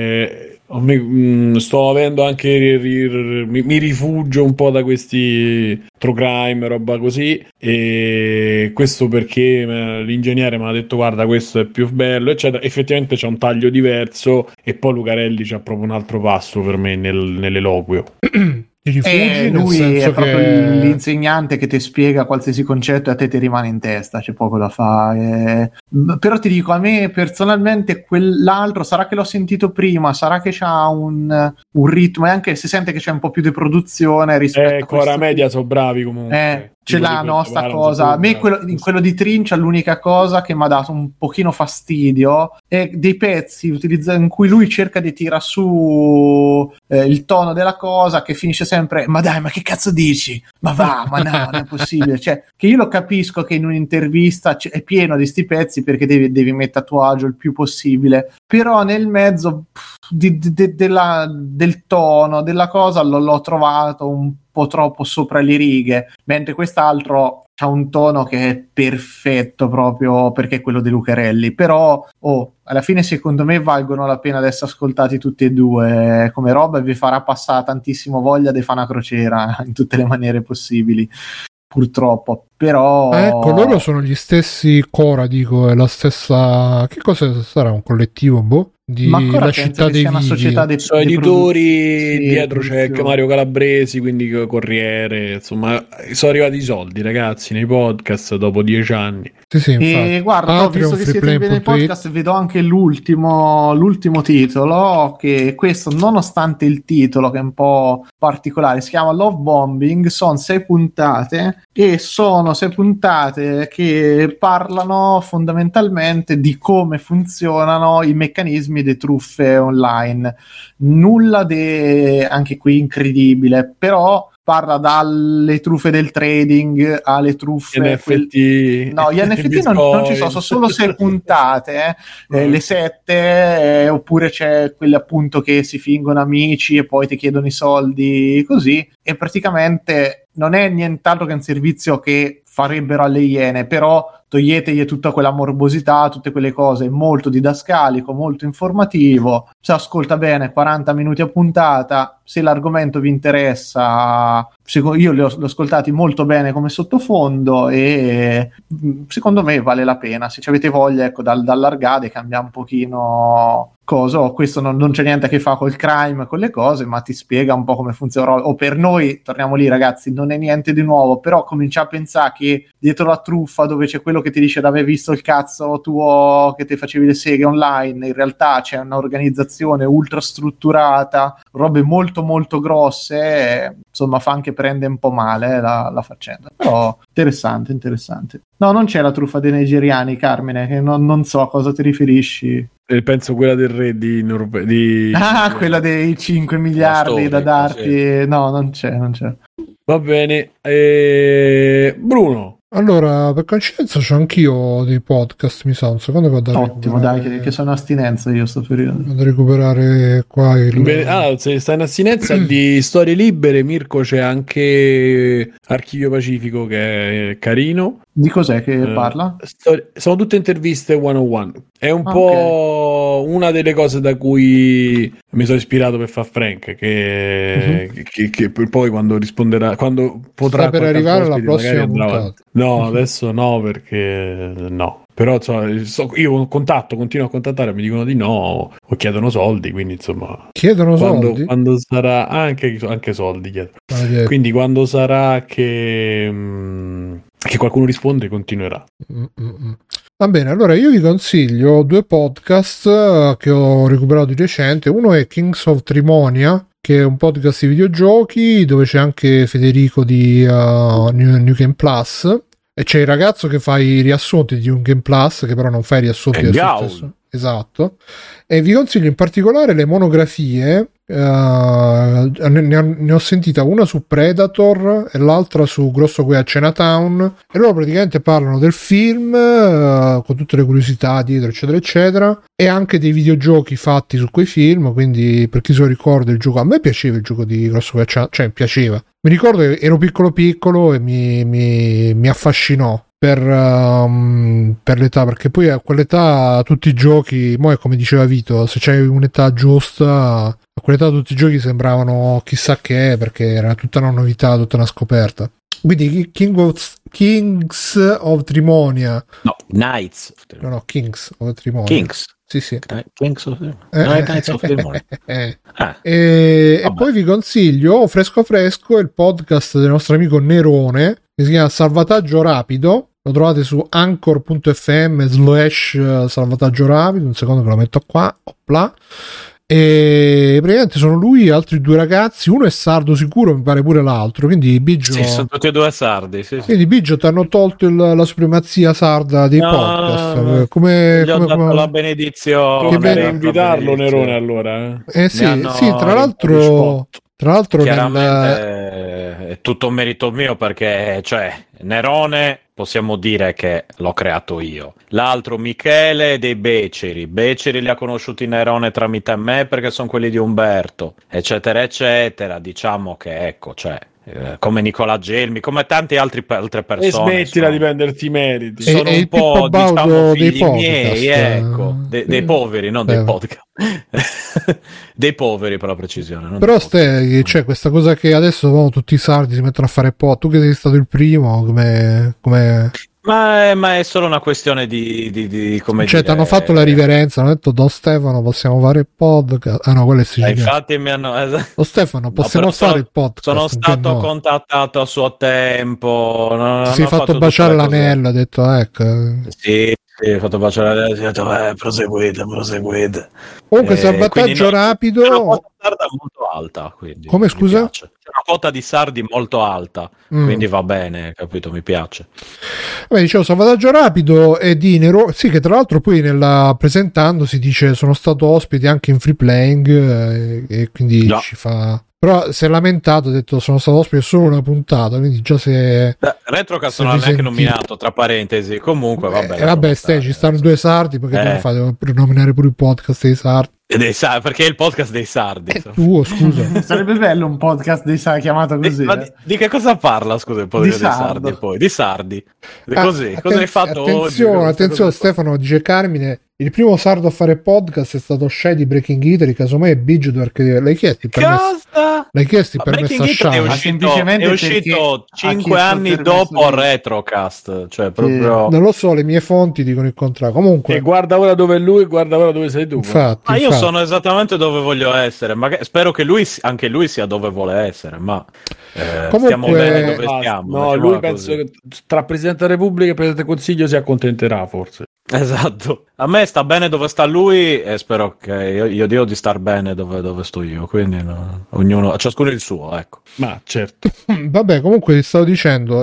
sto avendo anche mi rifugio un po' da questi true crime, roba così, e questo perché l'ingegnere mi ha detto guarda questo è più bello eccetera. Effettivamente c'è un taglio diverso e poi Lucarelli c'ha proprio un altro passo per me nell'eloquio. Lui è proprio l'insegnante che ti spiega qualsiasi concetto e a te ti rimane in testa, c'è poco da fare. Però ti dico, a me personalmente quell'altro, sarà che l'ho sentito prima, sarà che c'ha un ritmo e anche si sente che c'è un po' più di produzione rispetto a questo. Ora media sono bravi comunque. Ce l'ha, no, sta cosa. A me quello di Trincia l'unica cosa che mi ha dato un pochino fastidio è dei pezzi in cui lui cerca di tirare su il tono della cosa, che finisce sempre ma dai, ma che cazzo dici? Ma va, ma no, non è possibile. Cioè, che io lo capisco che in un'intervista è pieno di sti pezzi perché devi mettere a tuo agio il più possibile, però nel mezzo del tono della cosa l'ho trovato un po' troppo sopra le righe, mentre quest'altro ha un tono che è perfetto proprio perché è quello di Lucarelli. Però alla fine secondo me valgono la pena di essere ascoltati tutti e due come roba, e vi farà passare tantissimo voglia di fare una crociera in tutte le maniere possibili, purtroppo. Però ecco, loro sono gli stessi Cora, dico, è la stessa, che cosa sarà, un collettivo di La Città dei Vivi, società sono editori, dietro c'è anche Mario Calabresi, quindi Corriere, insomma sono arrivati i soldi ragazzi nei podcast dopo 10 anni. Sì, e guarda, visto che siete nei podcast, vedo anche l'ultimo titolo, che questo, nonostante il titolo che è un po' particolare, si chiama Love Bombing. Sono 6 puntate e sono 6 puntate che parlano fondamentalmente di come funzionano i meccanismi di truffe online. Nulla di anche qui incredibile, però parla dalle truffe del trading alle truffe NFT. No, gli NFT non ci sono solo 6 puntate, le 7, oppure c'è quelle appunto che si fingono amici e poi ti chiedono i soldi così, e praticamente non è nient'altro che un servizio che farebbero alle Iene, però toglietegli tutta quella morbosità, tutte quelle cose, molto didascalico, molto informativo, si ascolta bene, 40 minuti a puntata. Se l'argomento vi interessa, io li ho ascoltati molto bene come sottofondo e secondo me vale la pena. Se ci avete voglia, ecco, dall'allargare, cambia un pochino cosa. Questo non c'è niente a che fa col crime, con le cose, ma ti spiega un po' come funziona. O per noi, torniamo lì ragazzi, non è niente di nuovo, però comincia a pensare che dietro la truffa, dove c'è quello che ti dice d'aver visto il cazzo tuo che ti facevi le seghe online, in realtà c'è un'organizzazione ultra strutturata, robe molto molto grosse, insomma fa anche prendere un po' male la faccenda, però interessante. No, non c'è la truffa dei nigeriani, Carmine, che non so a cosa ti riferisci. Penso quella del re di Quella dei 5 miliardi da darti. Sì. No, non c'è. Va bene. Bruno. Allora, per coincidenza c'ho anch'io dei podcast, mi sa, un secondo che vado a ottimo, dai, che sono astinenza io sto periodo. Vado a recuperare qua se stai in astinenza di storie libere, Mirko, c'è anche Archivio Pacifico che è carino. Di cos'è che parla? Sono tutte interviste 101. È un po' una delle cose da cui mi sono ispirato per far Frank, che poi quando risponderà, quando potrà sta per arrivare alla prossima puntata. No, adesso no, perché no. Però io continuo a contattare, mi dicono di no o chiedono soldi, quindi insomma chiedono soldi? Quando sarà anche soldi chiedono. Quindi quando sarà che qualcuno risponde continuerà. Va bene, allora io vi consiglio 2 podcast che ho recuperato di recente. Uno è Kings of Trimonia, che è un podcast di videogiochi dove c'è anche Federico di New Game Plus, e c'è il ragazzo che fa i riassunti di New Game Plus, che però non fa i riassunti del suo stesso. Esatto. E vi consiglio in particolare le monografie. Ne ho sentita una su Predator e l'altra su Grosso qui a Chinatown, e loro praticamente parlano del film con tutte le curiosità dietro, eccetera eccetera, e anche dei videogiochi fatti su quei film. Quindi per chi se lo ricorda, il gioco, a me piaceva il gioco di Grosso qui a Chinatown, cioè piaceva, mi ricordo che ero piccolo e mi affascinò per l'età, perché poi a quell'età tutti i giochi, mo è come diceva Vito, se c'hai un'età giusta, a quell'età tutti i giochi sembravano chissà che, perché era tutta una novità, tutta una scoperta. Quindi Kings of Trimonia, Knights of Trimonia, sì. Kings of Trimonia. E poi vi consiglio fresco il podcast del nostro amico Nerone, che si chiama Salvataggio Rapido. Lo trovate su anchor.fm/salvataggio rapido. Un secondo che lo metto qua, opla. E praticamente sono lui e altri 2 ragazzi, uno è sardo sicuro, mi pare pure l'altro, quindi Biggio, sì, sono tutti e 2 sardi, sì. Quindi Biggio ti hanno tolto la supremazia sarda dei podcast, come gli ho dato la benedizione per invitarlo Nerone, allora sì, tra l'altro chiaramente è tutto merito mio, perché cioè Nerone possiamo dire che l'ho creato io. L'altro Michele dei Beceri li ha conosciuti Nerone tramite me, perché sono quelli di Umberto, eccetera eccetera. Diciamo che ecco, cioè come Nicola Gelmi, come tante altre persone, e smettila di prenderti i meriti. Sono un po', diciamo, figli miei, ecco, dei poveri, non dei podcast. Dei poveri, per la precisione. Però c'è questa cosa che adesso tutti i sardi si mettono a fare tu che sei stato il primo, come Ma è solo una questione di come cioè, ti hanno fatto la riverenza, hanno detto: Don Stefano, possiamo fare il podcast? Ah no, quello è siciliano. Infatti mi hanno... Don Stefano, possiamo fare il podcast? Sono stato contattato a suo tempo. Si è fatto baciare l'anello, ha detto ecco. Sì, ho fatto baciare l'anello, ho detto proseguite. Comunque salvataggio rapido. C'è una quota sarda molto alta, quindi come scusa? C'è una quota di sardi molto alta, quindi va bene, capito, mi piace. Beh, dicevo, salvataggio rapido e di Nero, sì, che tra l'altro poi presentando si dice sono stato ospite anche in Free Playing, e quindi ci fa... Però si è lamentato, ha detto sono stato ospite solo una puntata, quindi già se... Retrocast non ha neanche nominato, tra parentesi, comunque vabbè. Ci stanno 2 sardi, perché devo fare per nominare pure il podcast dei sardi. Perché è il podcast dei sardi. Tuo, scusa. Sarebbe bello un podcast dei sardi chiamato così. Ma di che cosa parla, scusa, il podcast dei sardi? Poi di sardi. Così, cosa hai fatto attenzione, oggi? Attenzione, Stefano, dice Carmine. Il primo sardo a fare podcast è stato Shy di Breaking Italy, casomai è Biggio, perché lei chiesto il permesso. Cosa? L'hai chiesto il permesso Breaking a It è Shai? semplicemente è uscito perché ha 5 chiesto anni il permesso dopo di- Retrocast, cioè proprio... Non lo so, le mie fonti dicono il contrario. Comunque, E guarda ora dove è lui, guarda ora dove sei tu. infatti, Ma io infatti. sono esattamente dove voglio essere, ma spero che anche lui sia dove vuole essere, ma Comunque- stiamo bene dove Basta. stiamo. No, mettiamola lui penso così. che tra Presidente della Repubblica e Presidente del Consiglio si accontenterà, forse. Esatto. A me sta bene dove sta lui e spero che io dico di star bene dove sto io, quindi no, ognuno, ciascuno il suo, ecco. Ma certo. Vabbè, comunque ti stavo dicendo,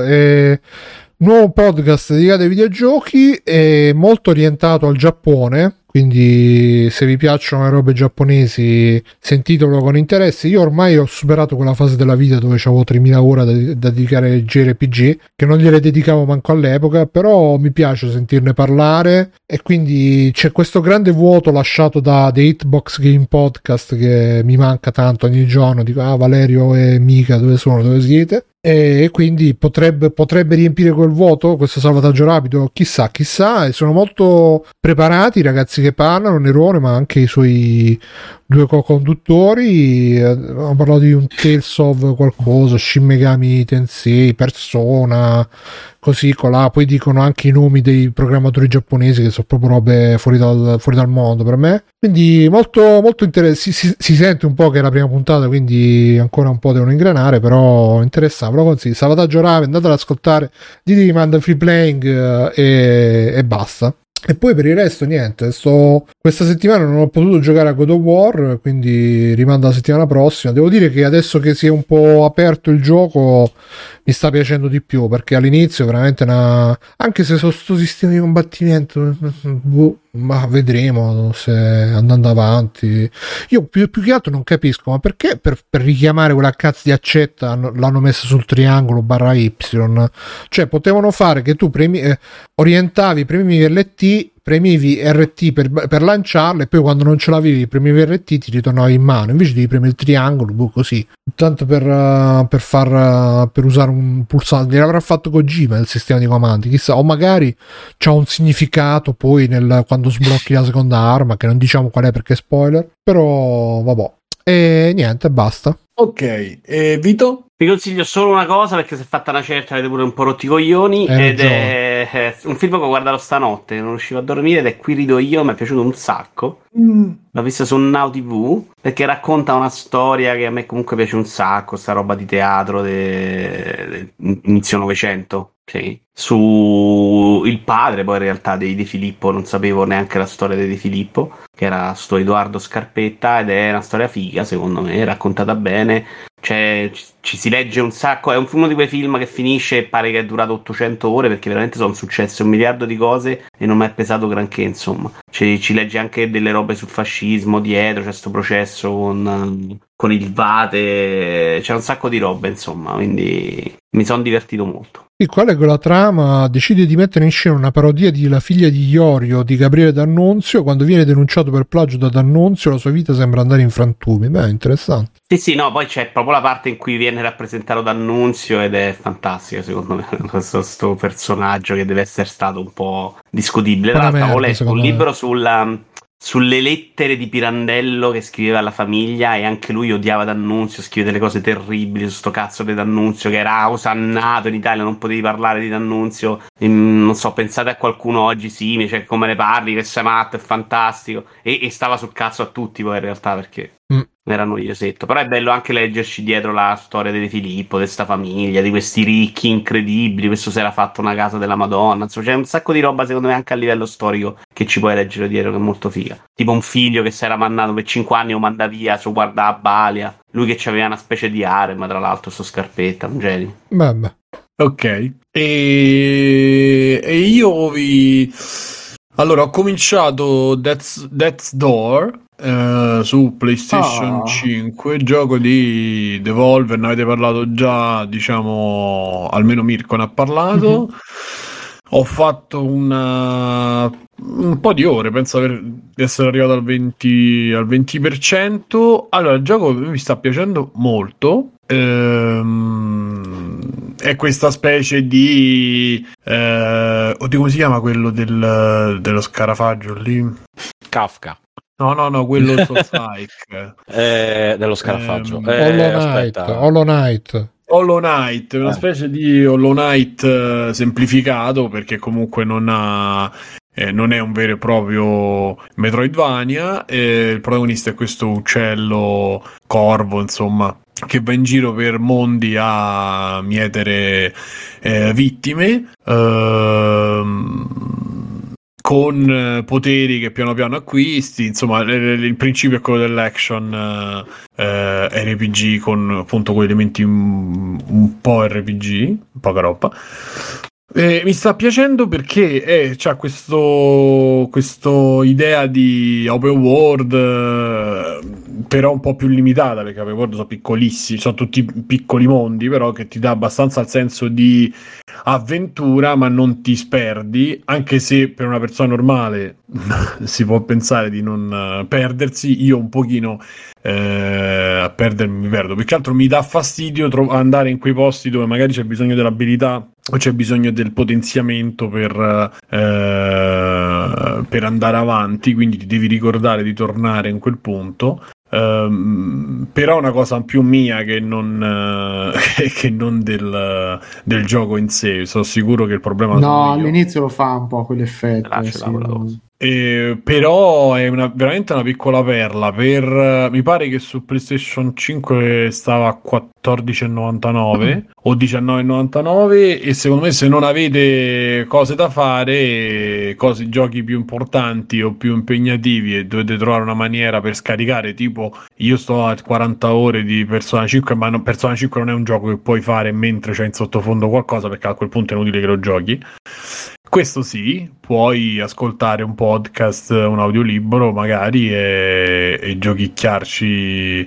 nuovo podcast dedicato ai videogiochi, è molto orientato al Giappone, quindi se vi piacciono le robe giapponesi sentitelo con interesse. Io ormai ho superato quella fase della vita dove avevo 3000 ore da dedicare ai JRPG, che non gliele dedicavo manco all'epoca, però mi piace sentirne parlare, e quindi c'è questo grande vuoto lasciato da The Hitbox Game Podcast che mi manca tanto. Ogni giorno dico: ah, Valerio e Mica dove sono, dove siete? E quindi potrebbe riempire quel vuoto questo salvataggio rapido, chissà, e sono molto preparati i ragazzi che parlano, Nerone ma anche i suoi due co-conduttori. Hanno parlato di un Tales of qualcosa, Shin Megami Tensei, Persona, così colà. Poi dicono anche i nomi dei programmatori giapponesi che sono proprio robe fuori dal mondo per me, quindi molto molto interessante. Si sente un po' che è la prima puntata, quindi ancora un po' devono ingranare, però interessante. Ve lo consiglio, salvataggio rapido, andate ad ascoltare, dite di manda free playing e basta. E poi per il resto niente, questa settimana non ho potuto giocare a God of War, quindi rimando alla settimana prossima. Devo dire che adesso che si è un po' aperto il gioco mi sta piacendo di più, perché all'inizio veramente anche se sono sto sistema di combattimento, ma vedremo se andando avanti. Io più che altro non capisco, ma perché per richiamare quella cazzo di accetta l'hanno messa sul triangolo /Y? Cioè potevano fare che tu orientavi, premi LT, premivi RT per lanciarlo, e poi quando non ce l'avevi premivi RT, ti ritornavi in mano. Invece devi premere il triangolo, così, tanto per usare un pulsante. L'avrà fatto Kojima il sistema di comandi, chissà, o magari c'ha un significato poi quando sblocchi la seconda arma, che non diciamo qual è perché è spoiler, però vabbè. E niente, basta. Ok, e Vito? Vi consiglio solo una cosa, perché si è fatta una certa, avete pure un po' rotti i coglioni, ed è un film che ho guardato stanotte, non riuscivo a dormire, ed è Qui rido io, mi è piaciuto un sacco. L'ho vista su Now TV, perché racconta una storia che a me comunque piace un sacco, sta roba di teatro inizio Novecento, sì. Su il padre poi in realtà di De Filippo, non sapevo neanche la storia di De Filippo, che era sto Edoardo Scarpetta, ed è una storia figa secondo me, raccontata bene. Cioè, ci si legge un sacco. È uno di quei film che finisce e pare che è durato 800 ore, perché veramente sono successe un miliardo di cose e non mi è pesato granché, insomma. Ci legge anche delle robe sul fascismo dietro, c'è sto processo con il Vate, c'è un sacco di robe, insomma, quindi mi sono divertito molto. Il quale con la trama decide di mettere in scena una parodia di La figlia di Iorio di Gabriele D'Annunzio. Quando viene denunciato per plagio da D'Annunzio, la sua vita sembra andare in frantumi. Beh, interessante. Sì, no, poi c'è proprio la parte in cui viene rappresentato D'Annunzio, ed è fantastica secondo me, questo personaggio che deve essere stato un po' discutibile. Tra l'altro ho letto un libro sulle lettere di Pirandello che scriveva alla famiglia, e anche lui odiava D'Annunzio, scrive delle cose terribili su sto cazzo di D'Annunzio, che era osannato in Italia, non potevi parlare di D'Annunzio. Non so, pensate a qualcuno oggi simile, cioè come ne parli, che sei matto, è fantastico, e stava sul cazzo a tutti poi in realtà, perché era noiosetto. Però è bello anche leggerci dietro la storia di De Filippo, di sta famiglia, di questi ricchi incredibili, questo si era fatto una casa della Madonna, insomma c'è un sacco di roba secondo me anche a livello storico che ci puoi leggere dietro, che è molto figa. Tipo un figlio che si era mandato per 5 anni, lo manda via, su guarda a Balia, lui che aveva una specie di harem, tra l'altro sto Scarpetta, un genio. Vabbè. Ok, e io allora ho cominciato Death's Door su PlayStation 5, gioco di Devolver, ne avete parlato già, diciamo, almeno Mirko ne ha parlato. Ho fatto un po' di ore, penso di essere arrivato al 20%. Allora, il gioco mi sta piacendo molto. È questa specie di oddio, come si chiama quello dello scarafaggio lì? Kafka. No, quello Souls-like. Dello scarafaggio. Hollow Knight. Hollow Knight, una specie di Hollow Knight semplificato, perché comunque non è un vero e proprio Metroidvania. Il protagonista è questo uccello corvo, insomma, che va in giro per mondi a mietere vittime, con poteri che piano piano acquisti. Insomma, il principio è quello dell'action RPG, con appunto quegli elementi un po' RPG, poca roba. Mi sta piacendo perché c'ha questo idea di open world, però un po' più limitata, perché open world sono piccolissimi, sono tutti piccoli mondi, però che ti dà abbastanza il senso di avventura, ma non ti sperdi, anche se per una persona normale si può pensare di non perdersi. Io un pochino a perdermi mi perdo, più che altro mi dà fastidio andare in quei posti dove magari c'è bisogno dell'abilità o c'è bisogno del potenziamento per andare avanti, quindi ti devi ricordare di tornare in quel punto. Però è una cosa più mia che non del gioco in sé. Sono sicuro che il problema no, all'inizio lo fa un po' quell'effetto, però è veramente una piccola perla. Mi pare che su PlayStation 5 stava a 14,99 o 19,99, e secondo me, se non avete cose da fare, giochi più importanti o più impegnativi, e dovete trovare una maniera per scaricare, tipo io sto a 40 ore di Persona 5, ma Persona 5 non è un gioco che puoi fare mentre c'è in sottofondo qualcosa, perché a quel punto è inutile che lo giochi. Questo sì, puoi ascoltare un podcast, un audiolibro magari, e giochicchiarci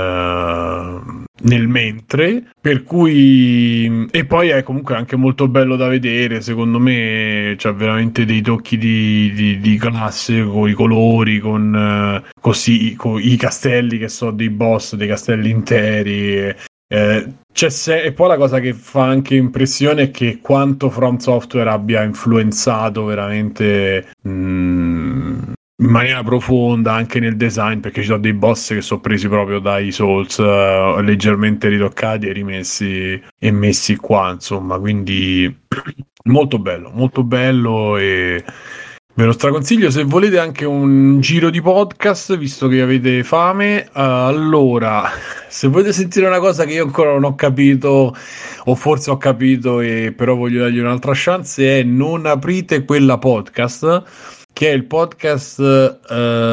nel mentre, per cui, e poi è comunque anche molto bello da vedere, secondo me c'ha veramente dei tocchi di classe, con i colori, con i castelli che sono dei boss, dei castelli interi. E poi la cosa che fa anche impressione è che quanto From Software abbia influenzato veramente in maniera profonda anche nel design, perché ci sono dei boss che sono presi proprio dai Souls, leggermente ritoccati e rimessi e messi qua, insomma, quindi molto bello, e ve lo straconsiglio. Se volete anche un giro di podcast, visto che avete fame, allora, se volete sentire una cosa che io ancora non ho capito, o forse ho capito e però voglio dargli un'altra chance, è Non aprite quella podcast, che è il podcast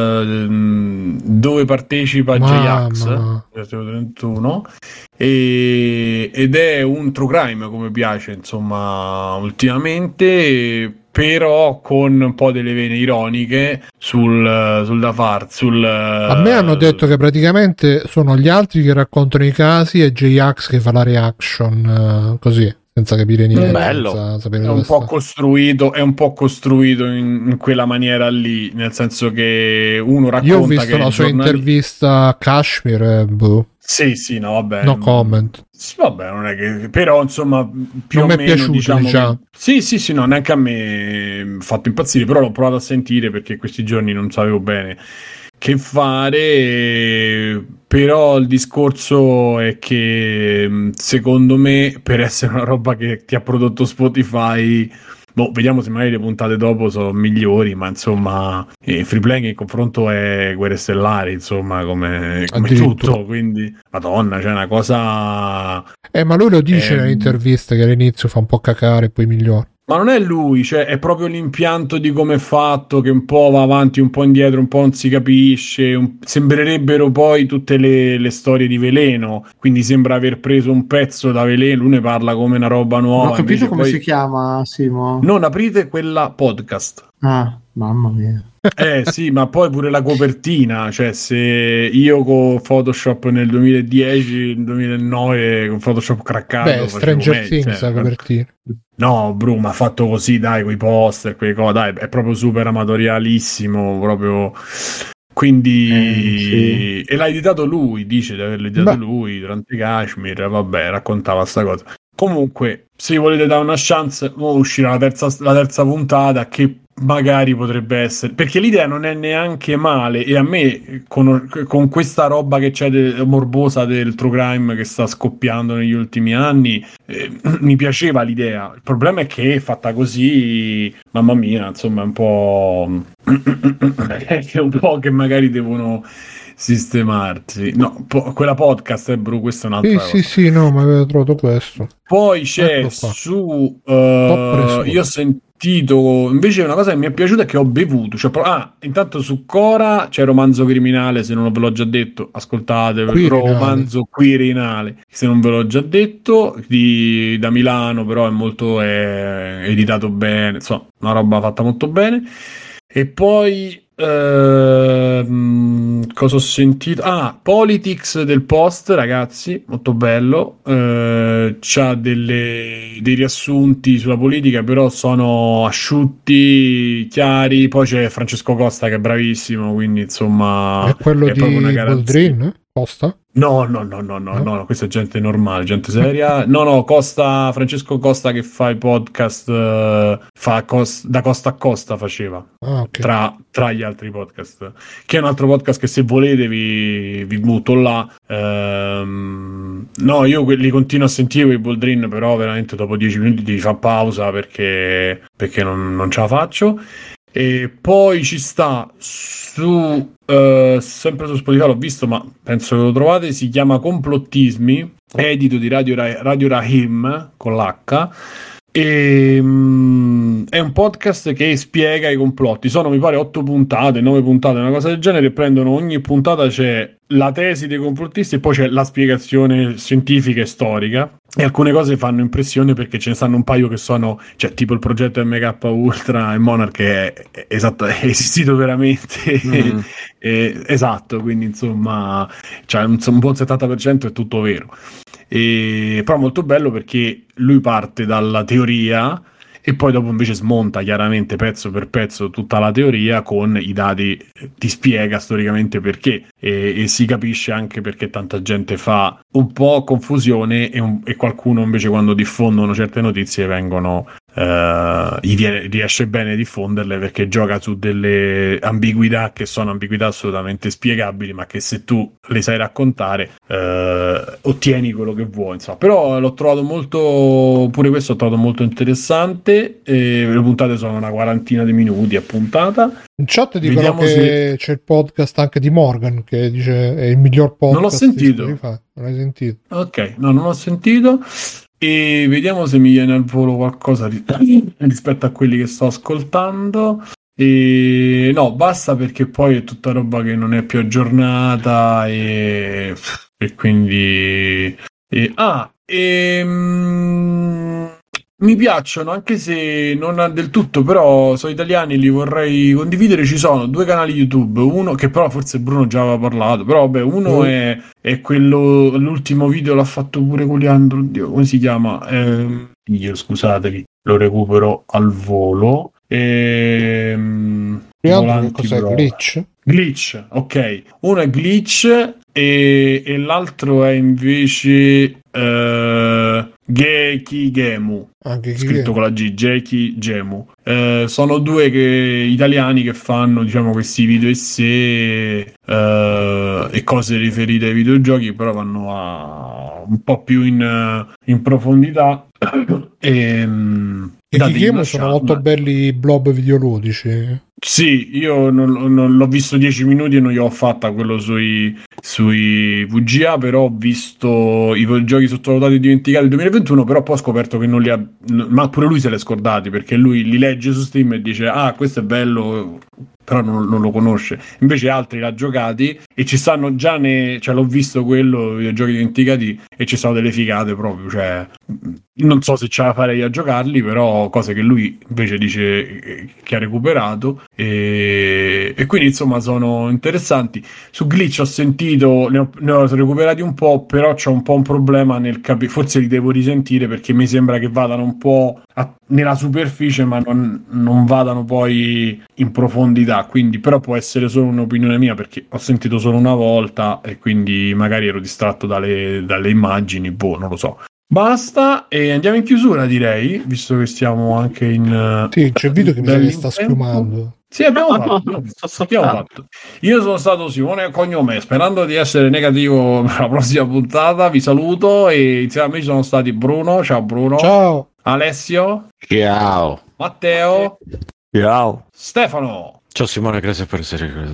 dove partecipa J-Ax 31, ed è un true crime, come piace, insomma, ultimamente, però con un po' delle vene ironiche sul da far. A me hanno detto che praticamente sono gli altri che raccontano i casi e J-Ax che fa la reaction, così, senza capire niente. Bello. Sapere è un po' costruito in quella maniera lì, nel senso che uno racconta. Io ho visto la sua intervista a Kashmir, Sì, no, vabbè. No comment. Vabbè, non è che, però insomma, più non o mi è meno, piaciuto, diciamo. Sì, no, neanche a me ha fatto impazzire, però l'ho provato a sentire perché questi giorni non sapevo bene che fare. Però il discorso è che, secondo me, per essere una roba che ti ha prodotto Spotify, vediamo se magari le puntate dopo sono migliori, ma insomma, Free Playing in confronto è Guerre Stellari, insomma, come tutto, quindi madonna, c'è una cosa. Ma lui lo dice nell'intervista che all'inizio fa un po' cacare e poi migliora. Ma non è lui, cioè è proprio l'impianto di come è fatto, che un po' va avanti, un po' indietro, un po' non si capisce. Sembrerebbero poi tutte le storie di Veleno, quindi sembra aver preso un pezzo da Veleno. Lui ne parla come una roba nuova. Non ho capito come si chiama, Simo. Non aprite quella podcast. Ah, mamma mia. Sì, ma poi pure la copertina, cioè se io con Photoshop nel 2010, nel 2009 con Photoshop craccato, Stranger Things la copertina. No, Bru, ma fatto così, dai, quei poster, quelle cose, dai, è proprio super amatorialissimo, proprio. Quindi sì. E l'ha editato lui, dice di averlo editato lui durante Kashmir, vabbè, raccontava sta cosa. Comunque, se volete dare una chance, uscirà la terza puntata, che magari potrebbe essere, perché l'idea non è neanche male, e a me con questa roba che c'è morbosa del true crime che sta scoppiando negli ultimi anni, mi piaceva l'idea. Il problema è che è fatta così, mamma mia, insomma, è un po' è un po' che magari devono sistemarsi. No, quella podcast è questa è un'altra cosa. Sì, no, ma avevo trovato questo. Poi c'è su io ho sentito invece una cosa che mi è piaciuta, è che ho bevuto, cioè, intanto su Cora c'è Romanzo Criminale, se non ve l'ho già detto ascoltate, Romanzo Quirinale, se non ve l'ho già detto, da Milano, però è molto editato bene, insomma una roba fatta molto bene. E poi cosa ho sentito? Politics del Post, ragazzi, molto bello, c'ha dei riassunti sulla politica, però sono asciutti, chiari. Poi c'è Francesco Costa che è bravissimo, quindi insomma è quello è di proprio una garanzia. Boldrin? Costa? No, questa è gente normale, gente seria. No, Francesco Costa, che fa i podcast, da Costa a Costa faceva, okay. tra gli altri podcast, che è un altro podcast che se volete vi butto là. No, io li continuo a sentire i Boldrin, però veramente dopo 10 minuti devi fare pausa perché non ce la faccio. E poi ci sta su sempre su Spotify, l'ho visto, ma penso che lo trovate, si chiama Complottismi, è edito di Radio Rahim con l'H, e è un podcast che spiega i complotti. Sono, mi pare, 8 puntate, 9 puntate, una cosa del genere. Prendono, ogni puntata c'è la tesi dei complottisti e poi c'è la spiegazione scientifica e storica, e alcune cose fanno impressione perché ce ne stanno un paio che sono, cioè tipo il progetto MK Ultra e Monarch, che è esistito veramente. Esatto, quindi insomma cioè un buon 70% è tutto vero. Però molto bello perché lui parte dalla teoria e poi dopo invece smonta chiaramente pezzo per pezzo tutta la teoria con i dati, ti spiega storicamente perché, e si capisce anche perché tanta gente fa un po' confusione e qualcuno invece, quando diffondono certe notizie, riesce bene a diffonderle, perché gioca su delle ambiguità che sono ambiguità assolutamente spiegabili, ma che se tu le sai raccontare ottieni quello che vuoi, insomma. Però l'ho trovato molto, pure questo l'ho trovato molto interessante. Le puntate sono una quarantina di minuti a puntata. In chat dicono che c'è il podcast anche di Morgan che dice è il miglior podcast. Non l'ho sentito. Non l'hai sentito? Ok, no, non l'ho sentito. E vediamo se mi viene al volo qualcosa rispetto a quelli che sto ascoltando. E no, basta, perché poi è tutta roba che non è più aggiornata e quindi mi piacciono, anche se non del tutto, però sono italiani, li vorrei condividere. Ci sono 2 canali YouTube, uno che però forse Bruno già aveva parlato, però vabbè, uno è quello, l'ultimo video l'ha fatto pure Coliandro, oddio, come si chiama? Io, scusatevi, lo recupero al volo. Cos'è? Glitch, ok. Uno è Glitch e l'altro è invece Geki Gemu, scritto con la G, Geki Gemu. Sono 2 italiani che fanno, diciamo, questi video e cose riferite ai videogiochi, però vanno un po' più in profondità. E Geki Gemu sono molto belli blob videoludici. Sì, io non l'ho visto 10 minuti e non gli ho fatta quello sui VGA, però ho visto i giochi sottovalutati e dimenticati del 2021, però poi ho scoperto che non li ha, ma pure lui se li è scordati, perché lui li legge su Steam e dice questo è bello, però non lo conosce. Invece altri l'ha giocati e ci stanno già cioè l'ho visto quello, i videogiochi dimenticati, e ci sono delle figate proprio, cioè non so se ce la farei a giocarli, però cose che lui invece dice che ha recuperato, e quindi insomma sono interessanti. Su Glitch ho sentito, ne ho recuperati un po', però c'ho un po' un problema nel capire, forse li devo risentire, perché mi sembra che vadano un po' nella superficie, ma non vadano poi in profondità, quindi però può essere solo un'opinione mia, perché ho sentito solo una volta e quindi magari ero distratto dalle immagini, non lo so. Basta, e andiamo in chiusura, direi, visto che stiamo anche in... Sì, c'è Vito che mi sa che sta schiumando. Sì, abbiamo fatto. Io sono stato Simone Cognome, sperando di essere negativo per la prossima puntata. Vi saluto e insieme a me ci sono stati Bruno. Ciao Bruno. Ciao. Alessio. Ciao. Matteo. Ciao. Stefano. Ciao Simone, grazie per essere qui.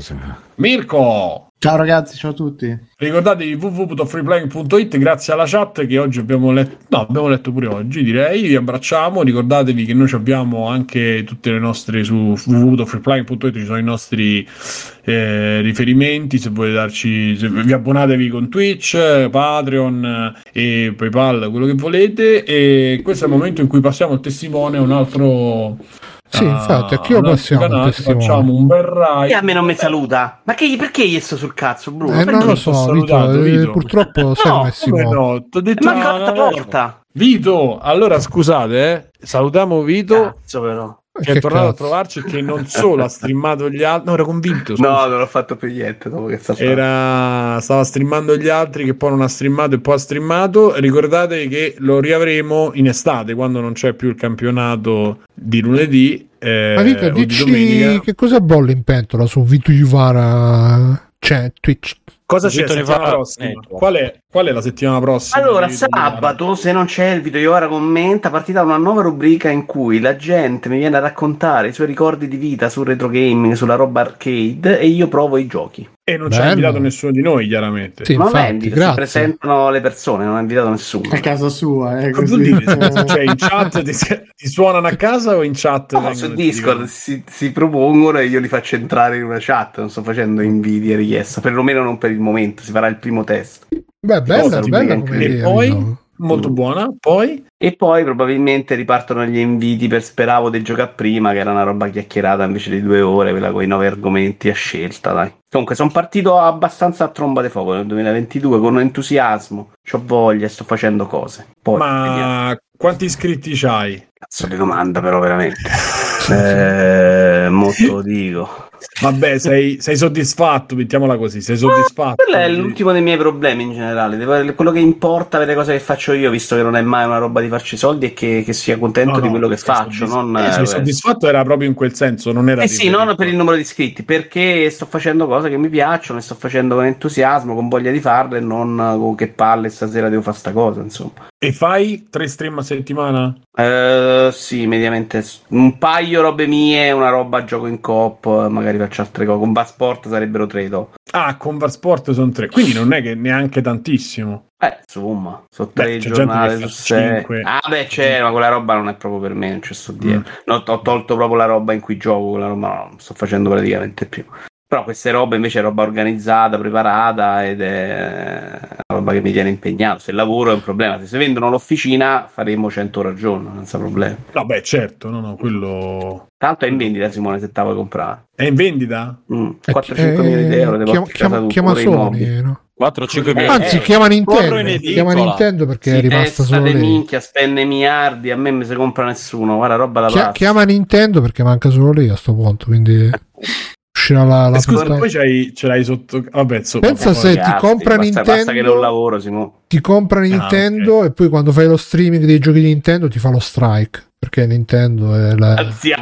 Mirko. Ciao ragazzi, ciao a tutti. Ricordatevi www.freeplaying.it, grazie alla chat che oggi abbiamo letto pure oggi, direi. Vi abbracciamo, ricordatevi che noi abbiamo anche tutte le nostre su www.freeplaying.it, ci sono i nostri riferimenti, se volete darci, se vi abbonatevi con Twitch, Patreon e PayPal, quello che volete. E questo è il momento in cui passiamo il testimone a un altro... Sì, infatti, a chi lo passiamo? Facciamo un bel raid. E a me non mi saluta. Ma perché gli sto sul cazzo, Bruno? Non lo so, Vito. Purtroppo sai come si muove. No, t'ho detto manca la porta. Vito, allora scusate, salutiamo Vito. Cazzo, però. Che è tornato a trovarci e che non solo ha streamato gli altri, no, era convinto. No, non ho fatto più niente dopo che stava streamando gli altri, che poi non ha streamato e poi ha streamato. Ricordate che lo riavremo in estate, quando non c'è più il campionato di lunedì. Ma Vito, dici che cosa bolle in pentola su Vito Juvara, cioè Twitch? Cosa c'è la settimana prossima? Qual è la settimana prossima? Allora, sabato, se non c'è il Vito Juvara commenta, partita una nuova rubrica in cui la gente mi viene a raccontare i suoi ricordi di vita sul retro gaming, sulla roba arcade, e io provo i giochi. E non ci ha invitato nessuno di noi, chiaramente. Sì, ma infatti, non è invitato, si presentano le persone, non ha invitato nessuno. A casa sua, cosa vuol dire? Cioè, in chat ti suonano a casa o in chat? No, su Discord si propongono e io li faccio entrare in una chat. Non sto facendo invidie e richiesta, perlomeno non per il momento. Si farà il primo test. Beh, bella come idea. E poi, molto buona, poi... E poi probabilmente ripartono gli inviti per Speravo di giocare prima, che era una roba chiacchierata invece di 2 ore, quella con i 9 argomenti a scelta, dai. Comunque sono partito abbastanza a tromba di fuoco nel 2022 con entusiasmo, c'ho voglia e sto facendo cose. Poi, ma quanti iscritti c'hai? Cazzo di domanda, però veramente. Molto dico. Vabbè, sei soddisfatto, mettiamola così, sei soddisfatto. Quello è l'ultimo dei miei problemi in generale. Quello che importa per le cose che faccio io, visto che non è mai una roba di farci soldi, è che sia contento di quello che faccio. Sei soddisfatto era proprio in quel senso, non era sì, non per il numero di iscritti, perché sto facendo cose che mi piacciono e sto facendo con entusiasmo, con voglia di farle, e non con che palle stasera devo fare sta cosa, insomma. E fai 3 stream a settimana? Sì, mediamente un paio robe mie, una roba gioco in coop, magari faccio altre cose. Con Vasport sarebbero 3 dopo. Ah, con Vasport sono 3, quindi non è che neanche tantissimo. Insomma, sono 3 giornate su 6. Ah, beh, c'è, ma quella roba non è proprio per me, non ci sto dietro. No, ho tolto proprio la roba in cui gioco, quella roba no, non sto facendo praticamente più. Però queste robe invece è roba organizzata, preparata, ed è una roba che mi tiene impegnato. Se lavoro è un problema, se vendono l'officina faremo 100 ore al giorno, senza problemi. No, beh, certo, no, quello... Tanto è in vendita, Simone, se te la vuoi comprare. È in vendita? 4-5 milioni di euro. Chiama Sony, no? 4-5 milioni. Anzi, chiama Nintendo perché è rimasta solo lei. Minchia, spende miliardi, a me non mi si compra nessuno, guarda, roba da pazzo. Chiama Nintendo perché manca solo lei a sto punto, quindi... Scusa, poi ce l'hai sotto. Vabbè, insomma, pensa se ti compra Nintendo. Basta che non lavoro, Simone. Ti compra Nintendo okay. E poi quando fai lo streaming dei giochi di Nintendo ti fa lo strike. Perché Nintendo è la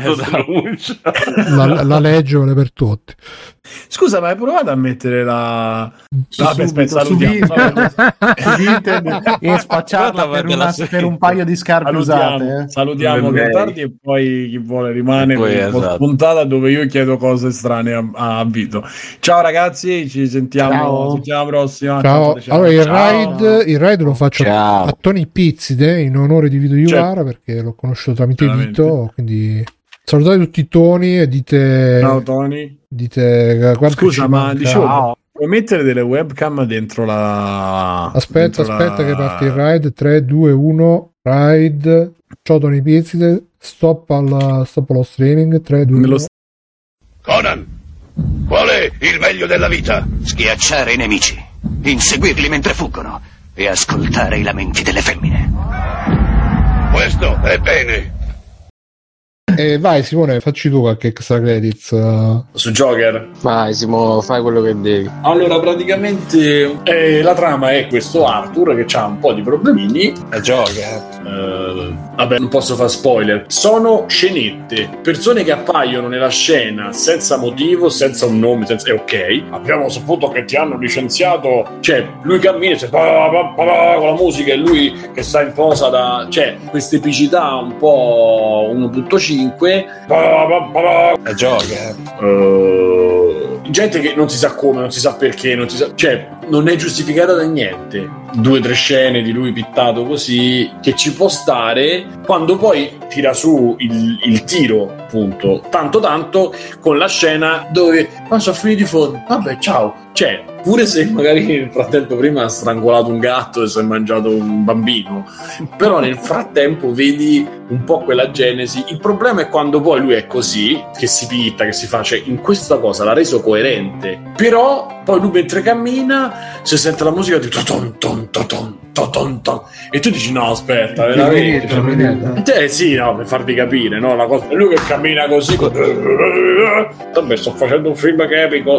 legge vale per tutti. Scusa, ma hai provato a mettere la... aspetta, e spacciarla per un paio di scarpe usate. Salutiamo Tardi e poi chi vuole rimane per una puntata dove io chiedo cose strane a Vito. Ciao ragazzi, ci sentiamo la prossima. Ciao. Allora il ride lo faccio a Tony Pizzide in onore di Vito Juvara perché l'ho conosciuto tramite Vito, quindi salutate tutti i Tony e dite ciao Tony, dite scusa ma dicevo puoi mettere delle webcam dentro la aspetta che parte il ride. 3, 2, 1 ride. Ciao Tony Pizzide, stop allo streaming. 3, 2, 1 Conan, qual è il meglio della vita? Schiacciare i nemici, inseguirli mentre fuggono e ascoltare i lamenti delle femmine. Questo è bene. Vai Simone, facci tu qualche extra credits. Su Joker. Vai Simo, fai quello che devi. Allora, praticamente la trama è questo Arthur che ha un po' di problemini. È Joker. Vabbè, non posso fare spoiler. Sono scenette, persone che appaiono nella scena senza motivo, senza un nome, è ok. Abbiamo saputo che ti hanno licenziato. Cioè, lui cammina con la musica e lui che sta in posa da... Cioè, questa epicità un po' 1.5. È Joker. Gente che non si sa come, non si sa perché, non si sa... Cioè, non è giustificata da niente. 2 o 3 scene di lui pittato così che ci può stare, quando poi tira su il tiro, appunto, tanto con la scena dove sono finiti i fondi, vabbè ciao, cioè pure se magari nel frattempo prima ha strangolato un gatto e si è mangiato un bambino, però nel frattempo vedi un po' quella genesi. Il problema è quando poi lui è così, che si pitta, che si fa, cioè in questa cosa l'ha reso coerente, però poi lui mentre cammina si sente la musica di ton ton ton ton ton ton e tu dici no aspetta veramente sì, no, per farvi capire, no, la cosa è lui che cammina così vabbè, sto facendo un film che è epico,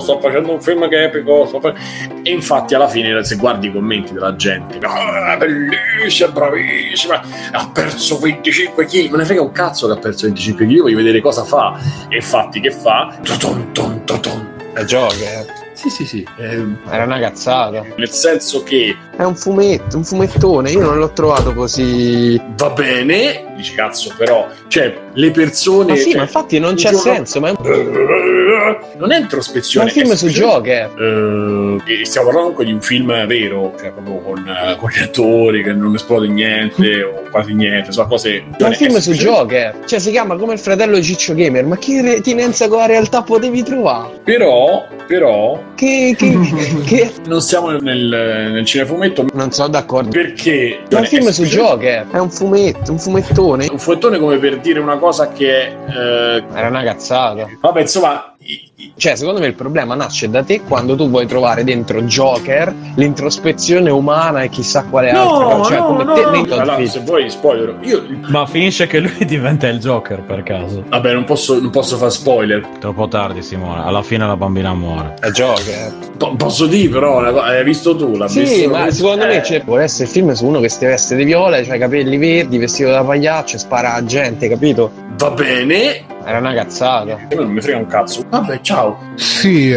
e infatti alla fine se guardi i commenti della gente, bellissima, bravissima, ha perso 25 kg, me ne frega un cazzo che ha perso 25 kg, io voglio vedere cosa fa, e infatti che fa È Joker. Sì. Era una cazzata. Nel senso che è un fumetto, un fumettone. Io non l'ho trovato così. Va bene, dici cazzo, però, cioè, le persone. Ma sì, ma infatti non c'è senso. Ma non è introspezione. È un film su Joker. Stiamo parlando comunque di un film vero, cioè proprio con gli attori che non esplode niente o quasi niente, sono cose. È un film su Joker. Cioè, si chiama come il fratello di Ciccio Gamer. Ma che tinenza con la realtà potevi trovare? Però che non siamo nel cinefumetto. Non sono d'accordo. Perché è un film su Joker. È un fumetto, un fumettone. Un fumettone, come per dire una cosa che era una cazzata. Vabbè, insomma, cioè secondo me il problema nasce da te quando tu vuoi trovare dentro Joker l'introspezione umana e chissà quale altra cosa. Allora, se vuoi spoiler ma finisce che lui diventa il Joker per caso. Vabbè, non posso fare spoiler, troppo tardi Simone, alla fine la bambina muore. È Joker. Posso dire però, hai visto tu? Sì, ma secondo me vuole essere il film su uno che si veste di viola, cioè capelli verdi, vestito da pagliaccio e spara a gente, capito? Va bene. Era una cazzata. Non mi frega un cazzo. Vabbè, ciao. Sì,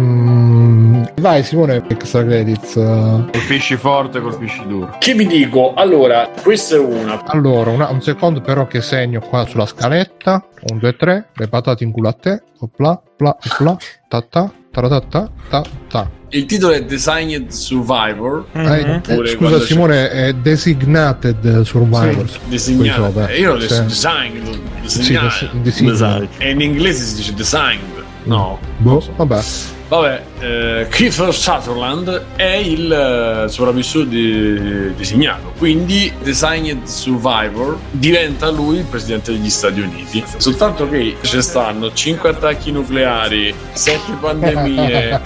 vai Simone, extra credits. Colpisci forte, colpisci duro. Che vi dico? Allora, questa è una. Allora, un secondo però che segno qua sulla scaletta. 1, 2, 3, le patate in culo a te. Opla, pla, pla, ta ta, ta. Il titolo è Designed Survivor. Scusa Simone, è Designated Survivor. Sì, designato. Io l'ho detto Designed. E in inglese si dice Designed. No. Vabbè. Kiefer Sutherland è il sopravvissuto designato, quindi Designed Survivor diventa lui il presidente degli Stati Uniti, soltanto che ci stanno 5 attacchi nucleari, 7 pandemie,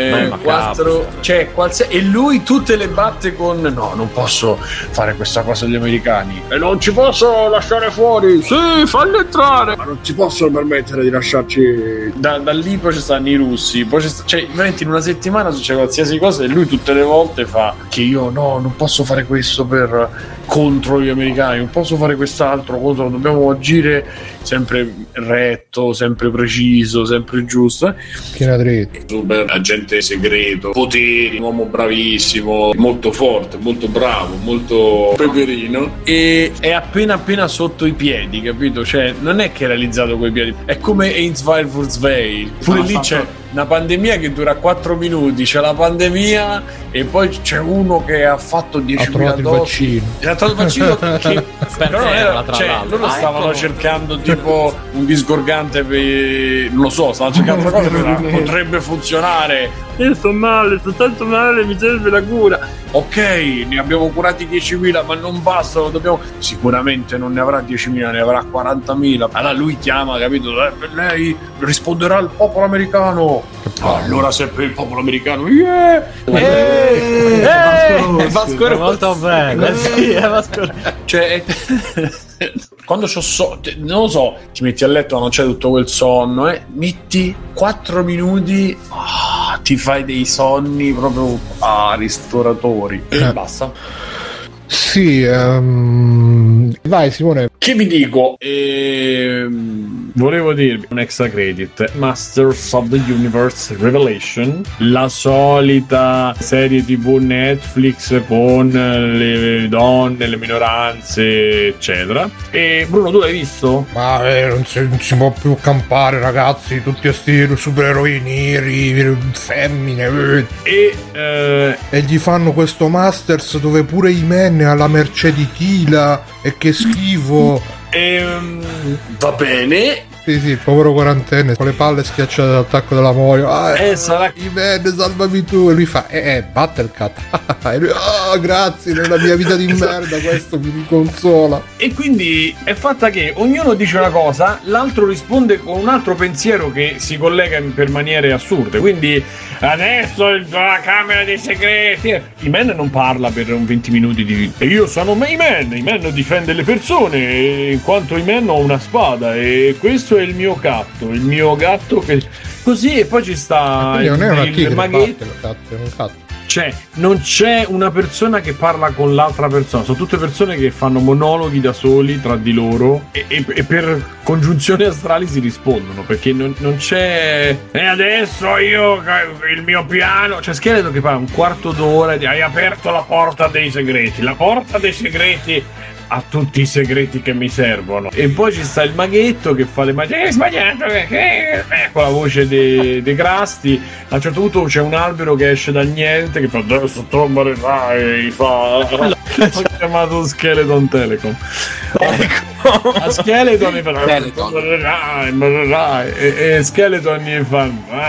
4 e lui tutte le batte con no, non posso fare questa cosa agli americani e non ci posso lasciare fuori, sì, falli entrare, ma non ci posso permettere di lasciarci da lì. Poi ci stanno i russi, poi cioè veramente in una settimana succede qualsiasi cosa e lui tutte le volte fa che io no, non posso fare questo contro gli americani, non posso fare quest'altro contro, dobbiamo agire sempre retto, sempre preciso, sempre giusto. Piena dritta. Super agente segreto, poteri, un uomo bravissimo, molto forte, molto bravo, molto peperino, e è appena sotto i piedi, capito? Cioè non è che è realizzato coi piedi, è come Ainsville for Sveil, pure lì c'è una pandemia che dura 4 minuti, c'è la pandemia e poi c'è uno che ha fatto 10.000 dosi, ha trovato il vaccino che però non era, cioè, loro stavano cercando tipo un disgorgante non lo so, stavano cercando una cosa che potrebbe funzionare. Io sto male, sto tanto male, mi serve la cura. Ok, ne abbiamo curati 10.000, ma non basta, sicuramente non ne avrà 10.000, ne avrà 40.000. Allora lui chiama, capito? Per lei risponderà il popolo americano. Allora se per il popolo americano, Vasco molto bene. Sì, è Vasco. Cioè, quando non lo so, ti metti a letto, non c'è tutto quel sonno, metti 4 minuti, ti fai dei sonni proprio ristoratori e basta. Sì, vai Simone. Che vi dico? Volevo dirvi un extra credit: Masters of the Universe Revelation, la solita serie TV Netflix con le donne, le minoranze, eccetera. E Bruno, tu l'hai visto? Ma non si può più campare, ragazzi, tutti questi supereroi neri, femmine. E gli fanno questo Masters dove pure i men è alla mercé di Tila, e che schifo. Va bene. Sì, il povero quarantenne con le palle schiacciate dall'attacco della moglie. Sarà i men, salvami tu. E lui fa Battlecat. E lui, grazie, nella mia vita di merda questo mi consola. E quindi è fatta che ognuno dice una cosa, l'altro risponde con un altro pensiero che si collega per maniere assurde. Quindi adesso la camera dei segreti, i men non parla per un 20 minuti e io sono i men difende le persone, in quanto i men ho una spada e questo è il mio gatto che così. E poi ci sta non è una tigre, maghetto. È un gatto. Cioè, non c'è una persona che parla con l'altra persona, sono tutte persone che fanno monologhi da soli tra di loro e per congiunzioni astrali si rispondono, perché non c'è e adesso io il mio piano, c'è Skeletor che parla un quarto d'ora hai aperto la porta dei segreti a tutti i segreti che mi servono. E poi ci sta il maghetto che fa le magie, sbagliato, con la voce dei Grasti. A un certo punto c'è un albero che esce dal niente che fa adesso tromberai, fa chiamato Skeleton Telecom. A Skeleton gli fa e Skeleton gli fa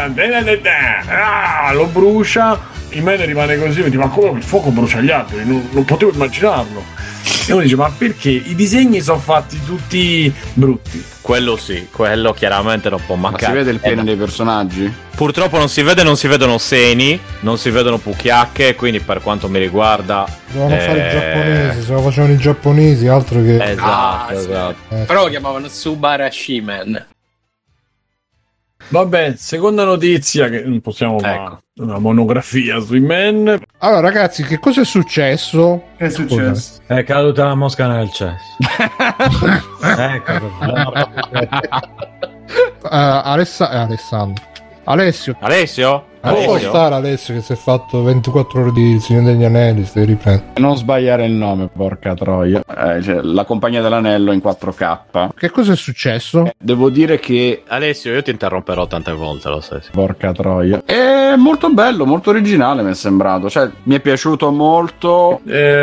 lo brucia. Il men rimane così e dice ma come il fuoco brucia gli altri, non potevo immaginarlo. E uno dice ma perché i disegni sono fatti tutti brutti? Quello sì, quello chiaramente non può mancare. Ma si vede il pene dei personaggi? Purtroppo non si vedono seni, non si vedono pucchiacche, quindi per quanto mi riguarda dovevano fare i giapponesi, se lo facevano i giapponesi, altro che esatto. Però lo chiamavano Subarashi-man. Vabbè, seconda notizia che non possiamo fare una monografia sui men. Allora ragazzi, che cosa è successo? Che è successo? È caduta la mosca nel cesso. Ecco. Alessio? Può stare Alessio che si è fatto 24 ore di Signore degli Anelli, stai riprendendo. Non sbagliare il nome, porca troia. Cioè, la Compagnia dell'Anello in 4K. Che cosa è successo? Devo dire che Alessio, io ti interromperò tante volte, lo sai. Porca troia. È molto bello, molto originale mi è sembrato. Cioè, mi è piaciuto molto.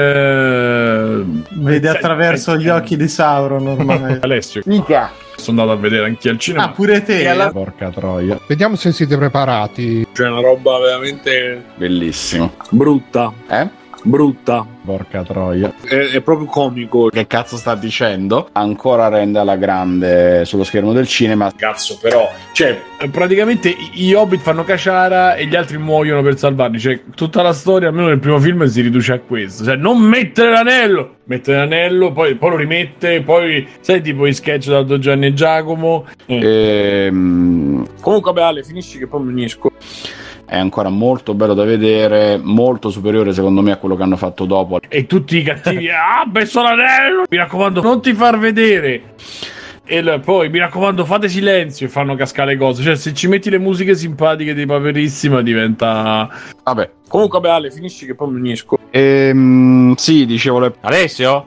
Vede attraverso gli occhi di Sauron ormai. Alessio. Mica. Sono andato a vedere anche al cinema. Pure te. Porca troia. Vediamo se siete preparati. C'è una roba veramente Bellissimo. brutta. Brutta. Porca troia. È proprio comico. Che cazzo sta dicendo? Ancora rende alla grande sullo schermo del cinema. Cazzo, però, cioè, praticamente i Hobbit fanno caciara e gli altri muoiono per salvarli. Cioè, tutta la storia, almeno nel primo film, si riduce a questo. Cioè, non mettere l'anello! Mette l'anello, poi lo rimette, poi, sai, tipo i sketch da Don Gianni e Giacomo. Comunque, vabbè, Ale, finisci che poi mi unisco. È ancora molto bello da vedere, molto superiore secondo me a quello che hanno fatto dopo. E tutti i cattivi, messo l'anello! Mi raccomando, non ti far vedere! E poi, mi raccomando, fate silenzio e fanno cascare le cose. Cioè, se ci metti le musiche simpatiche di Paperissima diventa... Vabbè. Comunque, vabbè, Ale, finisci che poi mi unisco. Sì, dicevo... Alessio?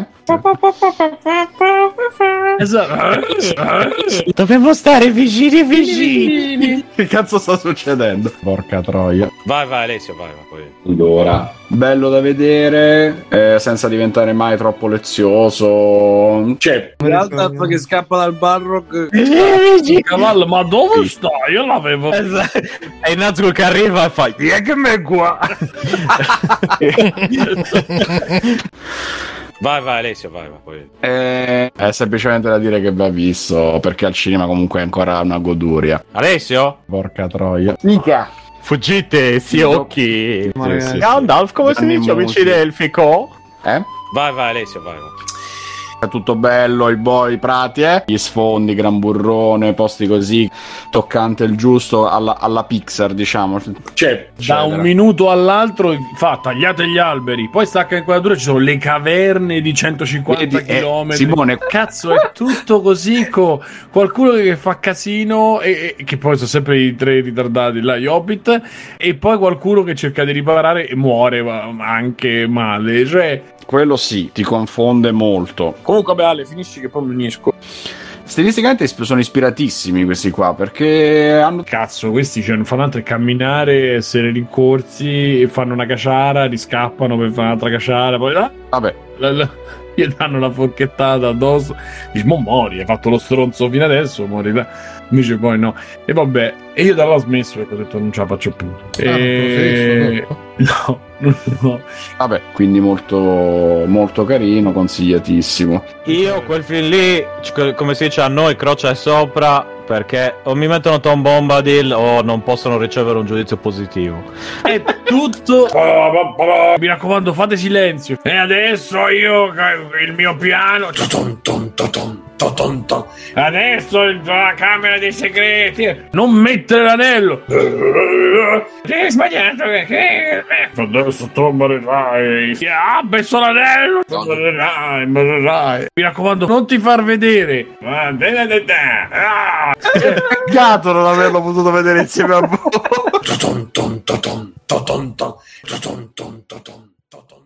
Esatto. Dobbiamo stare vicini. Che cazzo sta succedendo? Porca troia. Vai Alessio, vai. Allora, bello da vedere, senza diventare mai troppo lezioso. Cioè, Gandalf che scappa dal Balrog. Cavallo, ma dove sta? Io l'avevo. E Nazgûl che arriva e fa che me qua. Vai Alessio, vai. È semplicemente da dire che va visto, perché al cinema comunque è ancora una goduria. Alessio? Porca troia. Mica. Fuggite, sì, occhi. Sì. Gandalf, come si Gianni dice, amici Musi. delfico? Vai, Alessio, vai. È tutto bello, i prati, gli sfondi, gran burrone, posti così, toccante il giusto alla Pixar, diciamo. Cioè, da un minuto all'altro fa tagliate gli alberi, poi stacca inquadratura, ci sono le caverne di 150 km. Simone, cazzo, è tutto così con qualcuno che fa casino e che poi sono sempre i tre ritardati là, gli Hobbit, e poi qualcuno che cerca di riparare e muore ma anche male, cioè quello sì, ti confonde molto. Comunque, beh, Ale, finisci che poi mi unisco. Stilisticamente sono ispiratissimi questi qua, perché hanno... Cazzo, questi fanno altro che camminare, essere rincorsi, fanno una caciara, riscappano per fare un'altra caciara, poi... Vabbè. Gli danno la forchettata addosso. Dici, mo mori, hai fatto lo stronzo fino adesso, mori là. Invece poi no. E vabbè, e io da là ho smesso perché ho detto non ce la faccio più. No. Vabbè, quindi molto, molto carino, consigliatissimo. Io quel film lì, come si dice a noi, croce sopra, perché o mi mettono Tom Bombadil o non possono ricevere un giudizio positivo. È tutto. Mi raccomando, fate silenzio. E adesso io il mio piano. Adesso la camera dei segreti. Non mettere l'anello. Hai sbagliato. Adesso tromberai. Ah, messo l'anello. Tromberai. Mi raccomando, non ti far vedere. Peccato non averlo potuto vedere insieme a voi.